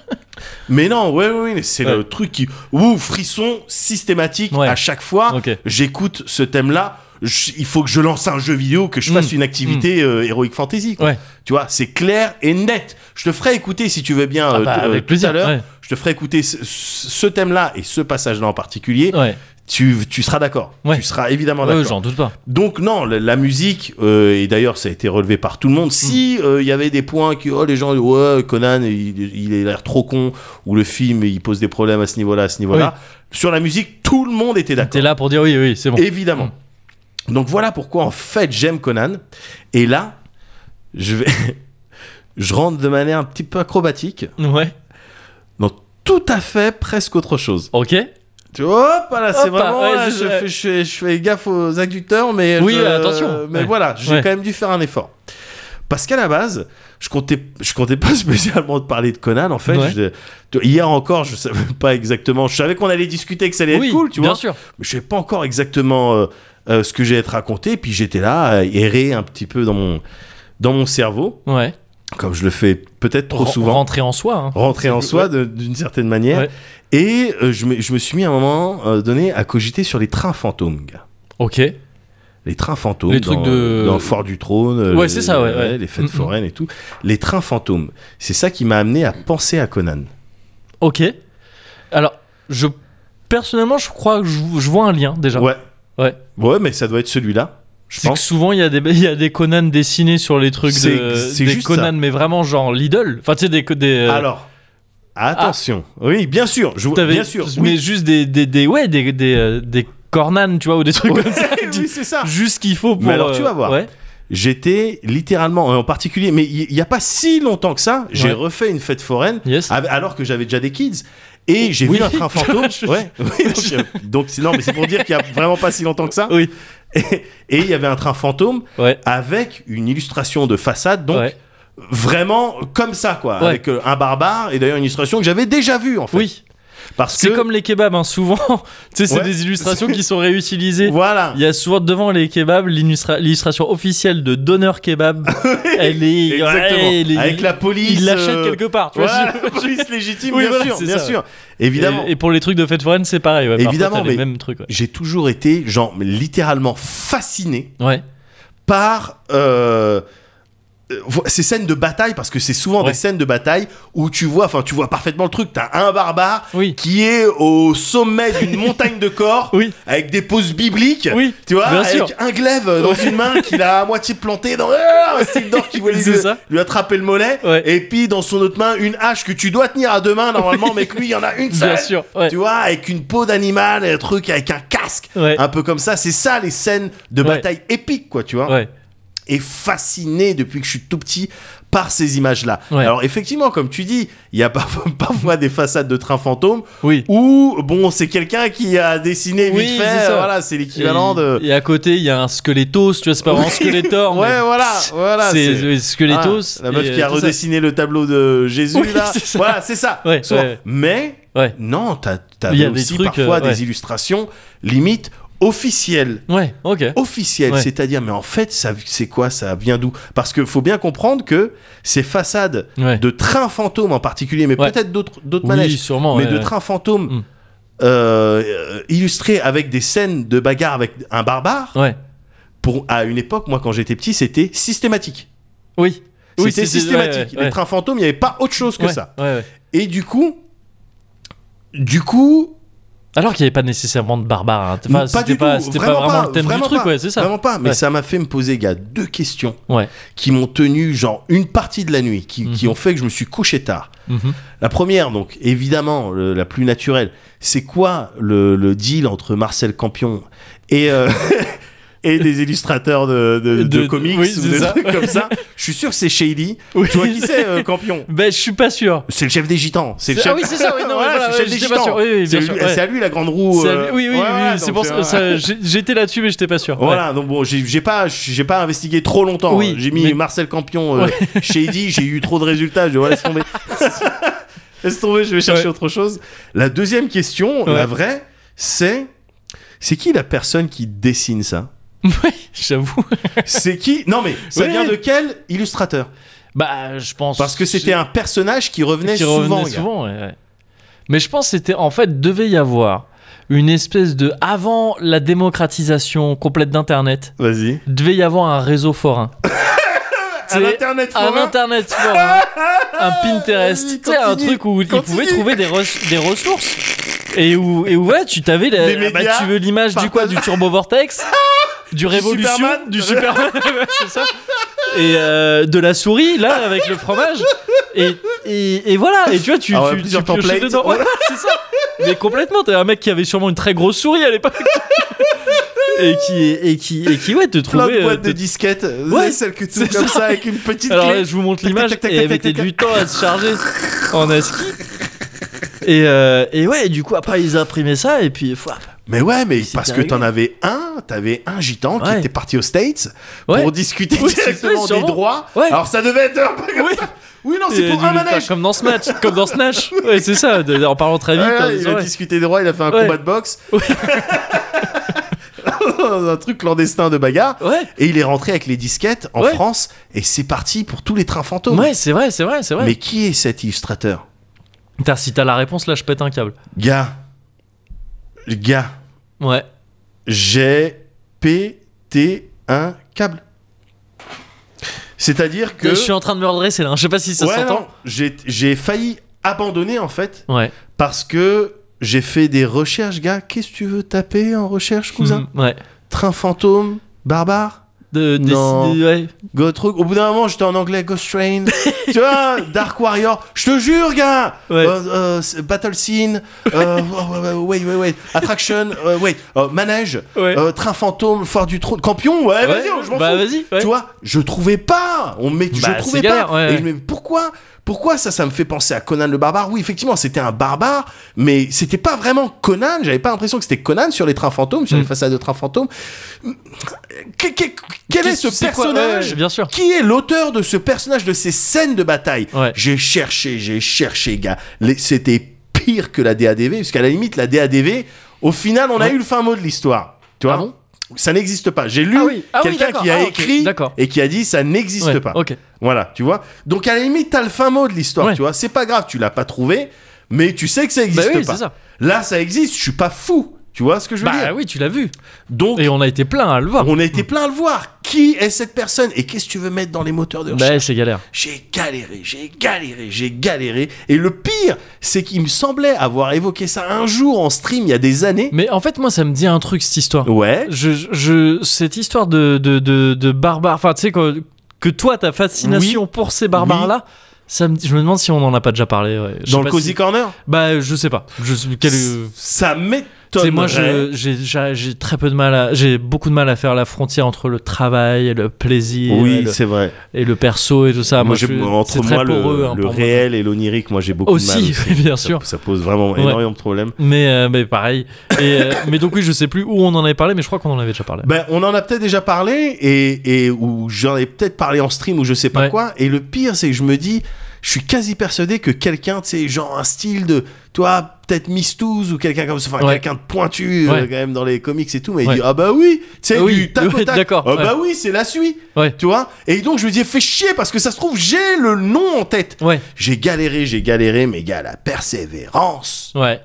Mais non, ouais, ouais, ouais, c'est Ouais. le truc qui. Ouh, frisson systématique Ouais. à chaque fois. Ok. J'écoute ce thème-là. je- il faut que je lance un jeu vidéo, que je fasse Mm. une activité euh, Heroic Fantasy. Quoi. Ouais. Tu vois, c'est clair et net. Je te ferai écouter, si tu veux bien, Ah euh, bah, t- euh, avec tout plaisir. à l'heure. Ouais. Je te ferai écouter ce, ce thème-là et ce passage-là en particulier. Ouais. Tu, tu seras d'accord. Ouais. Tu seras évidemment Ouais, d'accord. j'en doute pas. Donc non, la, la musique, euh, et d'ailleurs ça a été relevé par tout le monde, si euh, il y avait des points que oh, les gens, ouais, Conan, il, il a l'air trop con, ou le film, il pose des problèmes à ce niveau-là, à ce niveau-là, sur la musique, tout le monde était d'accord. T'es là pour dire oui, oui, c'est bon. Évidemment. Donc voilà pourquoi en fait j'aime Conan. Et là, je vais... je rentre de manière un petit peu acrobatique Ouais. dans tout à fait presque autre chose. Ok. Tu vois, voilà, c'est Hop là, vraiment. ouais, là, c'est- je, fais, je, fais, je fais gaffe aux adducteurs, mais. Oui, je- attention. Mais Ouais. voilà, j'ai Ouais. quand même dû faire un effort. Parce qu'à la base, je comptais, je comptais pas spécialement te parler de Conan, en fait. Ouais. Je- tu- hier encore, je savais pas exactement. Je savais qu'on allait discuter, que ça allait Oui, être cool, tu bien vois. sûr. Mais je savais pas encore exactement euh, euh, ce que j'allais te raconter. Puis j'étais là, à errer un petit peu dans mon, dans mon cerveau, Ouais. comme je le fais peut-être trop Ren- souvent. Rentrer en soi. Hein. Rentrer en soi de- d'une certaine manière. Ouais. Et euh, je, me, je me suis mis à un moment euh, donné à cogiter sur les trains fantômes, gars. Ok. Les trains fantômes Les dans, trucs de- dans Fort du Trône, euh, Ouais, les- c'est ça, ouais, ouais. les fêtes Mm-mm. foraines et tout. Les trains fantômes, c'est ça qui m'a amené à penser à Conan. Ok. Alors, je personnellement, je crois que je, je vois un lien déjà. Ouais, Ouais. ouais, mais ça doit être celui-là, je C'est que pense. souvent il y a des il y a des Conan dessinés sur les trucs C'est- de c'est des juste Conan ça. mais vraiment genre Lidl. Enfin tu sais des des euh, Alors, attention. Oui, bien sûr, je vois, t'avais- bien sûr. mais Oui, juste des des des ouais des des euh, des Cornan, tu vois, ou des trucs Ouais, comme ça. oui, c'est ça. Juste ce qu'il faut pour Mais alors, tu euh, vas voir. Ouais. J'étais littéralement, en particulier, mais il n'y a pas si longtemps que ça, j'ai Ouais. refait une fête foraine, Yes. av- alors que j'avais déjà des kids. Et j'ai Oui. vu un train fantôme. Je- Ouais. Oui, donc, euh, donc, c'est- non, mais c'est pour dire qu'il y a vraiment pas si longtemps que ça. Oui. Et et il y avait un train fantôme Ouais. avec une illustration de façade, donc Ouais. vraiment comme ça, quoi, Ouais. avec euh, un barbare et d'ailleurs une illustration que j'avais déjà vue en fait. Oui. Parce C'est que comme les kebabs, hein, souvent. Tu sais, c'est Ouais. des illustrations qui sont réutilisées. voilà. Il y a souvent devant les kebabs l'illustra- l'illustration officielle de Donner Kebab. Elle est Exactement. ouais, elle est- Avec la police. Il l'achète euh, quelque part. Tu vois, Voilà, je- la police légitime, Oui, bien voilà, sûr, c'est bien ça, sûr. Évidemment. Et, et pour les trucs de fête foraine, c'est pareil. Ouais. Parfois, Évidemment, t'as les mais- mêmes trucs. Ouais. J'ai toujours été, genre, littéralement fasciné Ouais. par euh, euh, vo- ces scènes de bataille, parce que c'est souvent Ouais. des scènes de bataille où tu vois, enfin, tu vois parfaitement le truc. T'as un barbare Oui. qui est au sommet d'une montagne de corps, Oui. avec des poses bibliques, Oui. tu vois, bien avec sûr. un glaive dans Ouais. une main qu'il a à moitié planté dans euh, un style d'or qui voulait C'est lui, ça. lui attraper le mollet, Ouais. et puis dans son autre main une hache que tu dois tenir à deux mains normalement, mais que lui il y en a une seule. Bien sûr. Ouais. Tu vois, avec une peau d'animal, un truc avec un casque, Ouais. un peu comme ça. C'est ça les scènes de Ouais. bataille épiques, quoi, tu vois. Ouais. Et fasciné depuis que je suis tout petit par ces images-là. Ouais. Alors effectivement, comme tu dis, il y a parfois, parfois des façades de trains fantômes Oui. où, bon, c'est quelqu'un qui a dessiné vite Oui, fait, c'est ça. voilà, c'est l'équivalent de... Et à côté, il y a un squelettos, tu vois, c'est pas vraiment Skeletor, Ouais, mais voilà, voilà. c'est c'est- c'est Skeletos. Ah, la meuf et, qui a euh, tout ça. redessiné le tableau de Jésus, Oui, là. c'est ça. Voilà, c'est ça. Ouais, Souvent. ouais. Mais, Ouais. non, t'as Il y t'avais a des aussi trucs, parfois euh, ouais. des illustrations limite officielles. Ouais. Ok. Officielles, Ouais. c'est-à-dire, mais en fait, ça, c'est quoi, ça vient d'où? Parce que faut bien comprendre que ces façades Ouais. de trains fantômes en particulier, mais Ouais. peut-être d'autres d'autres Oui, manèges, sûrement. mais ouais, de ouais. trains fantômes Mm. euh, euh, illustrés avec des scènes de bagarre avec un barbare, Ouais. pour, à une époque, moi, quand j'étais petit, c'était systématique. Oui. Oui, C'était c'est- c'est- systématique. ouais, ouais, Les ouais. trains fantômes, il n'y avait pas autre chose que Ouais, ça. Ouais. Ouais. Et du coup, du coup, Alors qu'il n'y avait pas nécessairement de barbares. Hein. Enfin, Pas c'était du pas, tout, c'était pas vraiment vraiment pas, le thème du vraiment truc, pas, ouais, c'est ça. Vraiment pas, mais Ouais. ça m'a fait me poser, gars, deux questions Ouais. qui m'ont tenu, genre, une partie de la nuit, qui, qui Mhm. ont fait que je me suis couché tard. Mhm. La première, donc, évidemment, le- la plus naturelle, c'est quoi le, le deal entre Marcel Campion et, euh, et des illustrateurs de, de, de De- comics oui, ou c'est des ça. trucs comme ça? Je suis sûr que c'est shady. Oui. Tu vois qui c'est, euh, Campion? Ben, je suis pas sûr. C'est le chef des gitans. C'est le C'est- chef... ah oui, c'est ça, oui, non, Voilà, voilà, c'est le ouais, chef des j'étais pas gitans. sûr. Oui, oui, c'est, bien lui- sûr, ouais. c'est à lui la grande roue. C'est à euh, lui- Oui, oui, ouais, oui, ouais, oui, c'est donc, pour ça. euh, ça j'ai- J'étais là-dessus, mais j'étais pas sûr. Ouais. Voilà, donc bon, j'ai, j'ai pas, j'ai pas investigué trop longtemps. Oui, j'ai mis mais- Marcel Campion euh, shady, j'ai eu trop de résultats. Je vais laisse tomber. Laisse tomber, je vais chercher Ouais. autre chose. La deuxième question, Ouais. la vraie, c'est c'est qui la personne qui dessine ça? Oui, j'avoue. C'est qui? Non mais ça Ouais. vient de quel illustrateur? Bah, je pense. Parce que c'était un personnage qui revenait qui souvent. revenait gars. souvent, ouais, ouais. Mais je pense que c'était en fait devait y avoir une espèce de avant la démocratisation complète d'internet, Vas-y. devait y avoir un réseau forain. Un C'est internet un forain. internet forain, un Pinterest, Vas-y, tu sais, un continue, truc où ils continue. pouvaient trouver des, res- des ressources et où et où ouais, tu t'avais la- Des bah, médias, tu veux l'image du quoi, du Turbo Vortex, du Révolution, Superman. du Superman, ouais, c'est ça. Et euh, de la souris là avec le fromage et, et, et voilà et tu vois tu, Ah ouais, tu, plusieurs tu piochais templates. dedans. Ouais, c'est ça. Mais complètement, t'as un mec qui avait sûrement une très grosse souris à l'époque et qui et qui et qui ouais te Plein trouvait de boîtes euh, de te- disquettes. Vous Ouais, savez, celle que tu c'est comme ça. ça avec une petite Alors clé. là, je vous montre Tac, l'image tac, tac, et tac, elle mettait tac, du temps à se charger en ASCII. Et, euh, et ouais, et du coup, après, ils imprimaient ça, et puis, fouah. Mais ouais, mais C'était parce que t'en avais un, t'avais un gitan qui Ouais. était parti aux States Ouais. pour discuter Oui, c'est directement ça, des sûrement. droits. Ouais. Alors ça devait être un peu comme Oui. ça. Oui, non, Et c'est pour du- un manège. Comme dans Snatch, comme dans Snatch. Ouais, c'est ça, de- en parlant très vite. Ouais, en ouais, il disant, a ouais. discuté des droits, il a fait un Ouais. combat de boxe. Ouais. un truc clandestin de bagarre. Ouais, Et il est rentré avec les disquettes en Ouais. France et c'est parti pour tous les trains fantômes. ouais, c'est vrai, c'est vrai, c'est vrai. Mais qui est cet illustrateur? Putain, si t'as la réponse, là, je pète un câble. Gars. Gars. Ouais. J'ai pété un câble. C'est-à-dire que... Je suis en train de me redresser là, hein. Je sais pas si ça Ouais, s'entend. non, j'ai, j'ai failli abandonner en fait Ouais. parce que j'ai fait des recherches, gars. Qu'est-ce que tu veux taper en recherche, cousin? Mhm, ouais. Train fantôme, barbare, De, Non. décider, ouais. Go truc. Au bout d'un moment, j'étais en anglais, Ghost Train. Tu vois, Dark Warrior. Je te jure, gars. Ouais. Euh, euh, c'est- Battle Scene. Euh, wait, wait, wait. Attraction. euh, wait. Euh, manège. Ouais. euh, train fantôme. Foire du trône. Campion. Ouais, vas-y, je m'en bah fous. vas-y. Ouais. Tu vois, je trouvais pas. On met, Bah, je trouvais c'est galère, pas. ouais, Et ouais. je me dis, pourquoi pourquoi ça, ça me fait penser à Conan le barbare? Oui, effectivement, c'était un barbare, mais c'était pas vraiment Conan. J'avais pas l'impression que c'était Conan sur les trains fantômes, sur Mm. les façades de trains fantômes. Que- que- quel est ce C'est quoi, personnage? ouais, ouais, bien sûr. Qui est l'auteur de ce personnage, de ces scènes de bataille? Ouais. J'ai cherché, j'ai cherché, gars. Les- C'était pire que la D A D V, parce qu'à la limite, la D A D V, au final, on a Ouais. eu le fin mot de l'histoire. Tu vois? Ah bon? Ça n'existe pas. J'ai lu Ah oui. Ah oui, quelqu'un d'accord. qui a Ah, ok. écrit D'accord. et qui a dit ça n'existe Ouais, pas. Ok. Voilà, tu vois. Donc à la limite, t'as le fin mot de l'histoire, Ouais. tu vois. C'est pas grave, tu l'as pas trouvé, mais tu sais que ça Bah existe oui, pas. c'est ça. Là, ça existe. Je suis pas fou. Tu vois ce que je veux Bah dire? oui, tu l'as vu. Donc, Et on a été plein à le voir. on a été plein à le voir. Qui est cette personne? Et qu'est-ce que tu veux mettre dans les moteurs de recherche? Bah c'est galère. J'ai galéré, j'ai galéré, j'ai galéré. Et le pire, c'est qu'il me semblait avoir évoqué ça un jour en stream il y a des années. Mais en fait, moi, ça me dit un truc, cette histoire. Ouais. Je, je, cette histoire de, de, de, de barbares, enfin, tu sais, que, que toi, ta fascination pour ces barbares-là, ça me, je me demande si on en a pas déjà parlé. Ouais. Je sais Dans le pas Cozy si- Corner? Bah, je sais pas. Je, quel, Ça m'étonne. tu sais, moi, je- j'ai j'ai- j'ai très peu de mal à, j'ai beaucoup de mal à faire la frontière entre le travail et le plaisir Oui, et, le, c'est vrai. et le perso et tout ça. moi, Moi, j'ai- je suis- entre c'est très moi, le, poreux, hein, le pour moi. réel et l'onirique, moi, j'ai beaucoup Aussi, de mal. Aussi, oui, bien Ça- sûr. Ça, pose vraiment Ouais. énormément de problèmes. Mais, euh, mais pareil. Et, euh, mais donc, oui, je sais plus où on en avait parlé, mais je crois qu'on en avait déjà parlé. Ben, on en a peut-être déjà parlé et, et où j'en ai peut-être parlé en stream ou je sais pas Ouais. quoi. Et le pire, c'est que je me dis, je suis quasi persuadé que quelqu'un, tu sais, genre un style de, toi, peut-être Mistooz ou quelqu'un comme ça, enfin, Ouais. quelqu'un de pointu euh, Ouais. quand même dans les comics et tout, mais il Ouais. dit, ah bah oui, tu sais, Oui, du tac au ouais, tac. d'accord, Ah ouais. bah oui, c'est la suite, Ouais. tu vois. Et donc, je me dis, fais chier parce que ça se trouve, j'ai le nom en tête. Ouais. J'ai galéré, j'ai galéré, mais gars, la persévérance. Ouais.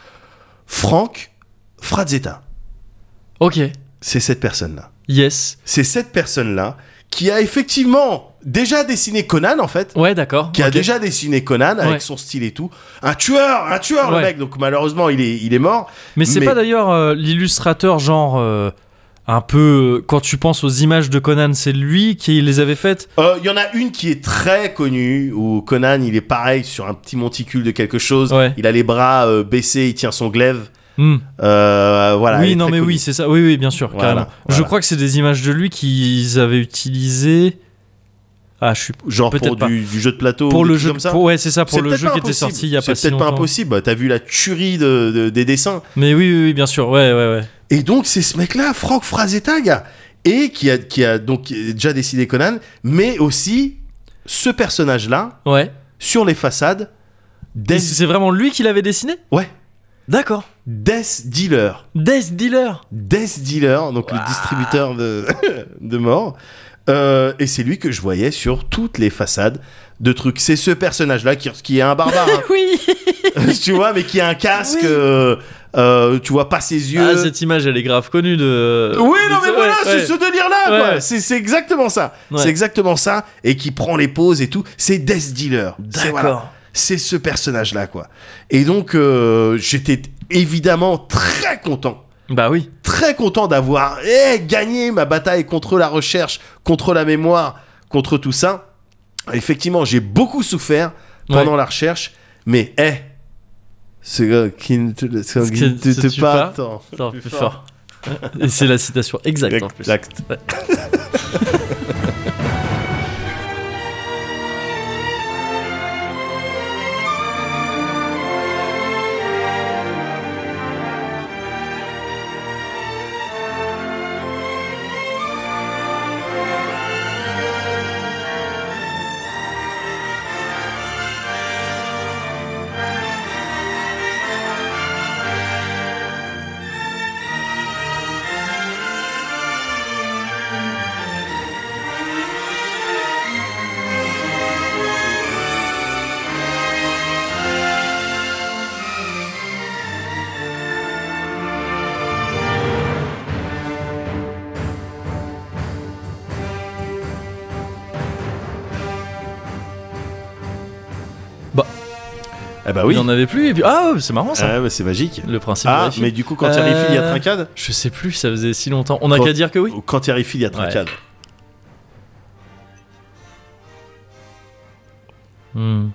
Franck Frazetta, Ok. c'est cette personne-là. Yes. C'est cette personne-là qui a effectivement déjà dessiné Conan en fait. Ouais, d'accord. Qui a ok. déjà dessiné Conan avec Ouais. son style et tout. Un tueur, un tueur le Ouais. mec. Donc malheureusement il est, il est mort. Mais c'est mais- pas d'ailleurs euh, l'illustrateur, genre. euh, un peu. Quand tu penses aux images de Conan, c'est lui qui les avait faites. Il euh, y en a une qui est très connue où Conan il est pareil sur un petit monticule de quelque chose. Ouais. Il a les bras euh, baissés, il tient son glaive. Hmm. Euh, voilà. elle oui, est non, très mais connue. oui, c'est ça. Oui, oui, bien sûr, Voilà, carrément. voilà. Je crois que c'est des images de lui qu'ils avaient utilisées. Ah, je suis. Genre peut-être pour pas. du, du jeu de plateau. Pour ou des le trucs jeu, comme ça. pour- ouais, c'est ça, pour C'est le peut-être jeu pas qui était impossible. sorti il y a pas C'est si peut-être pas longtemps. impossible. T'as vu la tuerie de, de- des dessins. Mais oui, oui, oui, bien sûr, ouais, ouais, ouais. Et donc c'est ce mec-là, Frank Frazetta, gars, et qui a, qui a donc déjà dessiné Conan, mais aussi ce personnage-là Ouais. sur les façades. Et Death, c'est vraiment lui qui l'avait dessiné? ouais, D'accord. Death Dealer, Death Dealer. Death Dealer, donc le distributeur de, de mort. Euh, et c'est lui que je voyais sur toutes les façades de trucs. C'est ce personnage-là qui, qui est un barbare, hein. Oui. tu vois, mais qui a un casque. Oui. euh, euh, tu vois pas ses yeux. Ah, cette image, elle est grave connue de. Oui, non, mais de- voilà, ouais, c'est ouais. ce délire-là, Ouais. quoi. C'est, c'est exactement ça. Ouais. C'est exactement ça. Et qui prend les poses et tout. C'est Death Dealer. C'est, voilà, D'accord. c'est ce personnage-là, quoi. Et donc, euh, j'étais évidemment très content. Bah oui. Très content d'avoir eh, gagné ma bataille contre la recherche, contre la mémoire, contre tout ça. Effectivement, j'ai beaucoup souffert pendant Ouais. la recherche. Mais, eh, ce gars qui ne te, ce Ce qui qui ne ne te, se te tue pas pas. attend. Attends, plus fort. Et c'est la citation exacte en plus. Exact. Ouais. Eh bah Il oui. n'y en avait plus. Et puis... Ah, c'est marrant ça. Ah, bah, c'est magique. Le principe Ah, de la file. mais du coup, quand il y a refill, il y a Euh, trincade. Je sais plus, ça faisait si longtemps. On a Quand- qu'à dire que oui. Quand il y a refill, il y a trincade. Hmm.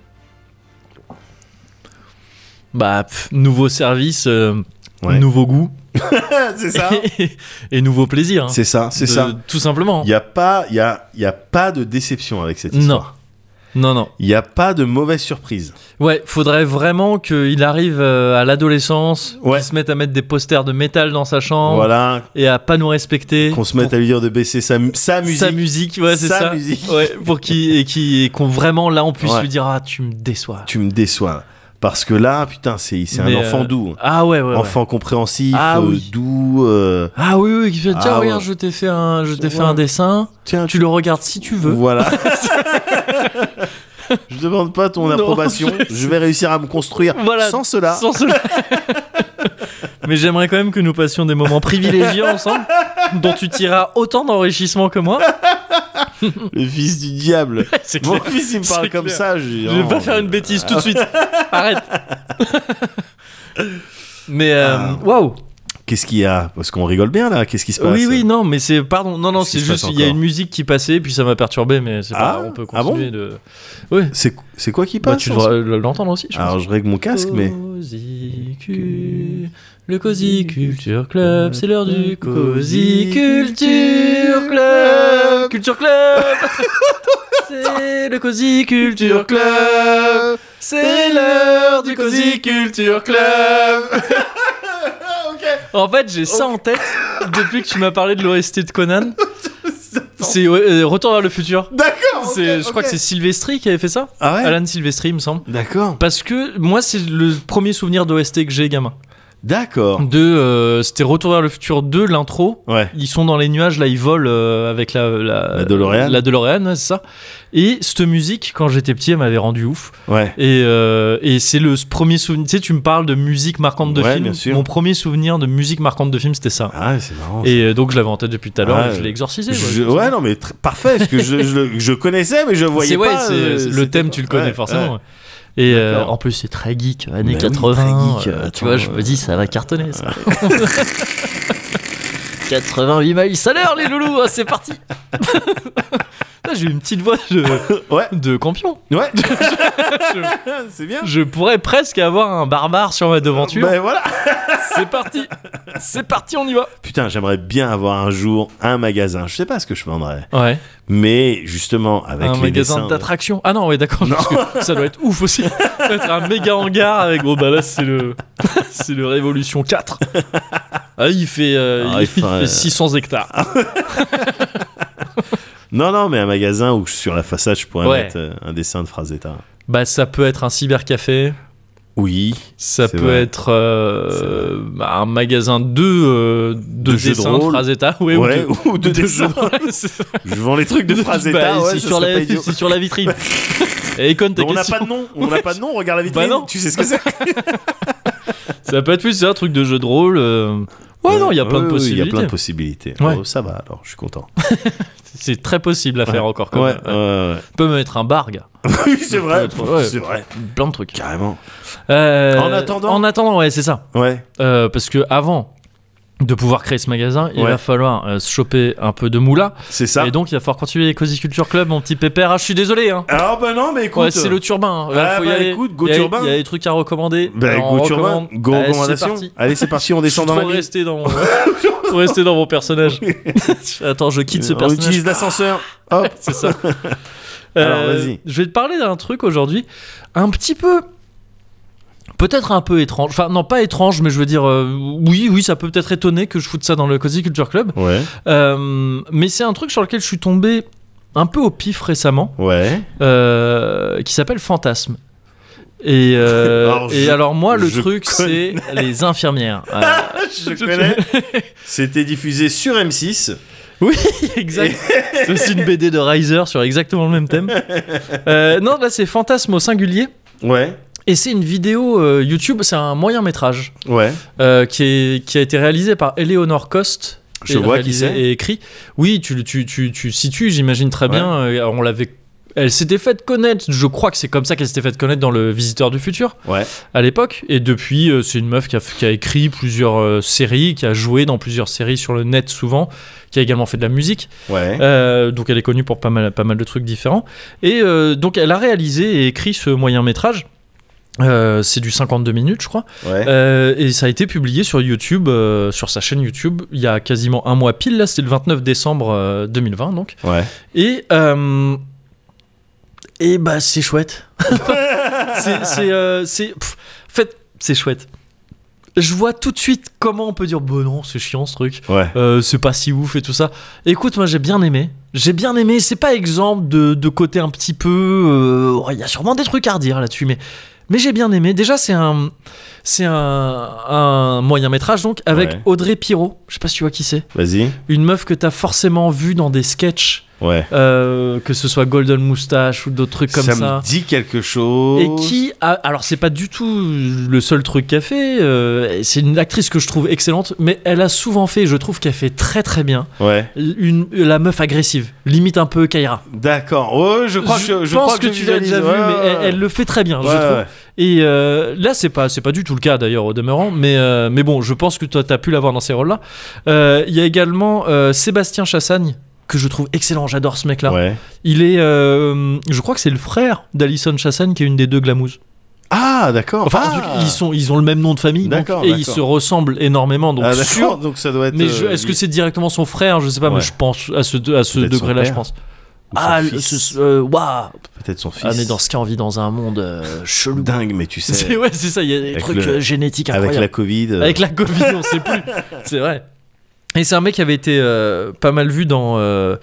Bah, pff, nouveau service, euh, Ouais. nouveau goût c'est ça. et, et nouveau plaisir. hein. C'est ça, c'est De- ça. Tout simplement. Il n'y a, pas- il y a, il y a pas de déception avec cette Non. histoire. Non, non. Il n'y a pas de mauvaise surprise. Ouais, faudrait vraiment qu'il arrive euh, à l'adolescence, Ouais. qu'il se mette à mettre des posters de métal dans sa chambre Voilà, et à pas nous respecter. qu'on se mette pour à lui dire de baisser sa, mu- sa musique. sa musique, ouais, c'est Sa ça. musique. Ouais, pour qu'il et qu'il et qu'on vraiment là on puisse Ouais. lui dire ah tu me déçois. Tu me déçois. Parce que là, putain, c'est, c'est un Mais, enfant euh, doux. Ah ouais, ouais, ouais. Enfant compréhensif, Ah euh, oui. doux. euh, Ah oui, oui, qui fait tiens Ah regarde, ouais. je t'ai fait un, je t'ai fait Ouais. un dessin. Tiens, Tu le regardes si tu veux. Voilà. Je demande pas ton Non, approbation. je- Je vais réussir à me construire Voilà. sans cela. Sans cela. Mais j'aimerais quand même que nous passions des moments privilégiés ensemble, dont tu tireras autant d'enrichissement que moi. Le fils du diable. C'est Mon clair. fils, il me parle C'est comme clair. ça. Je vais pas faire une bêtise tout de suite. Arrête. Mais euh, Ah. waouh. Qu'est-ce qu'il y a? Parce qu'on rigole bien là. Qu'est-ce qui se passe? Oui, oui, non, mais c'est pardon, non, non, Qu'est-ce c'est qui se juste passe il y a encore une musique qui passait, puis ça m'a perturbé, mais c'est pas, Ah, on peut ah bon continuer de. Oui. C'est, c'est quoi qui Bah, passe? tu devrais l'entendre aussi. Je Alors pense. je règle mon casque, mais. Cozy Cu- Le Cozy Culture Club, c'est l'heure du Cozy Culture Club. Culture Club. C'est le Cozy Culture Club. C'est l'heure du Cozy Culture Club. En fait, j'ai ça en tête depuis que tu m'as parlé de l'O S T de Conan. C'est euh, Retour vers le futur. D'accord. ok, C'est, je crois ok. que c'est Silvestri qui avait fait ça. Ah ouais. Alan Silvestri, il me semble. D'accord. Parce que moi, c'est le premier souvenir d'O S T que j'ai gamin. D'accord. De, euh, c'était Retour vers le futur deux, l'intro. Ouais. Ils sont dans les nuages, là, ils volent euh, avec la, la, La DeLorean. La DeLorean, ouais, c'est ça. Et cette musique, quand j'étais petit, elle m'avait rendu ouf. Ouais. Et, euh, et c'est le premier souvenir. Tu sais, tu me parles de musique marquante de Ouais, film. bien sûr. Mon premier souvenir de musique marquante de film, c'était ça. Ah, c'est marrant. ça. Et euh, donc, je l'avais en tête depuis tout à l'heure Ah, et je l'ai exorcisé. Je- ouais. ouais, non, mais tr- parfait, parce que je, je, je connaissais, mais je voyais C'est, ouais, pas. c'est- euh, c'est- le c'était thème, pas- tu le connais ouais, forcément. ouais. ouais. Et euh, D'accord. en plus, c'est très geek, années Bah oui, quatre-vingts. très geek, euh, attends, tu vois, je me euh, dis, ça va cartonner ça. quatre-vingt-huit miles à l'heure, les loulous, ah, c'est parti. Là, j'ai une petite voix de, Ouais, de campion. ouais. C'est bien. Je pourrais presque avoir un barbare sur ma devanture. Ben voilà. C'est parti. C'est parti, on y va. Putain, j'aimerais bien avoir un jour un magasin. Je sais pas ce que je vendrais, Ouais. mais justement avec un les magasin dessins. d'attractions. Ah non, ouais, d'accord. parce que ça doit être ouf aussi. Ça doit être un méga hangar avec. Bon, bah là, c'est le. C'est le Révolution quatre. Ah, il fait, euh, Ah, il, il fait, il euh, fait six cents hectares. Non, non, mais un magasin où sur la façade je pourrais Ouais. mettre euh, un dessin de Frazetta. Bah, ça peut être un cybercafé. Oui. Ça C'est peut vrai. être euh, bah, un magasin de, euh, de, De jeux de dessins de, rôle. Frazetta. Ouais, Ouais, ou ou de de dessins. jeux- ouais, c'est- Je vends les trucs de Frazetta. Bah, ouais, c'est, ça sur serait la, pas idiot. c'est sur la vitrine. Et Econ, ta Mais on n'a question. pas de nom. On n'a pas de nom. Regarde la vitrine. Bah non. Tu sais ce que c'est. Ça peut être plus c'est un truc de jeu de rôle. euh. Ouais, non, il y a plein de Ouais, ouais, Il y possibilités. a plein de possibilités. Ouais. Oh, ça va alors. Je suis content. C'est très possible à faire Ouais. encore. Comme Ouais, ouais. ouais, On peut mettre un bar, gars. ouais. Oui, c'est vrai. Ouais. C'est vrai. Plein de trucs. Carrément. Euh, En attendant. En attendant, ouais, c'est ça. Ouais. Euh, parce que avant de pouvoir créer ce magasin, il Ouais. va falloir euh, se choper un peu de moula. C'est ça. Et donc, il va falloir continuer les Cozy Culture Club, mon petit pépère. Ah, je suis désolé. Hein. Alors bah non, mais écoute. Ouais, c'est le turbin. hein. Là, Ah, faut y bah, aller. écoute, go Il y a- turbin. Il y a des trucs à recommander. Bah, Alors, on go turbin. recommande. Go Allez, recommandation. c'est parti. Allez, c'est parti. On descend dans Faut la nuit. rester dans, faut rester dans mon personnage. Attends, je quitte ce On personnage. utilise l'ascenseur. Hop. C'est ça. Alors, Euh, vas-y. Je vais te parler d'un truc aujourd'hui, un petit peu. Peut-être un peu étrange. Enfin, non, pas étrange, mais je veux dire, euh, oui, oui, ça peut peut-être étonner que je foute ça dans le Cozy Culture Club. Ouais. Euh, mais c'est un truc sur lequel je suis tombé un peu au pif récemment, Ouais. euh, qui s'appelle Fantasme. Et, euh, Alors, et je- alors, moi, le je truc, c'est les infirmières. Euh, Je connais. C'était diffusé sur M six. Oui, exact. C'est aussi une B D de Riser sur exactement le même thème. Euh, non, là, c'est Fantasme au singulier. Ouais. Et c'est une vidéo euh, YouTube, c'est un moyen métrage Ouais. euh, qui, est, qui a été réalisé par Eleanor Cost. Je et vois qui réalisé c'est. Et écrit. Oui, tu, tu, tu, tu situes, j'imagine très bien. Euh, on l'avait. Elle s'était faite connaître, je crois que c'est comme ça qu'elle s'était faite connaître dans Le Visiteur du Futur Ouais. à l'époque. Et depuis, euh, c'est une meuf qui a, qui a écrit plusieurs euh, séries, qui a joué dans plusieurs séries sur le net souvent, qui a également fait de la musique. Ouais. Euh, donc elle est connue pour pas mal, pas mal de trucs différents. Et euh, donc elle a réalisé et écrit ce moyen métrage. Euh, c'est du cinquante-deux minutes, je crois. Ouais. Euh, et ça a été publié sur YouTube, euh, sur sa chaîne YouTube, il y a quasiment un mois pile. Là, c'était le vingt-neuf décembre euh, deux mille vingt, donc. Ouais. Et, euh, et bah, c'est chouette. c'est, c'est, euh, c'est, pff, en fait, c'est chouette. Je vois tout de suite comment on peut dire, bon non, c'est chiant ce truc. Ouais. Euh, c'est pas si ouf et tout ça. Écoute, moi j'ai bien aimé. J'ai bien aimé. C'est pas exemple de, de côté un petit peu. euh, Il y a sûrement des trucs à redire là-dessus, mais, mais j'ai bien aimé. Déjà, c'est un, c'est un, un moyen métrage donc avec Ouais. Audrey Pirot. Je sais pas si tu vois qui c'est. Vas-y. Une meuf que t'as forcément vue dans des sketchs, Ouais. euh, que ce soit Golden Moustache ou d'autres trucs comme ça. ça. me dit quelque chose. Et qui a, alors c'est pas du tout le seul truc qu'elle fait, euh, c'est une actrice que je trouve excellente, mais elle a souvent fait, je trouve qu'elle fait très très bien, Ouais. une, la meuf agressive, limite un peu Kaira. D'accord. Ouais, je crois que je, je pense crois que, je tu l'as visualise. déjà vu, Ouais, mais ouais, elle, elle le fait très bien, ouais, je trouve. ouais. Et euh, là, c'est pas, c'est pas du tout le cas d'ailleurs au demeurant, mais, euh, mais bon, je pense que toi, t'as pu l'avoir dans ces rôles-là. Euh, Il y a également euh, Sébastien Chassagne, que je trouve excellent, j'adore ce mec-là. Ouais. Il est, euh, je crois que c'est le frère d'Alison Chassagne qui est une des deux glamouzes. Ah, d'accord. Enfin, en ah. tout cas, ils, sont, ils ont le même nom de famille donc- D'accord, et ils d'accord. se ressemblent énormément. Donc, Ah, sûr. d'accord. Donc ça doit être. Mais je- euh, est-ce que lui. c'est directement son frère? Je sais pas, Ouais. mais je pense à ce, à ce Peut-être son degré-là, je père. pense. Ou son Ah, le- fils. ce- euh, waouh! Peut-être son fils. Ah, mais dans ce cas, on vit dans un monde euh, chelou. Dingue, mais tu sais. C'est, ouais, c'est ça, il y a des Avec trucs le- euh, génétiques Avec incroyables. la Covid. euh, Avec la Covid, on sait plus. C'est vrai. Et c'est un mec qui avait été euh, pas mal vu dans, euh,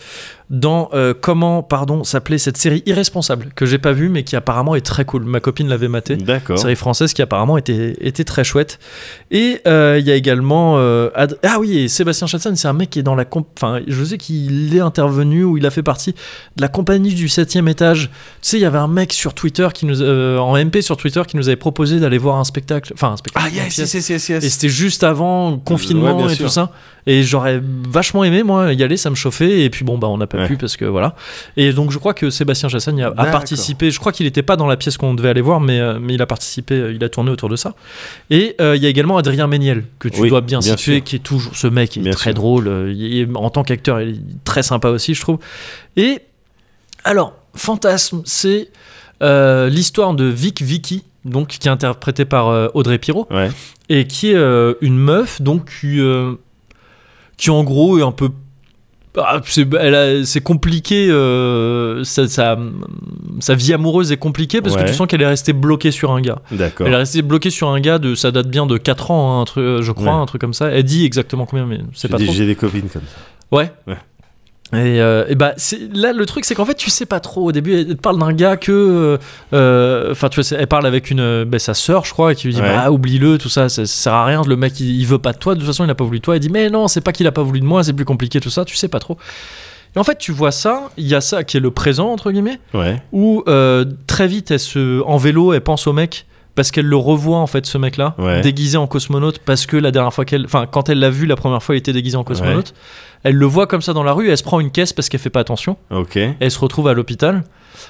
dans euh, comment, pardon, s'appelait cette série Irresponsable, que j'ai pas vue, mais qui apparemment est très cool. Ma copine l'avait matée. D'accord. Série française qui apparemment était, était très chouette. Et euh, il y a également... euh, Ad- ah oui, et Sébastien Chassagne, c'est un mec qui est dans la... Comp- enfin, je sais qu'il est intervenu ou il a fait partie de la compagnie du septième étage. Tu sais, il y avait un mec sur Twitter, qui nous, euh, en M P sur Twitter, qui nous avait proposé d'aller voir un spectacle. Enfin, un spectacle. Ah une yes, pièce. yes, yes, yes. Et c'était juste avant le confinement Ouais, bien et sûr. tout ça. Et j'aurais vachement aimé, moi, y aller, ça me chauffait. Et puis bon, bah, on n'a pas Ouais. pu parce que voilà. Et donc, je crois que Sébastien Chassagne a, a D'accord. participé. Je crois qu'il n'était pas dans la pièce qu'on devait aller voir, mais, euh, mais il a participé, euh, il a tourné autour de ça. Et il euh, y a également Adrien Méniel, que tu Oui, dois bien, bien situer, sûr. qui est toujours ce mec, qui est Bien très sûr. drôle. euh, il est- en tant qu'acteur, il est très sympa aussi, je trouve. Et alors, Fantasme, c'est euh, l'histoire de Vic Vicky, donc, qui est interprétée par euh, Audrey Pirot Ouais. et qui est euh, une meuf donc qui, euh, qui en gros est un peu ah, c'est, elle a- c'est compliqué euh, sa, sa, sa vie amoureuse est compliquée parce Ouais. que tu sens qu'elle est restée bloquée sur un gars. D'accord. Elle est restée bloquée sur un gars de ça date bien de quatre ans hein, un truc, je crois Ouais. un truc comme ça. Elle dit exactement combien mais c'est J'ai pas des- trop. J'ai des copines comme ça. Ouais. Ouais. Et, euh, et bah c'est, là le truc c'est qu'en fait tu sais pas trop au début elle te parle d'un gars que euh, enfin tu vois c'est- elle parle avec une euh, bah, sa sœur je crois qui lui dit Ouais. bah oublie-le tout ça, ça ça sert à rien le mec il, il veut pas de toi de toute façon il a pas voulu de toi. Elle dit mais non c'est pas qu'il a pas voulu de moi c'est plus compliqué tout ça tu sais pas trop. Et en fait tu vois ça il y a ça qui est le présent entre guillemets Ouais. où euh, très vite elle se en vélo elle pense au mec parce qu'elle le revoit en fait ce mec là Ouais. déguisé en cosmonaute parce que la dernière fois qu'elle enfin quand elle l'a vu la première fois il était déguisé en cosmonaute. Elle le voit comme ça dans la rue et elle se prend une caisse parce qu'elle fait pas attention. Ok. Elle se retrouve à l'hôpital.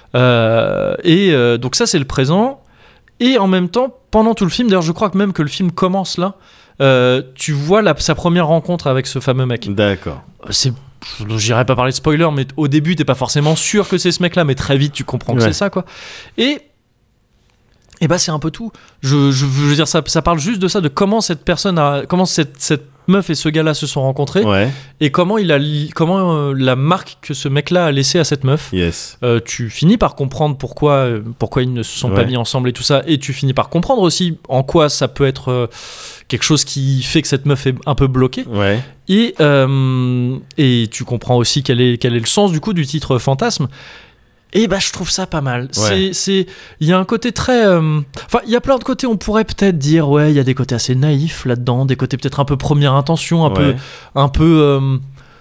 Euh, et euh, donc ça c'est le présent. Et en même temps, pendant tout le film, d'ailleurs je crois que même que le film commence là, euh, tu vois la- sa première rencontre avec ce fameux mec. D'accord. C'est, j'irai pas parler de spoiler, mais au début t'es pas forcément sûr que c'est ce mec là, mais très vite tu comprends que Ouais. c'est ça quoi. Et et bah c'est un peu tout. Je, je veux dire ça, ça parle juste de ça, de comment cette personne a, comment cette, cette meuf et ce gars-là se sont rencontrés Ouais. et comment il a, li- comment euh, la marque que ce mec-là a laissé à cette meuf. Yes. Euh, tu finis par comprendre pourquoi, euh, pourquoi ils ne se sont pas Ouais. mis ensemble et tout ça, et tu finis par comprendre aussi en quoi ça peut être euh, quelque chose qui fait que cette meuf est un peu bloquée. Ouais. Et, euh, et tu comprends aussi quel est, quel est le sens du coup du titre Fantasme. Et bah je trouve ça pas mal. C'est, c'est, il y a un côté très, euh, enfin il y a plein de côtés. On pourrait peut-être dire ouais, il y a des côtés assez naïfs là-dedans, des côtés peut-être un peu première intention, un peu, Ouais. un peu euh,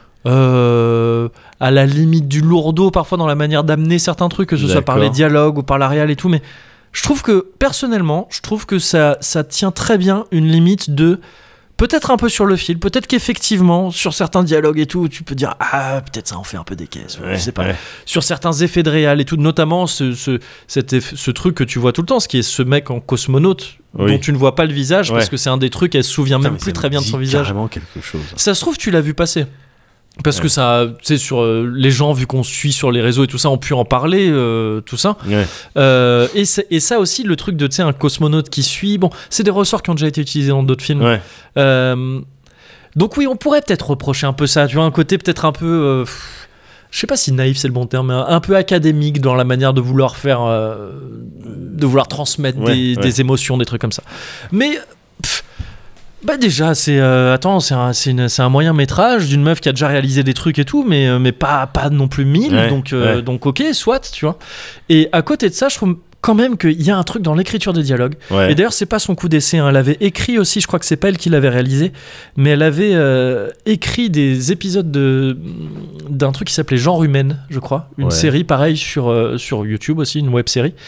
euh, à la limite du lourdeau parfois dans la manière d'amener certains trucs, que ce soit par D'accord. les dialogues ou par la réal et tout. Mais je trouve que personnellement, je trouve que ça, ça tient très bien une limite de peut-être un peu sur le fil, peut-être qu'effectivement sur certains dialogues et tout, tu peux dire ah peut-être ça en fait un peu des caisses, Ouais, je sais pas. ouais. Sur certains effets de réal et tout, notamment ce, ce, cet eff- ce truc que tu vois tout le temps, ce qui est ce mec en cosmonaute Oui. dont tu ne vois pas le visage parce Ouais. que c'est un des trucs, elle se souvient Putain, même mais plus ça très me bien de dit son visage. Carrément quelque chose. Ça se trouve, tu l'as vu passer. Parce Ouais. que ça, tu sais, sur euh, les gens, vu qu'on suit sur les réseaux et tout ça, ont pu en parler, euh, tout ça. Ouais. Euh, et, c'est- et ça aussi, le truc de, tu sais, un cosmonaute qui suit, bon, c'est des ressorts qui ont déjà été utilisés dans d'autres films. Ouais. Euh, donc oui, on pourrait peut-être reprocher un peu ça, tu vois, un côté peut-être un peu... euh, pff, je sais pas si naïf c'est le bon terme, mais un, un peu académique dans la manière de vouloir faire... euh, de vouloir transmettre Ouais, des, ouais. des émotions, des trucs comme ça. Mais... pff, bah déjà, c'est euh, attends, c'est un, c'est, une- c'est un moyen métrage d'une meuf qui a déjà réalisé des trucs et tout, mais, euh, mais pas, pas non plus mille, Ouais, donc, euh, ouais. donc ok, soit, tu vois. Et à côté de ça, je trouve quand même qu'il y a un truc dans l'écriture des dialogues. Ouais. Et d'ailleurs, c'est pas son coup d'essai, hein. Elle avait écrit aussi, je crois que c'est pas elle qui l'avait réalisé, mais elle avait euh, écrit des épisodes de, d'un truc qui s'appelait Genre Humaine, je crois. Une Ouais. série pareil sur, euh, sur YouTube aussi, une web série.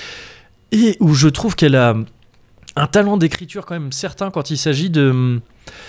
Et où je trouve qu'elle a un talent d'écriture quand même certain quand il s'agit de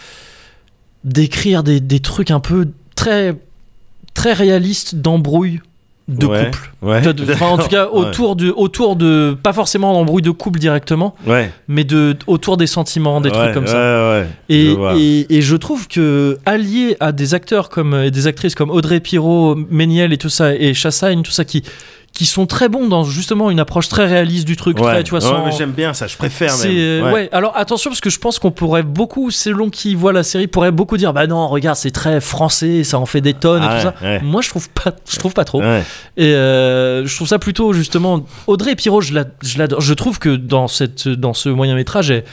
d'écrire des, des trucs un peu très très réalistes d'embrouilles de Ouais. couple. Ouais. De- de- enfin, en tout cas D'accord. autour de autour de pas forcément d'embrouilles de couple directement, Ouais. mais de autour des sentiments, des Ouais, trucs comme ça. Ouais, ouais. Et, Je vois. et, et je trouve que allié à des acteurs comme et des actrices comme Audrey Pirot, Méniel et tout ça et Chassagne, tout ça qui qui sont très bons dans justement une approche très réaliste du truc, Ouais. très, tu vois, Ouais, sans- mais j'aime bien ça, je préfère c'est, même. euh, ouais. Alors attention parce que je pense qu'on pourrait beaucoup, selon qui voit la série, pourrait beaucoup dire bah non regarde c'est très français, ça en fait des tonnes Ah et tout ouais, ça. ouais. Moi je trouve pas, je trouve pas trop. Ouais. Et euh, je trouve ça plutôt justement Audrey Pirot, je, la, je l'adore. Je trouve que dans cette dans ce moyen métrage elle,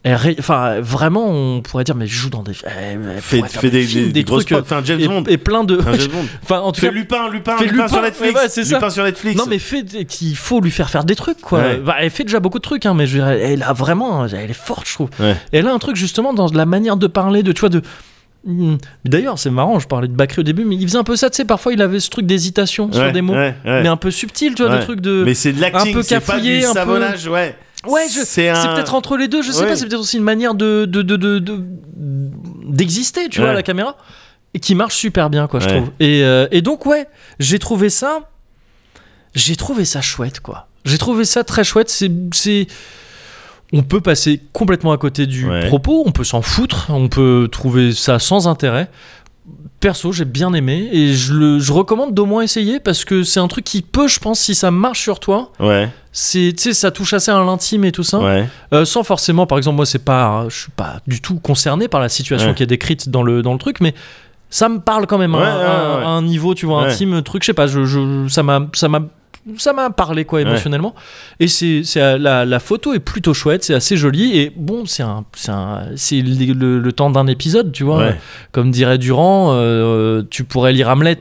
elle ré- enfin vraiment on pourrait dire mais joue dans des elle, elle Fait, pourrait faire fait des, des, films, des, des grosses trucs prods. Fait un James et, Bond. et plein de Un James Bond. enfin en tout Fait cas Lupin, Lupin, fait Lupin, Lupin, sur Netflix. ouais, ouais, c'est ça. Lupin sur Netflix. non mais fait qu'il faut lui faire faire des trucs quoi. Ouais. Bah, elle fait déjà beaucoup de trucs hein, mais je veux dire, elle, elle a vraiment elle est forte je trouve. Ouais. Et elle a un truc justement dans la manière de parler de tu vois de Hmm. D'ailleurs, c'est marrant, je parlais de Bakri au début, mais il faisait un peu ça, tu sais, parfois il avait ce truc d'hésitation sur Ouais, des mots, ouais, ouais. mais un peu subtil, tu vois, Ouais. des trucs de. Mais c'est de l'acting, un peu c'est pas cafouillé, du un peu- savonnage, ouais. Ouais, je- c'est c'est un... peut-être entre les deux, je sais Ouais. pas, c'est peut-être aussi une manière de, de, de, de, de- d'exister, tu vois, à Ouais. la caméra, et qui marche super bien, quoi, je Ouais. trouve. Et, euh, et donc, ouais, j'ai trouvé ça, j'ai trouvé ça chouette, quoi. J'ai trouvé ça très chouette, c'est. c'est... On peut passer complètement à côté du Ouais. propos, on peut s'en foutre, on peut trouver ça sans intérêt. Perso, j'ai bien aimé et je, le, je recommande d'au moins essayer parce que c'est un truc qui peut, je pense, si ça marche sur toi, Ouais, c'est, tu sais, ça touche assez à l'intime et tout ça. ouais. Euh, sans forcément, par exemple, moi, c'est pas, je suis pas du tout concerné par la situation Ouais. qui est décrite dans le, dans le truc, mais ça me parle quand même à, Ouais, un- ouais, à- ouais. à un niveau, tu vois, Ouais. intime, truc, je sais pas, je, je, ça m'a, ça m'a, ça m'a parlé quoi émotionnellement. Et c'est, c'est la, la photo est plutôt chouette, c'est assez joli et bon, c'est un, c'est un, c'est le, le- le temps d'un épisode, tu vois. Ouais. Comme dirait Durand, euh, tu pourrais lire Hamlet.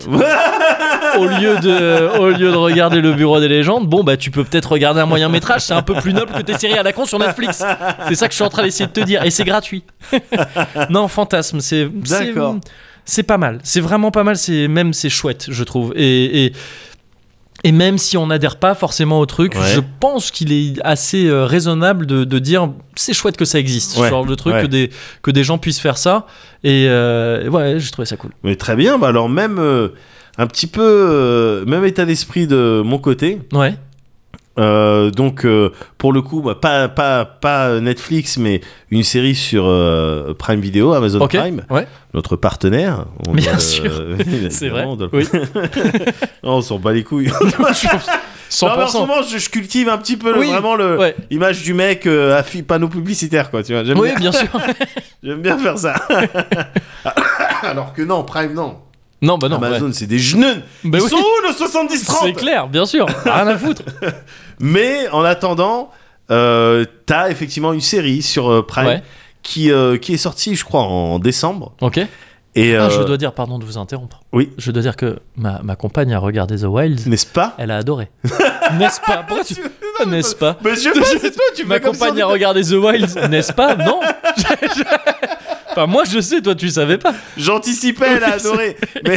Au lieu, de, au lieu de regarder le Bureau des légendes, bon bah tu peux peut-être regarder un moyen métrage, c'est un peu plus noble que tes séries à la con sur Netflix. C'est ça que je suis en train d'essayer de te dire, et c'est gratuit. Non, Fantasme, c'est, c'est, D'accord. c'est pas mal, c'est vraiment pas mal, c'est, même c'est chouette, je trouve. Et, et, et même si on n'adhère pas forcément au truc, Ouais. je pense qu'il est assez euh, raisonnable de, de dire c'est chouette que ça existe, Ouais, ce genre de truc, ouais. que, des, que des gens puissent faire ça. Et euh, ouais, j'ai trouvé ça cool. Mais très bien, bah alors même euh, un petit peu, euh, même état d'esprit de mon côté. Ouais, Euh, donc euh, pour le coup, bah, pas, pas, pas Netflix, mais une série sur euh, Prime Video, Amazon ok, Prime, ouais. notre partenaire. On Bien doit le- sûr. C'est vrai. on doit le- Oui. Non, on s'en bat les couilles. cent Non, mais en pour ce cent. moment, je, je cultive un petit peu le- Oui, vraiment le ouais. image du mec euh, à fi- panneau publicitaire, quoi. Tu vois, j'aime Oui, bien, bien sûr. j'aime bien faire ça. Alors que non, Prime non. Non, bah non. Amazon, ouais. c'est des jeunes. Bah Ils oui. sont où le soixante-dix trente? C'est clair, bien sûr. Rien à foutre. Mais en attendant, euh, t'as effectivement une série sur euh, Prime Ouais. qui, euh, qui est sortie, je crois, en décembre. Ok. Et Ah, euh, je dois dire, pardon de vous interrompre. Oui. Je dois dire que ma, ma compagne a regardé The Wilds. n'est-ce pas? Elle a adoré. N'est-ce pas? Pourquoi tu... Non, mais N'est-ce pas? Mais je sais pas, c'est toi, tu Ma fais comme ça. compagne a regardé The Wilds. N'est-ce pas? Non. Enfin, moi, je sais, toi, tu savais pas. J'anticipais, elle a adoré. Mais...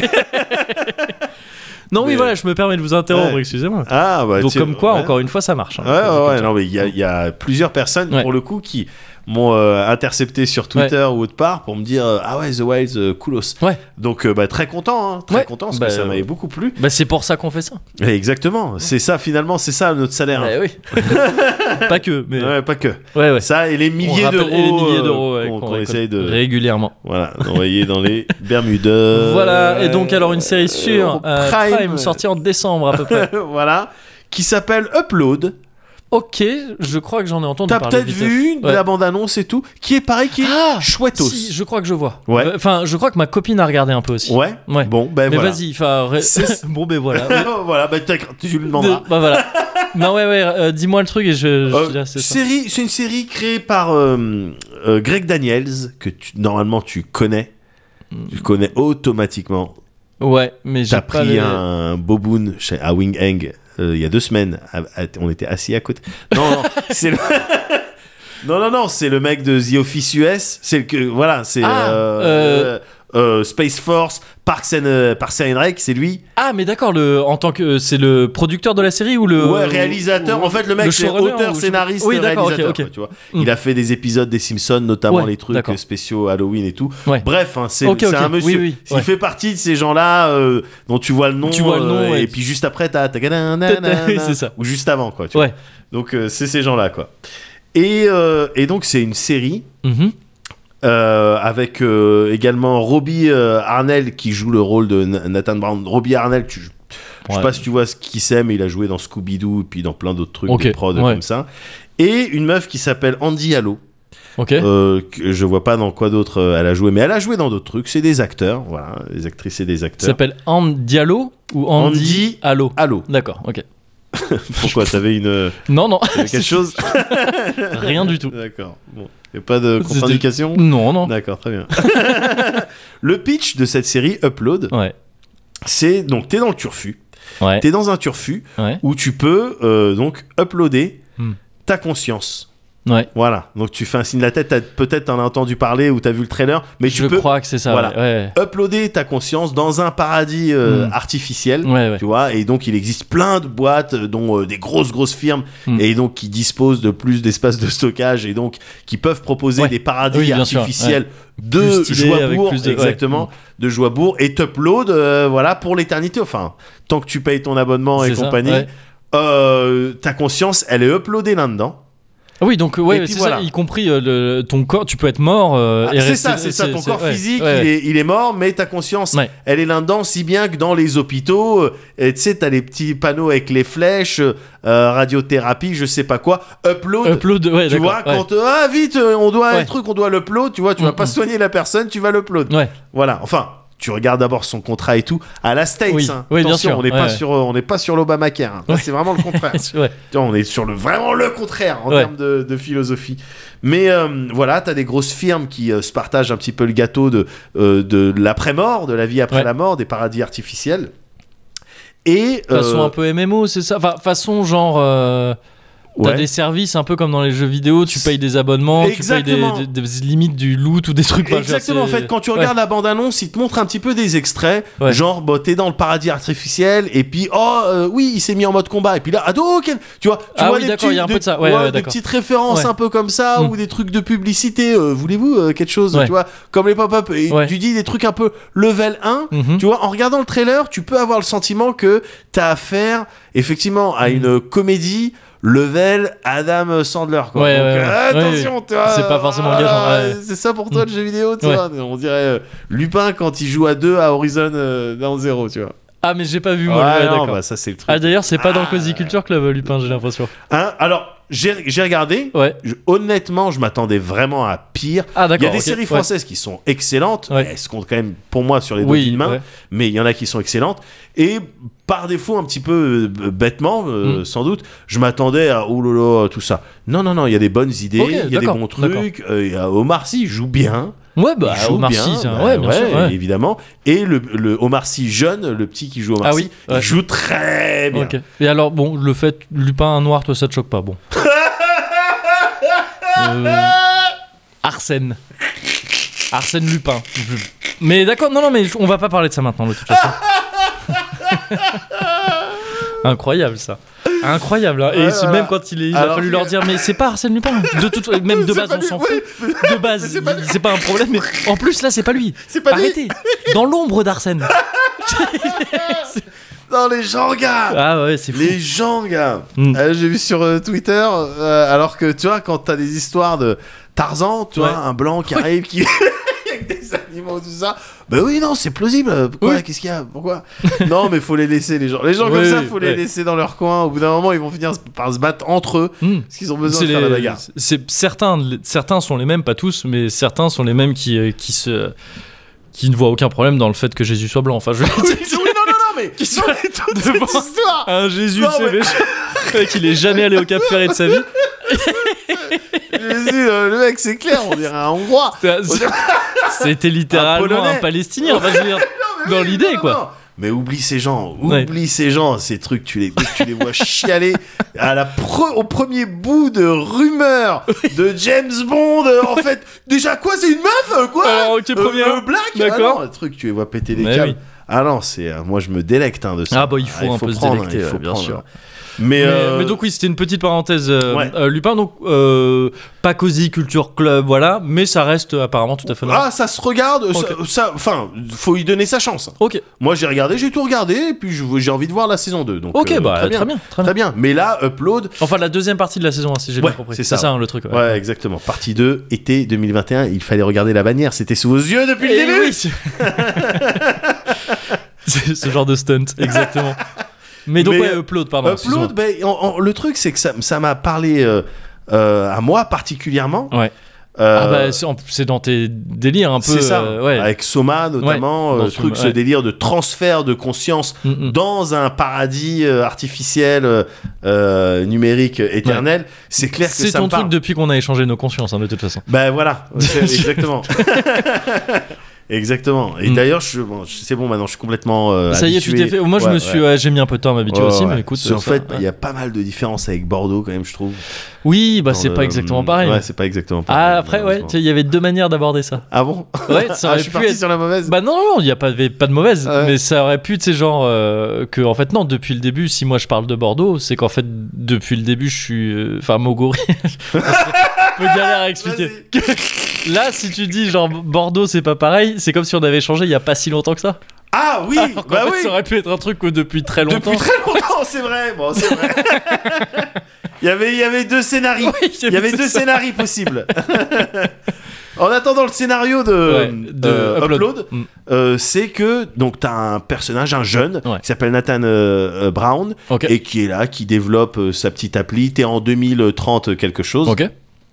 Non, oui, Mais- voilà, je me permets de vous interrompre, Ouais. excusez-moi. Ah, bah, Donc, tu- comme quoi, ouais. encore une fois, ça marche. hein. Ouais, ouais, Comme ouais, ça. non, mais il y a, il y a plusieurs personnes, Ouais. pour le coup, qui m'ont euh, intercepté sur Twitter ou autre part pour me dire euh, ah ouais, The Wilds, euh, coolos. Ouais. Donc, euh, bah, très content, hein, très Ouais. content, parce Bah, que ça euh, m'avait beaucoup plu. Bah, c'est pour ça qu'on fait ça. Et exactement, c'est ça, finalement, c'est ça notre salaire. Ouais, oui. Pas que, mais. Ouais, pas que. Ouais, ouais. Ça et les On milliers rappelle- d'euros, et les milliers euh, d'euros ouais, qu'on, qu'on qu'on récolte essaye de régulièrement. voilà, d'envoyer dans les Bermudes. Voilà, et donc alors une série sur euh, Prime, Prime, sortie en décembre à peu près. voilà, qui s'appelle Upload. Ok, je crois que j'en ai entendu T'as parler. peut-être vite vu fait. Ouais. la bande-annonce et tout, qui est pareil, qui est Ah, chouettos. Si, je crois que je vois. Ouais. Euh, Enfin, je crois que ma copine a regardé un peu aussi. Ouais. Ouais. Bon, ben Mais voilà. vas-y, enfin. ré- C'est- bon, ben voilà. Ouais. voilà, bah, t'as- tu lui demanderas. De- bah voilà. Non, ouais, ouais, euh, dis-moi le truc et je. je Euh, te dirai, c'est ça. série, c'est une série créée par euh, euh, Greg Daniels, que tu- normalement tu connais. Tu connais automatiquement. Ouais, mais j'ai T'as pas pris les- un boboon chez, à Wing Hang euh, il y a deux semaines. À- à- on était assis à côté. Non, non, c'est le. Non, non, non, c'est le mec de The Office U S. C'est le que. Voilà, c'est. Ah, euh, euh, euh, Space Force, Parks and, euh, Parks and Rec, c'est lui. Ah, mais d'accord, le en tant que c'est le producteur de la série ou le Ouais, réalisateur. ou- En fait, le mec, le c'est showrunner auteur, ou je- scénariste, Oui, d'accord, ok, réalisateur. ok. quoi, tu vois. Mm. Il a fait des épisodes des Simpsons, notamment Ouais, les trucs d'accord. spéciaux Halloween et tout. Ouais. Bref, hein, c'est Ok, c'est ok, un monsieur. oui, oui, Il ouais. fait partie de ces gens-là euh, dont tu vois le nom. Tu vois le nom, euh, ouais. et puis juste après, t'as. t'as- Oui, c'est ça. Ou juste avant, quoi. Tu vois. Ouais. Donc, euh, c'est ces gens-là, quoi. Et, euh, et donc, c'est une série. Mhm. Euh, avec euh, également Robbie euh, Arnell qui joue le rôle de Na- Nathan Brown. Robbie Arnell, tu, je sais Ouais. pas si tu vois ce qui c'est, mais il a joué dans Scooby-Doo et puis dans plein d'autres trucs Ok, de prod ouais. comme ça. Et une meuf qui s'appelle Andy Allo, Ok. euh, que je vois pas dans quoi d'autre euh, elle a joué, mais elle a joué dans d'autres trucs. C'est des acteurs, voilà, des actrices et des Ça acteurs. s'appelle Anne Diallo ou Andy, Andy Allo. Allo. D'accord, ok. Pourquoi t'avais une euh, Non, non, t'avais quelque chose? rien du tout. D'accord. Bon. Y a pas de C'était- contre-indication. Non, non. D'accord, très bien. Le pitch de cette série Upload, Ouais. c'est donc t'es dans le turfu, Ouais. t'es dans un turfu Ouais. où tu peux euh, donc uploader Hmm. ta conscience. Ouais. Voilà, donc tu fais un signe de la tête, t'as- peut-être t'en as entendu parler ou t'as vu le trailer, mais tu Je peux crois que c'est ça. voilà. Ouais. Ouais. uploader ta conscience dans un paradis euh, Mm. artificiel. Ouais, ouais. Tu vois, et donc il existe plein de boîtes, euh, dont euh, des grosses grosses firmes, Mm. et donc qui disposent de plus d'espace de stockage, et donc qui peuvent proposer Ouais. des paradis Oui, bien sûr, artificiels Plus de stylé, avec Joibourg, plus de- exactement, ouais. de Joibourg, et t'upload, euh, voilà, pour l'éternité. Enfin, tant que tu payes ton abonnement et C'est ça, compagnie, ouais. euh, ta conscience, elle est uploadée là-dedans. Ah oui, donc ouais, Et puis c'est voilà. ça, y compris euh, le, ton corps, tu peux être mort. euh, Ah, et c'est rester- ça, c'est ça. Ton corps ouais, physique, ouais, il, est, il est mort, mais ta conscience, Ouais. elle est là-dedans, si bien que dans les hôpitaux, euh, et tu sais, t'as les petits panneaux avec les flèches, euh, radiothérapie, je sais pas quoi, upload. Upload, ouais, tu d'accord. vois, ouais. quand euh, ah vite, euh, on doit Ouais. un truc, on doit l'upload, tu vois, tu vas Mm, pas mm. soigner la personne, tu vas l'upload. Ouais. Voilà. Enfin, tu regardes d'abord son contrat et tout à la States. Oui. Hein. Oui, bien Attention, sûr. on n'est Ouais, pas ouais. sur, euh, on n'est pas sur l'Obamacare. Hein. Là, Ouais. c'est vraiment le contraire. ouais. Tu vois, on est sur le vraiment le contraire en Ouais. termes de, de philosophie. Mais euh, voilà, t'as des grosses firmes qui euh, se partagent un petit peu le gâteau de, euh, de l'après-mort, de la vie après Ouais. la mort, des paradis artificiels. Et Façon euh, un peu M M O, c'est ça. Enfin, façon genre. euh, T'as ouais. des services un peu comme dans les jeux vidéo, tu payes des abonnements, Exactement. tu payes des, des- des limites du loot ou des trucs. enfin, je veux dire, Exactement, en c'est- fait, quand tu Ouais. regardes la bande-annonce, il te montre un petit peu des extraits, Ouais. genre, bah, t'es dans le paradis artificiel, et puis, oh, euh, oui, il s'est mis en mode combat, et puis là, ah, ok, tu vois, tu Ah vois oui, des, d'accord, petits- il y a un des- peu de ça. Ouais, ouais, des d'accord. petites références Ouais. un peu comme ça, Mm. ou des trucs de publicité, euh, voulez-vous euh, quelque chose, Ouais. tu vois, comme les pop-up, et Ouais. tu dis des trucs un peu level un, Mhm. tu vois, en regardant le trailer, tu peux avoir le sentiment que t'as affaire, effectivement, à Mm. une comédie level Adam Sandler, quoi. Ouais, Donc, ouais, ouais. euh, attention, tu vois, C'est pas forcément ah, engageant, ouais. C'est ça pour toi le jeu vidéo, tu Ouais. vois. On dirait euh, Lupin quand il joue à deux à Horizon euh, Down Zero, tu vois. Ah, mais j'ai pas vu moi. Ouais, ouais, non, d'accord. bah, ça c'est le truc. Ah, d'ailleurs, c'est pas dans le Ah. Cozy Culture Club, Lupin, j'ai l'impression. Hein, alors, j'ai j'ai regardé. Ouais. Je- honnêtement, je m'attendais vraiment à pire. Ah, Il y d'accord. a des ok, séries ouais. françaises qui sont excellentes. Ouais. Elles se comptent quand même pour moi sur les doigts Oui, d'une main. ouais. Mais il y en a qui sont excellentes. Et par défaut, un petit peu euh, bêtement, euh, Mm. sans doute, je m'attendais à oh là là, tout ça. Non, non, non, il y a des bonnes idées, Ok, il y a des d'accord, bons trucs. euh, il y a Omar Sy joue bien. Ouais, bah, il joue Omar bien, Sy, c'est un- bah, ouais, bien sûr. ouais. évidemment. Et le, le Omar Sy jeune, le petit qui joue Omar Ah Sy, oui, ouais. il joue très bien. Ok. Et alors, bon, le fait Lupin noir, toi, ça te choque pas, bon. Euh, Arsène. Arsène Lupin. Je- Mais d'accord, non, non, mais on va pas parler de ça maintenant, de toute façon. Incroyable ça. Incroyable. Hein. Et Ouais, c'est voilà. même quand il, est, il a Alors fallu que- leur dire, mais c'est pas Arsène Lupin. De toute, même de C'est base, pas on lui, s'en oui, fout. De base, c'est pas il- lui. c'est pas un problème. Mais en plus, là, c'est pas lui. C'est pas lui. Arrêtez. Dans l'ombre d'Arsène. Non, les gens, gars. Ah ouais, c'est fou. Les gens, gars. Mm. Euh, J'ai vu sur euh, Twitter, euh, alors que tu vois, quand t'as des histoires de Tarzan, tu Ouais. vois, un blanc qui arrive, qui. avec des animaux, tout ça. Ben oui, non, c'est plausible. Pourquoi Oui. Qu'est-ce qu'il y a Pourquoi Non, mais faut les laisser, les gens. Les gens comme Oui, ça, faut les ouais. laisser dans leur coin. Au bout d'un moment, ils vont finir par se battre entre eux. Hmm. Parce qu'ils ont besoin C'est de faire les- la bagarre. c'est- certains, certains sont les mêmes, pas tous, mais certains sont les mêmes qui, euh, qui se. Qui ne voient aucun problème dans le fait que Jésus soit blanc. Enfin, je veux Oui, dire, oui, non, non, non, mais. Qui non, soit mais toute devant cette histoire. un Jésus, Non, tu sais, mais- méchant. Le mec, il est jamais allé au Cap Ferré de sa vie. Jésus, euh, le mec, c'est clair, on dirait un Hongrois. C'était littéralement Un un, Polonais. Palestinien. Enfin, je veux dire, dans Oui, l'idée, non, quoi. non. Mais oublie ces gens, Ouais. oublie ces gens, ces trucs, tu les, dès que tu les vois chialer à la pre- au premier bout de rumeur de James Bond. euh, en fait, déjà quoi, c'est une meuf, euh, quoi Alors, ok, première. euh, Black, D'accord. ah non, le truc, tu les vois péter les Mais câbles. oui. Ah non, c'est, euh, moi je me délecte hein, de ça. Ah bah, il faut un peu se prendre, délecter, il faut ouais, bien prendre. sûr. Mais, Mais, euh, mais donc oui, c'était une petite parenthèse euh, Ouais. euh, Lupin, donc euh, pas Cozy Culture Club, voilà, mais ça reste euh, apparemment tout à fait normal. ah, ça se regarde, ça- Ok. ça, enfin, faut y donner sa chance. Ok, Moi j'ai regardé, j'ai tout regardé, et puis je- j'ai envie de voir la saison deux. Donc, ok, euh, bah très bien. très bien, très bien. Très bien. Mais là, Upload, Enfin, la deuxième partie de la saison un, si j'ai Ouais, bien compris. c'est ça. hein, le truc. Ouais, Ouais, exactement. Partie deux, été deux mille vingt et un, il fallait regarder la bannière, c'était sous vos yeux depuis le Eh début. oui, c'est- c'est ce genre de stunt, exactement. Mais donc, Mais, ouais, Upload, pardon. Upload, ben, en- en- le truc, c'est que ça ça m'a parlé euh, euh, à moi particulièrement. Ouais. Euh, Ah bah, c'est, en- c'est dans tes délires un peu. c'est ça, euh, ouais. avec Soma notamment, Ouais, euh, dans truc, ce- ce ouais. délire de transfert de conscience Mm, mm. dans un paradis euh, artificiel euh, euh, numérique euh, éternel. C'est clair que C'est ça ton me parle. truc depuis qu'on a échangé nos consciences, hein, de toute façon. Ben voilà, c'est- exactement. Exactement. Et Mm. d'ailleurs, je, bon, je- c'est bon maintenant, je suis complètement. euh, Ça y est, tu habitué. t'es fait. Moi, je Ouais, me suis. ouais. ouais, j'ai mis un peu de temps à m'habituer Ouais, aussi, ouais. mais écoute. En ça, fait, il ouais. y a pas mal de différences avec Bordeaux quand même, je trouve. Oui, bah Dans c'est le- pas exactement pareil. Ouais, c'est pas exactement pareil. Ah, après, ouais, malheureusement. tu sais, il y avait deux manières d'aborder ça. Ah bon? Ouais, ça Ah, aurait je suis pu parti être. sur la mauvaise. Bah non, non, il n'y a pas, de- pas de mauvaise, Ouais. mais ça aurait pu, tu sais, genre, euh, que, en fait, non, depuis le début, si moi je parle de Bordeaux, c'est qu'en fait, depuis le début, je suis. euh, Enfin, Mogori. C'est un peu galère à expliquer. Là, si tu dis, genre, Bordeaux, c'est pas pareil, c'est comme si on avait changé il y a pas si longtemps que ça. Ah oui, Alors qu'en bah fait, oui. ça aurait pu être un truc que depuis très longtemps. Depuis très longtemps, c'est vrai. Bon, c'est vrai. il y avait, il y avait deux scénarios. Oui, Il y avait c'est deux ça. scénarios possibles. En attendant le scénario de, Ouais, de euh, Upload. Upload, Mm. euh, c'est que donc t'as un personnage, un jeune, Ouais. qui s'appelle Nathan euh, euh, Brown, Ok. et qui est là, qui développe euh, sa petite appli. T'es en deux mille trente quelque chose. Ok.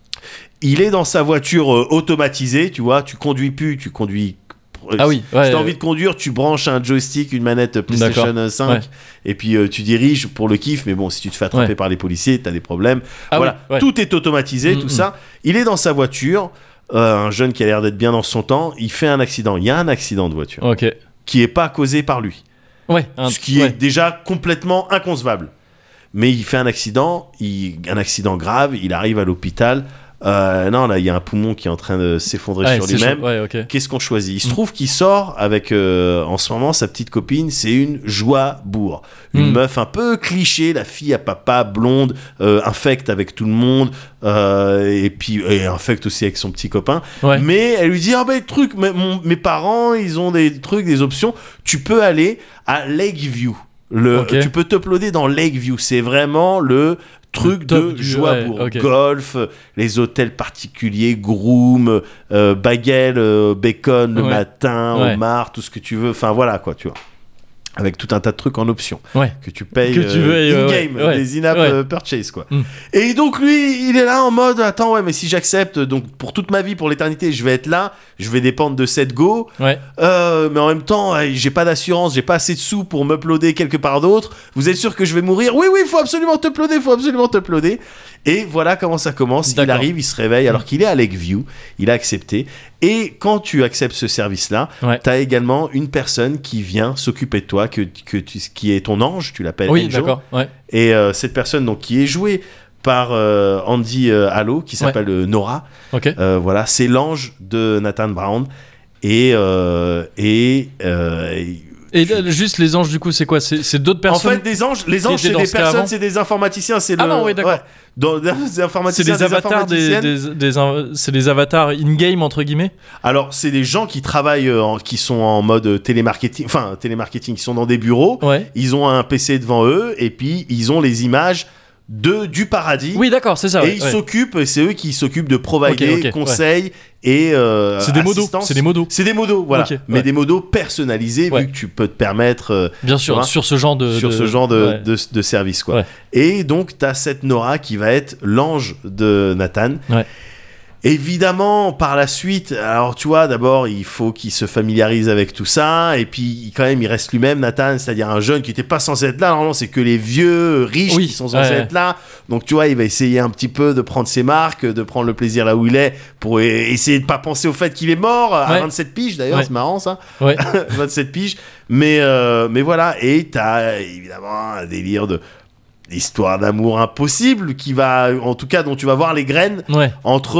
Il est dans sa voiture euh, automatisée, tu vois. Tu conduis plus, tu conduis. euh, Ah oui, Si ouais. t'as envie de conduire, tu branches un joystick, une manette PlayStation D'accord. cinq, Ouais. et puis euh, tu diriges pour le kiff. Mais bon, si tu te fais attraper Ouais. par les policiers, t'as des problèmes. Ah voilà, oui, ouais. tout est automatisé, Mm, tout mm. ça. Il est dans sa voiture, euh, un jeune qui a l'air d'être bien dans son temps. Il fait un accident. Il y a un accident de voiture Ok. qui est pas causé par lui, Ouais. un- ce qui ouais. est déjà complètement inconcevable. Mais il fait un accident, il, un accident grave. Il arrive à l'hôpital. Euh, non, là, il y a un poumon qui est en train de s'effondrer Ouais, sur c'est lui-même. chaud. Ouais, ok. Qu'est-ce qu'on choisit? Il se Mm. trouve qu'il sort avec, euh, en ce moment, sa petite copine, c'est une joie bourre. Une Mm. meuf un peu cliché, la fille à papa, blonde, euh, infecte avec tout le monde, euh, et puis et infecte aussi avec son petit copain. Ouais. Mais elle lui dit, ah ben, truc, mais mon- mes parents, ils ont des trucs, des options. Tu peux aller à Lakeview. Le, Ok. Tu peux t'uploader dans Lakeview. C'est vraiment le truc Le top de du- joie ouais, bourre. ok. Golf, les hôtels particuliers, groom, euh, bagel, euh, bacon le Ouais. matin, Ouais. homard, tout ce que tu veux. Enfin voilà quoi, tu vois. Avec tout un tas de trucs en option Ouais. que tu payes Que tu veux, et, euh, ouais, in-game, ouais, des in-app ouais. euh, purchase quoi. Mm. Et donc lui, il est là en mode attends ouais mais si j'accepte donc pour toute ma vie, pour l'éternité, je vais être là, je vais dépendre de cette go. Ouais. Euh, mais en même temps, euh, j'ai pas d'assurance, j'ai pas assez de sous pour m'uploader quelque part d'autre. Vous êtes sûr que je vais mourir? Oui, oui, il faut absolument t'uploader, il faut absolument t'uploader. Et voilà comment ça commence. Il D'accord. arrive, il se réveille alors qu'il est à Lakeview, il a accepté. Et quand tu acceptes ce service-là, Ouais. t'as également une personne qui vient s'occuper de toi, que, que tu, qui est ton ange, tu l'appelles Oui, Angel. d'accord. Ouais. Et euh, cette personne donc qui est jouée par euh, Andy euh, Allo, qui s'appelle euh, Nora. Ok. Euh, voilà, c'est l'ange de Nathan Brown. Et, euh, et, euh, Et là, juste les anges, du coup, c'est quoi? C'est c'est d'autres en personnes? fait, des anges, les qui anges, étaient c'est dans des ce cas personnes, avant c'est des informaticiens, c'est Ah le. non, oui, d'accord. Dans- des C'est informaticiens, des avatars, des, informaticiennes. des, des in- c'est des avatars in-game, entre guillemets? Alors, c'est des gens qui travaillent, euh, en- qui sont en mode euh, télémarketing, enfin télémarketing, qui sont dans des bureaux. Ouais. Ils ont un P C devant eux et puis ils ont les images de du paradis. Oui, d'accord, c'est ça. et ouais, ils ouais. s'occupent, et c'est eux qui s'occupent de provider Ok, ok, conseils et euh, C'est des modos. assistance. C'est des modos. C'est des modos, voilà. Ok, mais ouais. des modos personnalisés, Ouais. vu que tu peux te permettre euh, Bien tu sûr, vois, sur ce genre de. sur de- ce genre de, ouais. de, de service, quoi. Ouais. Et donc, tu as cette Nora qui va être l'ange de Nathan. Ouais. Évidemment, par la suite, alors tu vois, d'abord, il faut qu'il se familiarise avec tout ça, et puis quand même, il reste lui-même, Nathan, c'est-à-dire un jeune qui n'était pas censé être là. Normalement, c'est que les vieux riches Oui, qui sont censés ouais. être là. Donc, tu vois, il va essayer un petit peu de prendre ses marques, de prendre le plaisir là où il est, pour e- essayer de pas penser au fait qu'il est mort à Ouais. vingt-sept piges, d'ailleurs, Ouais. c'est marrant ça. Ouais. vingt-sept piges. Mais, euh, mais voilà, et t'as évidemment un délire de histoire d'amour impossible qui va, en tout cas, dont tu vas voir les graines Ouais. entre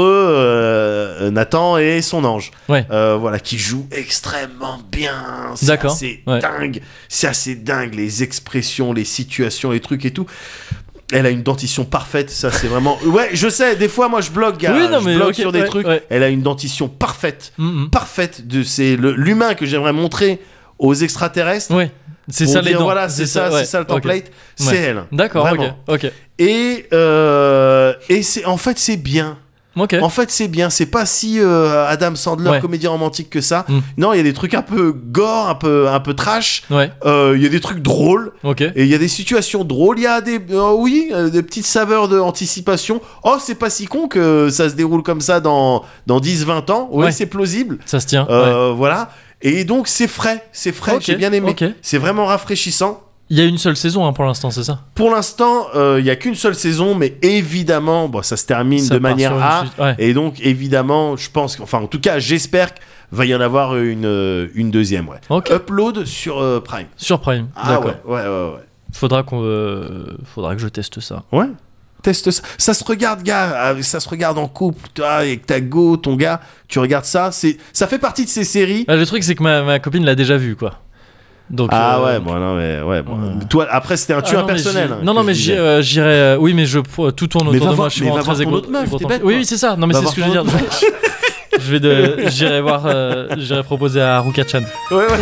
euh, Nathan et son ange. Ouais. Euh, voilà, qui joue extrêmement bien. C'est D'accord. assez Ouais. dingue. C'est assez dingue, les expressions, les situations, les trucs et tout. Elle a une dentition parfaite, ça c'est vraiment. Ouais, je sais, des fois moi je blogue, gars, Oui, non, je mais blogue ok, sur des ouais, trucs. ouais. Elle a une dentition parfaite, Mhm. parfaite de c'est le- l'humain que j'aimerais montrer aux extraterrestres. Ouais. C'est pour ça les dire, dents. voilà, c'est ça, ouais, c'est ça le ok. template, c'est Ouais. elle. D'accord, Vraiment. ok. Ok. Et, euh, et c'est, en fait, c'est bien. Ok. En fait, c'est bien. C'est pas si euh, Adam Sandler, Ouais. comédien romantique que ça. Mm. Non, il y a des trucs un peu gore, un peu, un peu trash. Ouais. Euh, Il y a des trucs drôles. Ok. Et il y a des situations drôles. Il y a des, euh, oui, euh, des petites saveurs d'anticipation. Oh, c'est pas si con que ça se déroule comme ça dans, dans dix vingt ans. Oui, Ouais. c'est plausible. Ça se tient. Ouais. Euh, Voilà. Et donc, c'est frais. C'est frais. Ok, J'ai bien aimé. ok. C'est vraiment rafraîchissant. Il y a une seule saison hein, pour l'instant, c'est ça. Pour l'instant, euh, il y a qu'une seule saison, mais évidemment, bon, ça se termine Ça de part manière sur une A. suite. Ouais. Et donc, évidemment, je pense, enfin, en tout cas, j'espère qu'il va y en avoir une, euh, une deuxième, ouais. Ok. Upload sur euh, Prime. Sur Prime. Ah D'accord. ouais, ouais, ouais, ouais. Faudra qu'on, euh, faudra que je teste ça. Ouais. Teste ça. Ça se regarde, gars. euh, Ça se regarde en couple, toi, avec ta go, ton gars. Tu regardes ça. C'est, ça fait partie de ces séries. Ah, le truc, c'est que ma, ma copine l'a déjà vu, quoi. Donc, Ah euh, ouais, bon, non, mais ouais, bon. Ouais. Toi, après, c'était un ah, tueur non, mais personnel. j'y- hein, non, que non, je mais disais. j'y- euh, j'irai. euh, oui, mais je, tout tourne Mais autour va de voir- moi. Je suis mais vraiment va voir très ton égo- autre meuf, égocentrique. t'es bête, Oui, quoi. oui, c'est ça. Non, mais Va c'est voir ce que je veux ton dire. Je vais de, j'irai voir, euh, j'irai proposer à Ruka-chan. Ouais, ouais.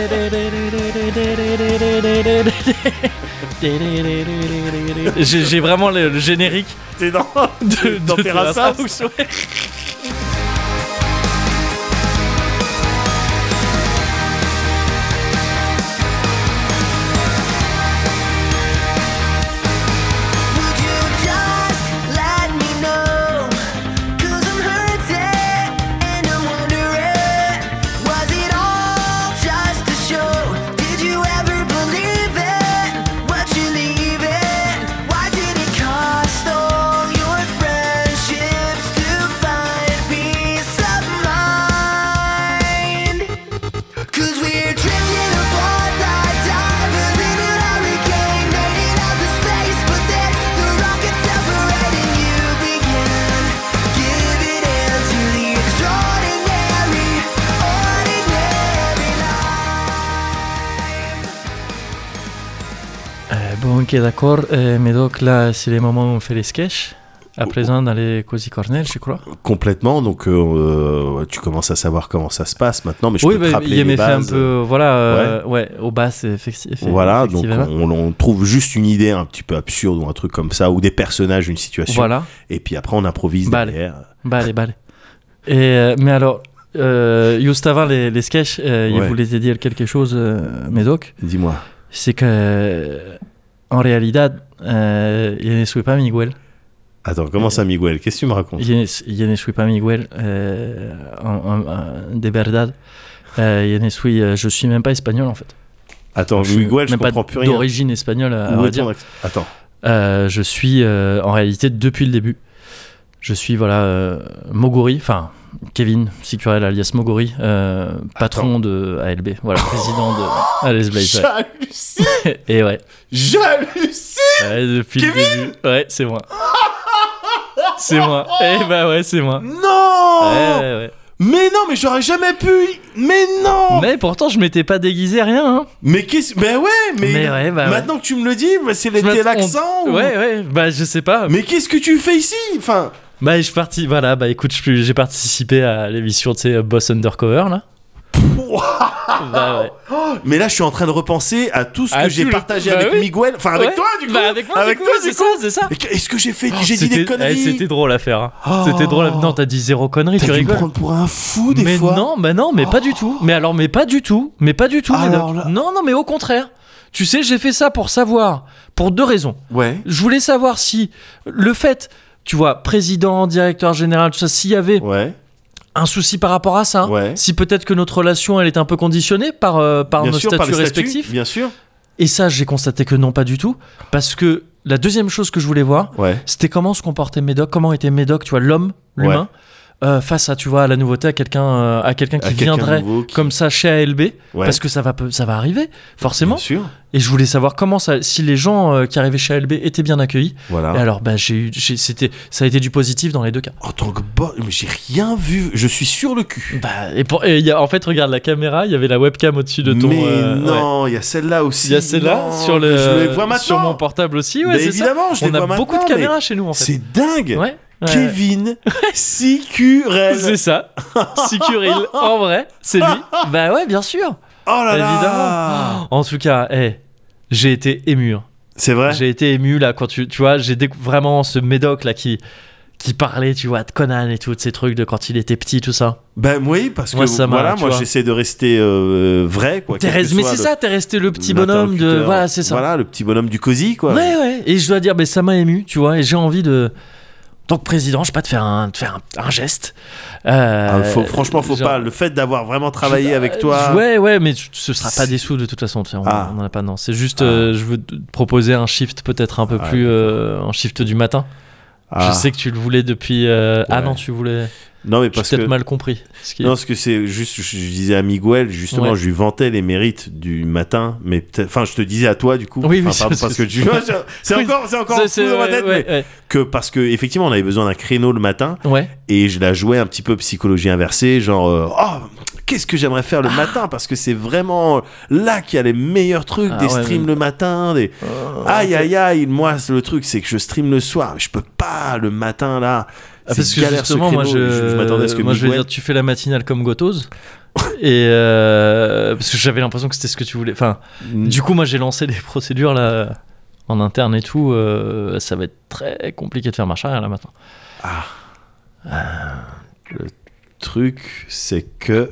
J'ai j'ai vraiment le, le générique T'es dans, de, dans de Terrace Terrace House. House, ouais. Would you just let me know? 'Cause I'm hurting and I'm wondering, was it all just a show? Did you ever believe it? What you leaving? Why did it cost all your friendships to find peace of mind? 'Cause we're drifting apart like divers in a hurricane, made it out to space, but then the rocket separating you began. Giving in to the extraordinary, ordinary life. Euh, bon, ok, d'accord. Euh, mais donc là, c'est les moments où on fait les sketchs. À présent, dans les Cozy Cornell, je crois. Complètement, donc euh, tu commences à savoir comment ça se passe maintenant, mais je oui, peux te bah, rappeler il les m'a fait un bases. peu. Voilà, euh, ouais. au bas, c'est effecti- effe- Voilà, donc effectivement. on, on trouve juste une idée un petit peu absurde ou un truc comme ça, ou des personnages, une situation, Voilà. et puis après on improvise Vale. derrière. Vale, vale. Et, euh, mais alors, euh, juste avant les, les sketchs, euh, il Ouais. voulait te dire quelque chose, euh, Médoc. Dis-moi. C'est que, euh, en réalité, euh, il ne suit pas Miguel. Attends, comment ça, Miguel? Qu'est-ce que tu me racontes? Il ne- il ne suit pas Miguel, euh, en, en- en- de verdad. Euh, il ne suit, euh, je suis même pas espagnol en fait. Attends, Je suis Miguel, je même pas comprends plus rien. d'origine espagnole, à, à Où vrai est ton dire. accent? Attends. Euh, je suis euh, en réalité depuis le début. Je suis voilà euh, Moguri, enfin Kevin Sicurel alias Moguri, euh, patron de A L B, voilà président de Alice Blaze. J'hallucine! Ouais. Et ouais, J'hallucine! ouais, depuis Kevin le début. Ouais, c'est moi. C'est moi. Eh bah ouais, c'est moi. Non! Ouais, ouais, ouais. Mais non, mais j'aurais jamais pu! Mais non! Mais pourtant, je m'étais pas déguisé, rien. Hein. Mais qu'est-ce. Ben ouais, mais. Mais ouais, bah ouais. maintenant que tu me le dis, bah, c'est Je m'attends- l'accent ou- Ouais, ouais, bah je sais pas. Mais qu'est-ce que tu fais ici? Enfin. Bah je suis parti, voilà, bah écoute, je suis- j'ai participé à l'émission, tu sais, Boss Undercover, là. Bah ouais. Mais là, je suis en train de repenser à tout ce que Ah, j'ai tu le- partagé bah avec oui. Miguel. Enfin, avec Ouais. toi, du coup. Bah avec moi, Avec du toi, coup, du c'est ça, c'est ça. Mais Est-ce que j'ai fait. Oh, J'ai dit des c'était- conneries? eh, c'était drôle à faire. hein. Oh. C'était drôle. à- Non, t'as dit zéro connerie, T'as tu dû me rigoles. prendre pour un fou des mais fois. non, mais non, mais pas du tout. Mais alors, mais pas du tout. Mais pas du tout. Alors Médoc. là- Non, non, mais au contraire. Tu sais, j'ai fait ça pour savoir, pour deux raisons. Ouais. Je voulais savoir si le fait, tu vois, président, directeur général, tout ça, s'il y avait Ouais. un souci par rapport à ça, Ouais. si peut-être que notre relation, elle est un peu conditionnée par, euh, par Bien nos sûr, par statuts les statuts, respectifs. bien sûr. Et ça, j'ai constaté que non, pas du tout. Parce que la deuxième chose que je voulais voir, Ouais. c'était comment se comportait Médoc, comment était Médoc, tu vois, l'homme, l'humain, euh, face à, tu vois, à la nouveauté, à quelqu'un, euh, à quelqu'un qui À quelqu'un viendrait nouveau qui- comme ça chez A L B, Ouais. parce que ça va, peu- ça va arriver, forcément. Bien sûr. Et je voulais savoir comment ça, si les gens euh, qui arrivaient chez A L B étaient bien accueillis. Voilà. Et alors, bah, j'ai eu, j'ai- c'était, ça a été du positif dans les deux cas. En tant que boss, mais j'ai rien vu. Je suis sur le cul. Bah, et pour, et il y a, en fait, regarde la caméra, il y avait la webcam au-dessus de ton. mais euh, ouais. non, il y a celle-là aussi. Il y a celle-là Non, sur le, Je les vois maintenant. sur mon portable aussi, ouais, Mais c'est ça. évidemment, je les On a vois beaucoup maintenant, de caméras mais chez nous en fait. C'est dingue. Ouais. ouais. Kevin Sicurel. C'est ça. Sicuril, en vrai, c'est lui. Bah ouais, bien sûr. Oh là là. Évidemment. En tout cas, hey, j'ai été ému. hein. C'est vrai. J'ai été ému là quand tu, tu vois, j'ai décou- vraiment ce Médoc là qui, qui parlait, tu vois, de Conan et tout, de ces trucs de quand il était petit, tout ça. Ben oui, parce que Moi, ça m'a- voilà, tu moi vois. j'essaie de rester euh, vrai, quoi. T'es quel que resté- mais soit c'est le- ça, t'es resté le petit bonhomme de. l'interlocuteur. Voilà, c'est ça. Voilà, le petit bonhomme du cosy, quoi. Ouais, ouais. Et je dois dire, ben, ça m'a ému, tu vois, et j'ai envie de. Donc, président, je sais pas, de faire un, de faire un, un geste. Euh, Ah, faut, franchement, faut genre- pas. Le fait d'avoir vraiment travaillé Je- avec toi. Ouais, ouais, mais tu- ce sera pas C'est- des sous de toute façon. tu sais, On Ah. on en a pas, non. C'est juste, Ah. euh, je veux te proposer un shift peut-être un peu Ah, plus. Euh, un shift du matin. Ah. Je sais que tu le voulais depuis. euh, Ah Ouais. non, tu voulais. Non, mais J'ai parce peut-être que. mal compris. Ce qui est- Non, parce que c'est juste, je, je disais à Miguel, justement, Ouais. je lui vantais les mérites du matin, mais peut-être, enfin, je te disais à toi, du coup, Oui, oui, Enfin, pardon, c'est- parce que tu c'est Oui, encore, c'est encore C'est- flou c'est- dans ma ouais, tête, ouais, mais que parce que effectivement, on avait besoin d'un créneau le matin, ouais. Ouais. et je la jouais un petit peu psychologie inversée, genre, euh, oh, qu'est-ce que j'aimerais faire le Ah. matin, parce que c'est vraiment là qu'il y a les meilleurs trucs, Ah des ouais, streams mais- le matin, des, aïe aïe aïe, moi, c'est le truc, c'est que je stream le soir, mais je peux pas le matin là. Ah, parce C'est que galère, ce justement, moi, créneau, je, je- je m'attendais à ce que moi, je vais Miguel- dire, tu fais la matinale comme Gotos. et euh, parce que j'avais l'impression que c'était ce que tu voulais. Enfin, Mm. du coup, moi, j'ai lancé des procédures là en interne et tout. euh, ça va être très compliqué de faire marche arrière là maintenant. Le truc, c'est que.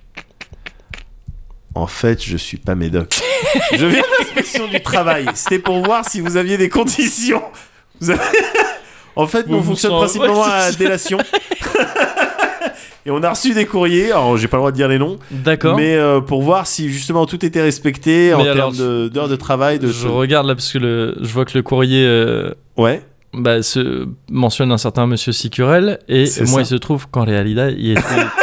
En fait, je suis pas médoc. Je viens de l'inspection du travail. C'était pour voir si vous aviez des conditions. Vous avez- En fait, nous, Vous on vous fonctionne sent- principalement ouais, à la c'est- délation. Et on a reçu des courriers. Alors, j'ai pas le droit de dire les noms. D'accord. Mais euh, pour voir si justement tout était respecté en Mais alors, termes de- d'heures de, travail. De je regarde là parce que le, je vois que le courrier euh, Ouais. bah, se mentionne un certain monsieur Sicurel et C'est moi ça. il se trouve qu'en réalité il est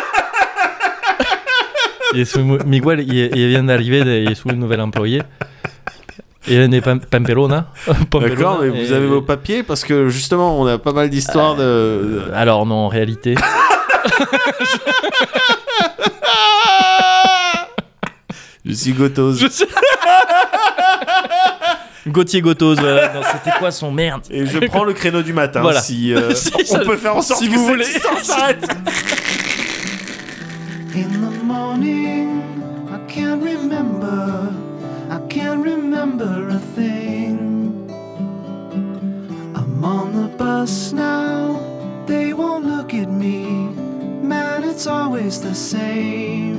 il est sous Miguel il, il vient d'arriver il est sous une nouvelle employée et n'est pas Pampelona. D'accord, mais vous et- avez vos papiers parce que justement, on a pas mal d'histoires de. Euh, alors non en réalité Je suis gotose. je sais Gauthier Gotos voilà. Non, c'était quoi son merde Et je prends le créneau du matin. Voilà. Si, euh, Si, on ça- peut faire en sorte si que vous cette voulez. histoire s'arrête. In the morning, I can't remember, I can't remember a thing. I'm on the bus now, they won't look at me, man, it's always the same.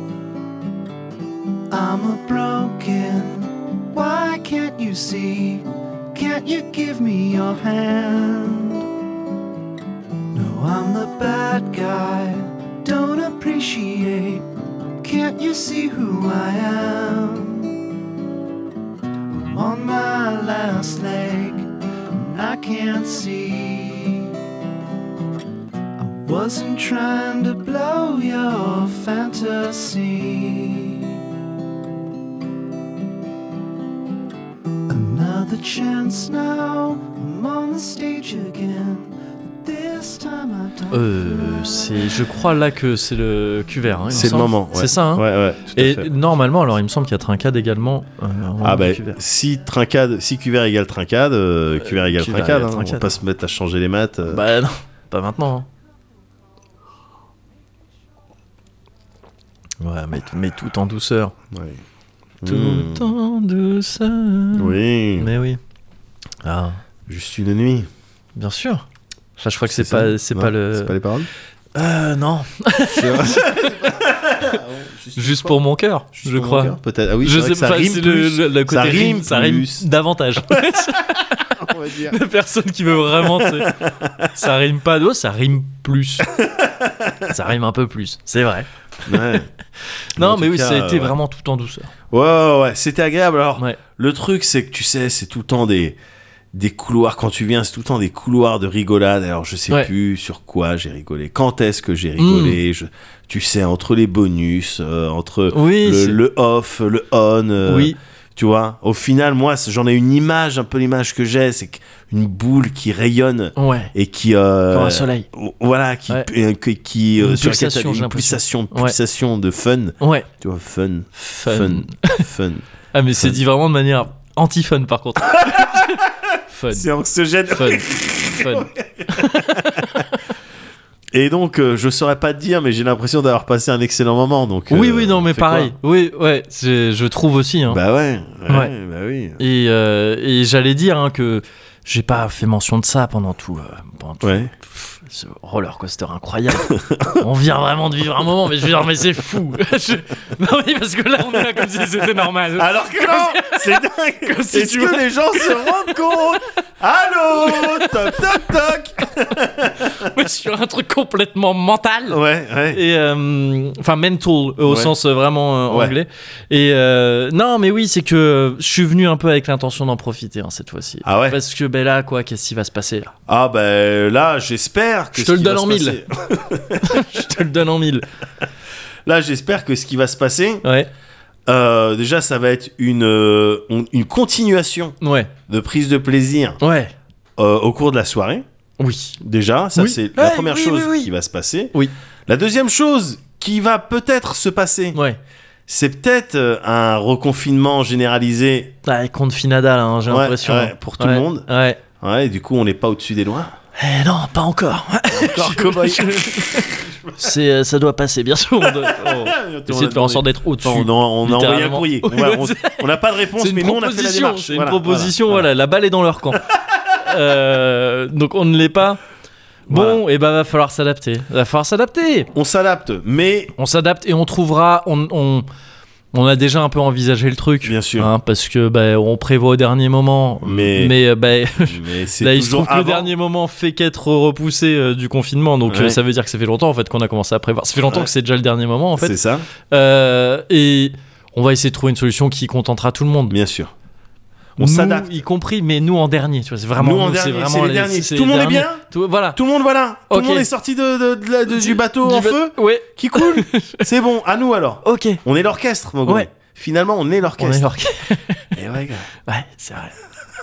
I'm a broken, why can't you see? Can't you give me your hand? No, I'm the bad guy. Don't appreciate. Can't you see who I am? I'm on my last leg, and I can't see. I wasn't trying to blow your fantasy. Another chance now, I'm on the stage again. This time I don't euh, c'est je crois là que c'est le cuvert hein, il me C'est le semble. moment. Ouais. c'est ça hein Ouais, ouais, tout à et fait. normalement alors il me semble qu'il y a Trincade également euh, en Ah moment bah, du cuvert. si trincade, si cuvert égale trincade, euh, cuvert égale cuvert trincade, égale hein, on va trincade. pas se mettre à changer les maths. euh. Bah non, pas maintenant. hein. Ouais, mais, mais tout en douceur. Ouais. Tout Hmm. en douceur. Oui, Mais oui. Ah, juste une nuit. bien sûr. Enfin, je crois que c'est ça pas, c'est Non, pas le. C'est pas les paroles. Euh, non. C'est vrai. Juste pour mon cœur, Juste je pour mon crois. cœur, peut-être. Ah oui, je c'est vrai sais que ça pas, rime c'est plus. le, le, le côté Ça rime ça rime plus. davantage. On va dire. La personne qui veut vraiment, tu sais, ça rime pas d'eau, ça rime plus. Ça rime un peu plus, c'est vrai. Ouais. Non, En mais tout oui, cas, ça a été ouais. vraiment tout en douceur. Ouais, ouais, ouais, c'était agréable. Alors, Ouais. le truc, c'est que tu sais, c'est tout le temps des, des couloirs. Quand tu viens, c'est tout le temps des couloirs de rigolade. Alors, je sais Ouais. plus sur quoi j'ai rigolé. Quand est-ce que j'ai rigolé Mm. je, Tu sais, entre les bonus, euh, entre Oui, le, c'est- le off, le on. euh, oui. Tu vois, au final, moi, c'est- j'en ai une image, un peu l'image que j'ai, c'est une boule qui rayonne Ouais. et qui. euh, Comme un soleil. Voilà, qui. Ouais. euh, qui, qui, euh, Une sur laquelle pulsation, t'as j'ai une l'impression. pulsation, Ouais. pulsation de fun. Ouais. Tu vois, fun. Fun. Fun. Fun. Ah, mais c'est dit vraiment de manière anti-fun par contre. Fun. C'est anxiogène. Fun. Fun. Et donc, euh, je saurais pas te dire, mais j'ai l'impression d'avoir passé un excellent moment. Donc, Oui, euh, oui, non, on mais fait quoi pareil. Oui, ouais, c'est- je trouve aussi. Hein. Bah ouais, ouais, Ouais. bah oui. Et, euh, et j'allais dire hein, que j'ai pas fait mention de ça pendant tout, euh, pendant tout Ouais. pff, ce roller coaster incroyable. On vient vraiment de vivre un moment, mais je veux dire, mais c'est fou. Je- Non oui, parce que là, on est là comme si c'était normal. Alors que non, c'est dingue. Comme si Est-ce tu que vois- les gens se rendent compte? Allô, toc toc toc. Mais sur un truc complètement mental. Ouais, ouais. Et euh, enfin mental euh, au Ouais. sens euh, vraiment euh, Ouais. anglais. Et euh, non, mais oui, c'est que euh, je suis venu un peu avec l'intention d'en profiter hein, cette fois-ci. Ah ouais. Parce que ben là, quoi, qu'est-ce qui va se passer là? Ah ben là, j'espère que Je te ce le qui donne va en se mille. passer- Je te le donne en mille. Là, j'espère que ce qui va se passer, Ouais, euh, déjà, ça va être une euh, une continuation ouais, de prise de plaisir ouais. euh, au cours de la soirée. Oui, Déjà, ça Oui. c'est la Ouais, première oui, chose oui, oui. qui va se passer. Oui. La deuxième chose qui va peut-être se passer, ouais. c'est peut-être euh, un reconfinement généralisé. Ah, compte Finada là, hein, j'ai Ouais, l'impression. ouais, pour tout le Ouais, monde. Ouais. Ouais, du coup, on n'est pas au-dessus des lois. Eh non, pas encore. Encore cowboy. C'est, euh, ça doit passer bien sûr. On doit oh, essayer de faire en sorte d'être au-dessus. On, a- on a envoyé un littéralement. courrier. On Oui, va- ouais, on- c'est- On n'a pas de réponse, C'est une mais nous, on a fait la proposition. démarche. C'est une Voilà, proposition. voilà, Voilà, la balle est dans leur camp. Euh, donc on ne l'est pas. Bon, et ben va falloir s'adapter. Va falloir s'adapter. On s'adapte, mais On s'adapte et on trouvera. On, on, on a déjà un peu envisagé le truc. Bien sûr. hein, parce que bah, on prévoit au dernier moment. Mais- mais euh, bah, mais c'est là, il se toujours trouve que le avant. dernier moment fait qu'être repoussé euh, du confinement. Donc Ouais. euh, ça veut dire que ça fait longtemps en fait qu'on a commencé à prévoir. Ça fait longtemps Ouais. que c'est déjà le dernier moment en fait. C'est ça, Euh, et on va essayer de trouver une solution qui contentera tout le monde. bien sûr. On Nous, s'adapte. y compris, mais nous en dernier. Tu vois, c'est vraiment Nous en nous, dernier, vraiment c'est les derniers. c'est Tout les le monde est derniers. bien Tout- voilà. Tout le monde, voilà. Tout Ok. le monde est sorti de, de- de la- de- du bateau Du en ba- feu. Ouais. Qui coule. C'est bon, à nous alors. Ok. On est l'orchestre, Moguri. Ouais. Finalement, on est On est l'orchestre. l'orchestre. Et ouais, gars. Ouais, c'est vrai.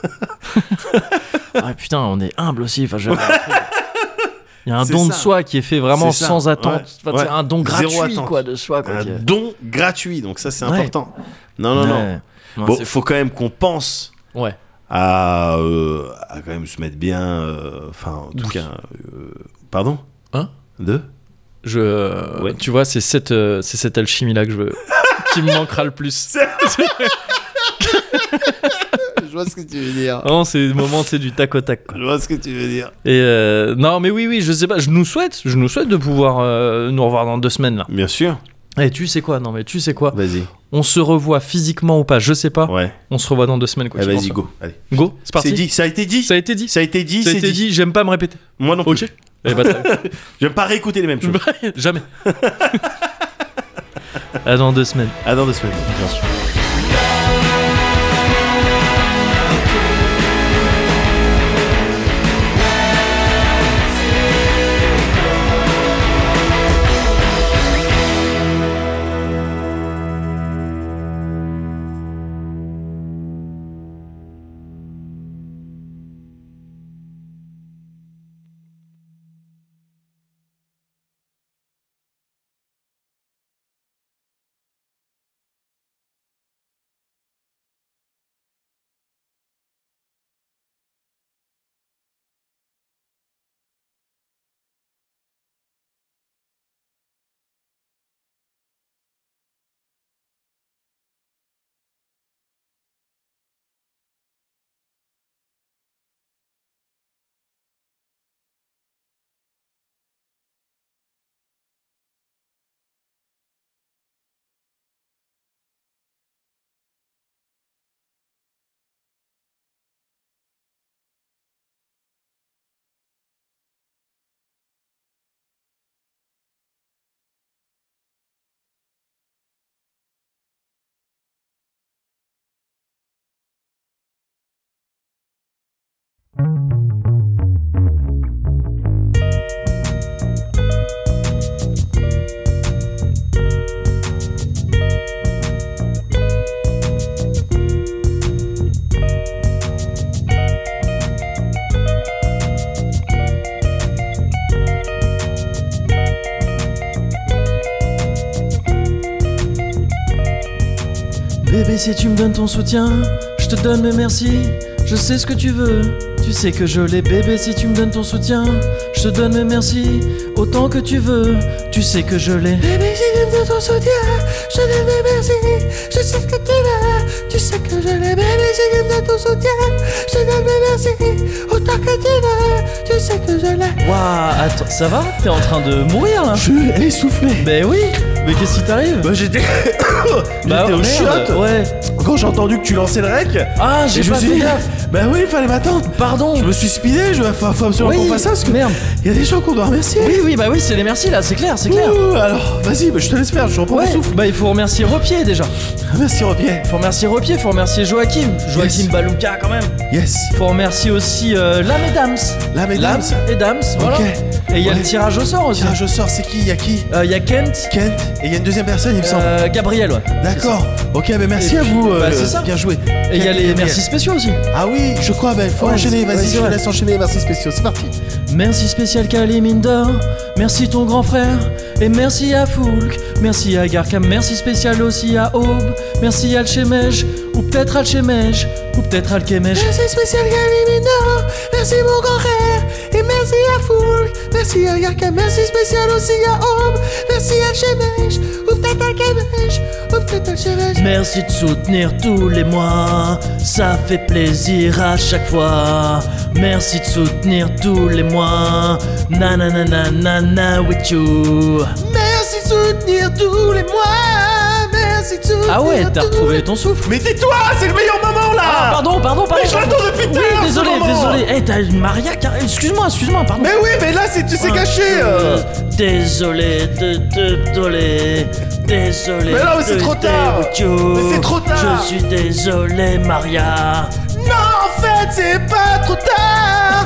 Ah putain, on est humble aussi. Enfin, je... Il y a un C'est don de ça. soi qui est fait vraiment C'est ça. sans attente. Ouais. Enfin, Ouais. c'est un don Zéro gratuit attente. quoi de soi. Quoi, Un qui est- don gratuit, donc ça c'est Ouais. important. Non, non, non. Ouais. Non, Bon, c'est faut quand même qu'on pense Ouais. à, euh, à quand même se mettre bien. euh, Enfin, en tout Oui. cas. euh, pardon Hein De Je, euh, Ouais. tu vois, c'est cette, euh, c'est cette alchimie là que je veux, qui me manquera le plus. Je vois ce que tu veux dire. Non, c'est le moment, c'est du tac au tac. Quoi. Je vois ce que tu veux dire. Et euh, non, mais oui, oui, je sais pas. Je nous souhaite, je nous souhaite de pouvoir euh, nous revoir dans deux semaines là. Bien sûr. Et tu sais quoi? Non, mais tu sais quoi? Vas-y. On se revoit physiquement ou pas? Je sais pas. Ouais. On se revoit dans deux semaines quoi. Eh, tu vas-y, penses, go. Allez. Go, c'est parti. C'est dit. Ça a été dit. Ça a été dit. Ça a été dit. Ça a c'est été dit. J'aime pas me répéter. Moi non plus. Ok. Eh bah, très bien. J'aime pas réécouter les mêmes choses. Jamais. À dans deux semaines. À dans deux semaines. Bien sûr. Bébé, si tu me donnes ton soutien, je te donne mes merci. Je sais ce que tu veux, tu sais que je l'ai. Bébé, si tu me donnes ton soutien, je te donne mes merci. Autant que tu veux, tu sais que je l'ai. Bébé, si tu me donnes ton soutien, je te donne mes merci. Je sais ce que tu veux, tu sais que je l'ai. Bébé, si tu me donnes ton soutien, je te donne mes merci. sais que je l'ai. Waouh, attends, ça va? T'es en train de mourir là? Je suis essoufflé. Ben oui, mais qu'est-ce qui t'arrive? Bah j'étais Bah, j'étais au merde, chiottes. ouais. Quand j'ai entendu que tu lançais le rec, Ah, et j'ai je me pas suis fait dit, gaffe. bah oui, il fallait m'attendre. Pardon. Je me suis speedé, je faut, faut absolument Oui, qu'on fasse ça parce que merde. il y a des gens qu'on doit remercier. Oui, oui, bah oui, c'est les merci là, c'est clair, c'est clair. Ouh, alors, vas-y, bah, je te laisse faire, je reprends Ouais, mon souffle. bah il faut remercier Repier déjà. Merci Robier. Faut remercier Repier, faut remercier Joachim. Joachim Yes. Balouka quand même. Yes. Faut remercier aussi euh, Lam et Dams. Là, mesdames, Lam et Dams, voilà. Ok. Et il y a Ouais. le tirage au sort aussi. tirage au sort, c'est qui? Il y a qui? Euh, Il y a Kent, Kent. Et il y a une deuxième personne, il me semble. euh, Gabriel, ouais. D'accord. Ok, bah merci Et à puis, vous. bah, euh, c'est ça. Bien joué. Et il y a Kent les Gabriel. merci spéciaux aussi. Ah oui, je crois, bah faut Ouais, enchaîner. c'est- ouais, Vas-y, c'est je te vrai. laisse enchaîner. Merci spéciaux, c'est parti. Merci spécial Kaliminda, merci ton grand frère, et merci à Foulk, merci à Garkam, merci spécial aussi à Aube, merci à Alchemège, ou peut-être Alchemège, ou peut-être Alchemège. Merci spécial Galimina, merci mon grand frère, et merci à Foulk, merci à Yarka, merci spécial aussi à Homme, merci à Chemège, ou peut-être à Chemège, ou peut-être à Chemège. Merci de soutenir tous les mois, ça fait plaisir à chaque fois. Merci de soutenir tous les mois, na na na na na na with you. Merci de soutenir tous les mois, merci de soutenir. Ah ouais, t'as tous retrouvé les- ton souffle. Mais tais-toi, c'est le meilleur moment là. Ah pardon, pardon, pardon. Mais je l'attends depuis tout à Oui, l'heure, ce désolé, moment. désolé. Eh, t'as une Maria car... Excuse-moi, excuse-moi, pardon. Mais oui, mais là c'est tu sais caché. Euh, euh. Désolé, de, de, désolé, désolé. Mais non, mais c'est de trop être tard. with you. Mais c'est trop tard. Je suis désolé, Maria. Non, en fait, c'est pas trop tard.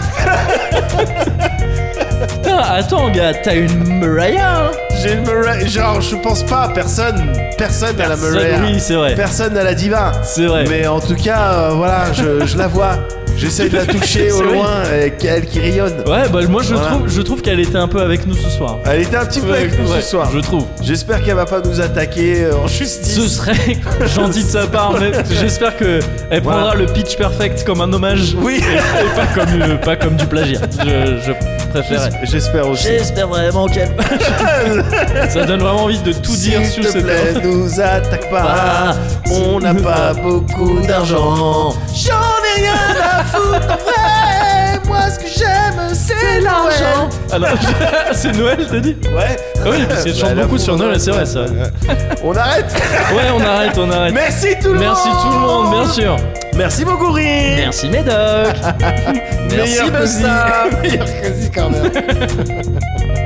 Putain, attends, gars, t'as une Mariah. Hein. J'ai une Mariah, genre je pense pas, personne, personne à la Personne- Mariah. Oui, c'est vrai. Personne à la diva. C'est vrai. Mais en tout cas, euh, voilà, je, je la vois. J'essaie de la toucher au C'est vrai. loin, et elle qui rayonne. Ouais, bah moi je Voilà. trouve, je trouve qu'elle était un peu avec nous ce soir. Elle était un petit peu avec nous Ouais, ce soir. Je trouve. J'espère qu'elle va pas nous attaquer euh, en justice. Ce serait gentil de sa part, mais j'espère que elle prendra Voilà. le pitch perfect comme un hommage. Oui. Et pas comme, euh, pas comme du plagiat. Je, je préférerais. J'espère aussi. J'espère vraiment qu'elle. Ça donne vraiment envie de tout dire S'il sur te cette. plaît, nous attaque pas. Ah, On n'a pas beaucoup d'argent. J'en ai rien à foutre en vrai. Moi, ce que j'aime, c'est l'argent. Alors, c'est Noël, t'as dit? Ouais. Ah oui, parce qu'elle chante Bah, la beaucoup fou- sur Noël, c'est vrai ça. On arrête. Ouais, on arrête, on arrête. Merci tout le monde. Merci tout le monde, bien sûr. Merci Moguri. Merci Médoc. Merci Meilleur que Bugsy. ça. Meilleur que ça quand même.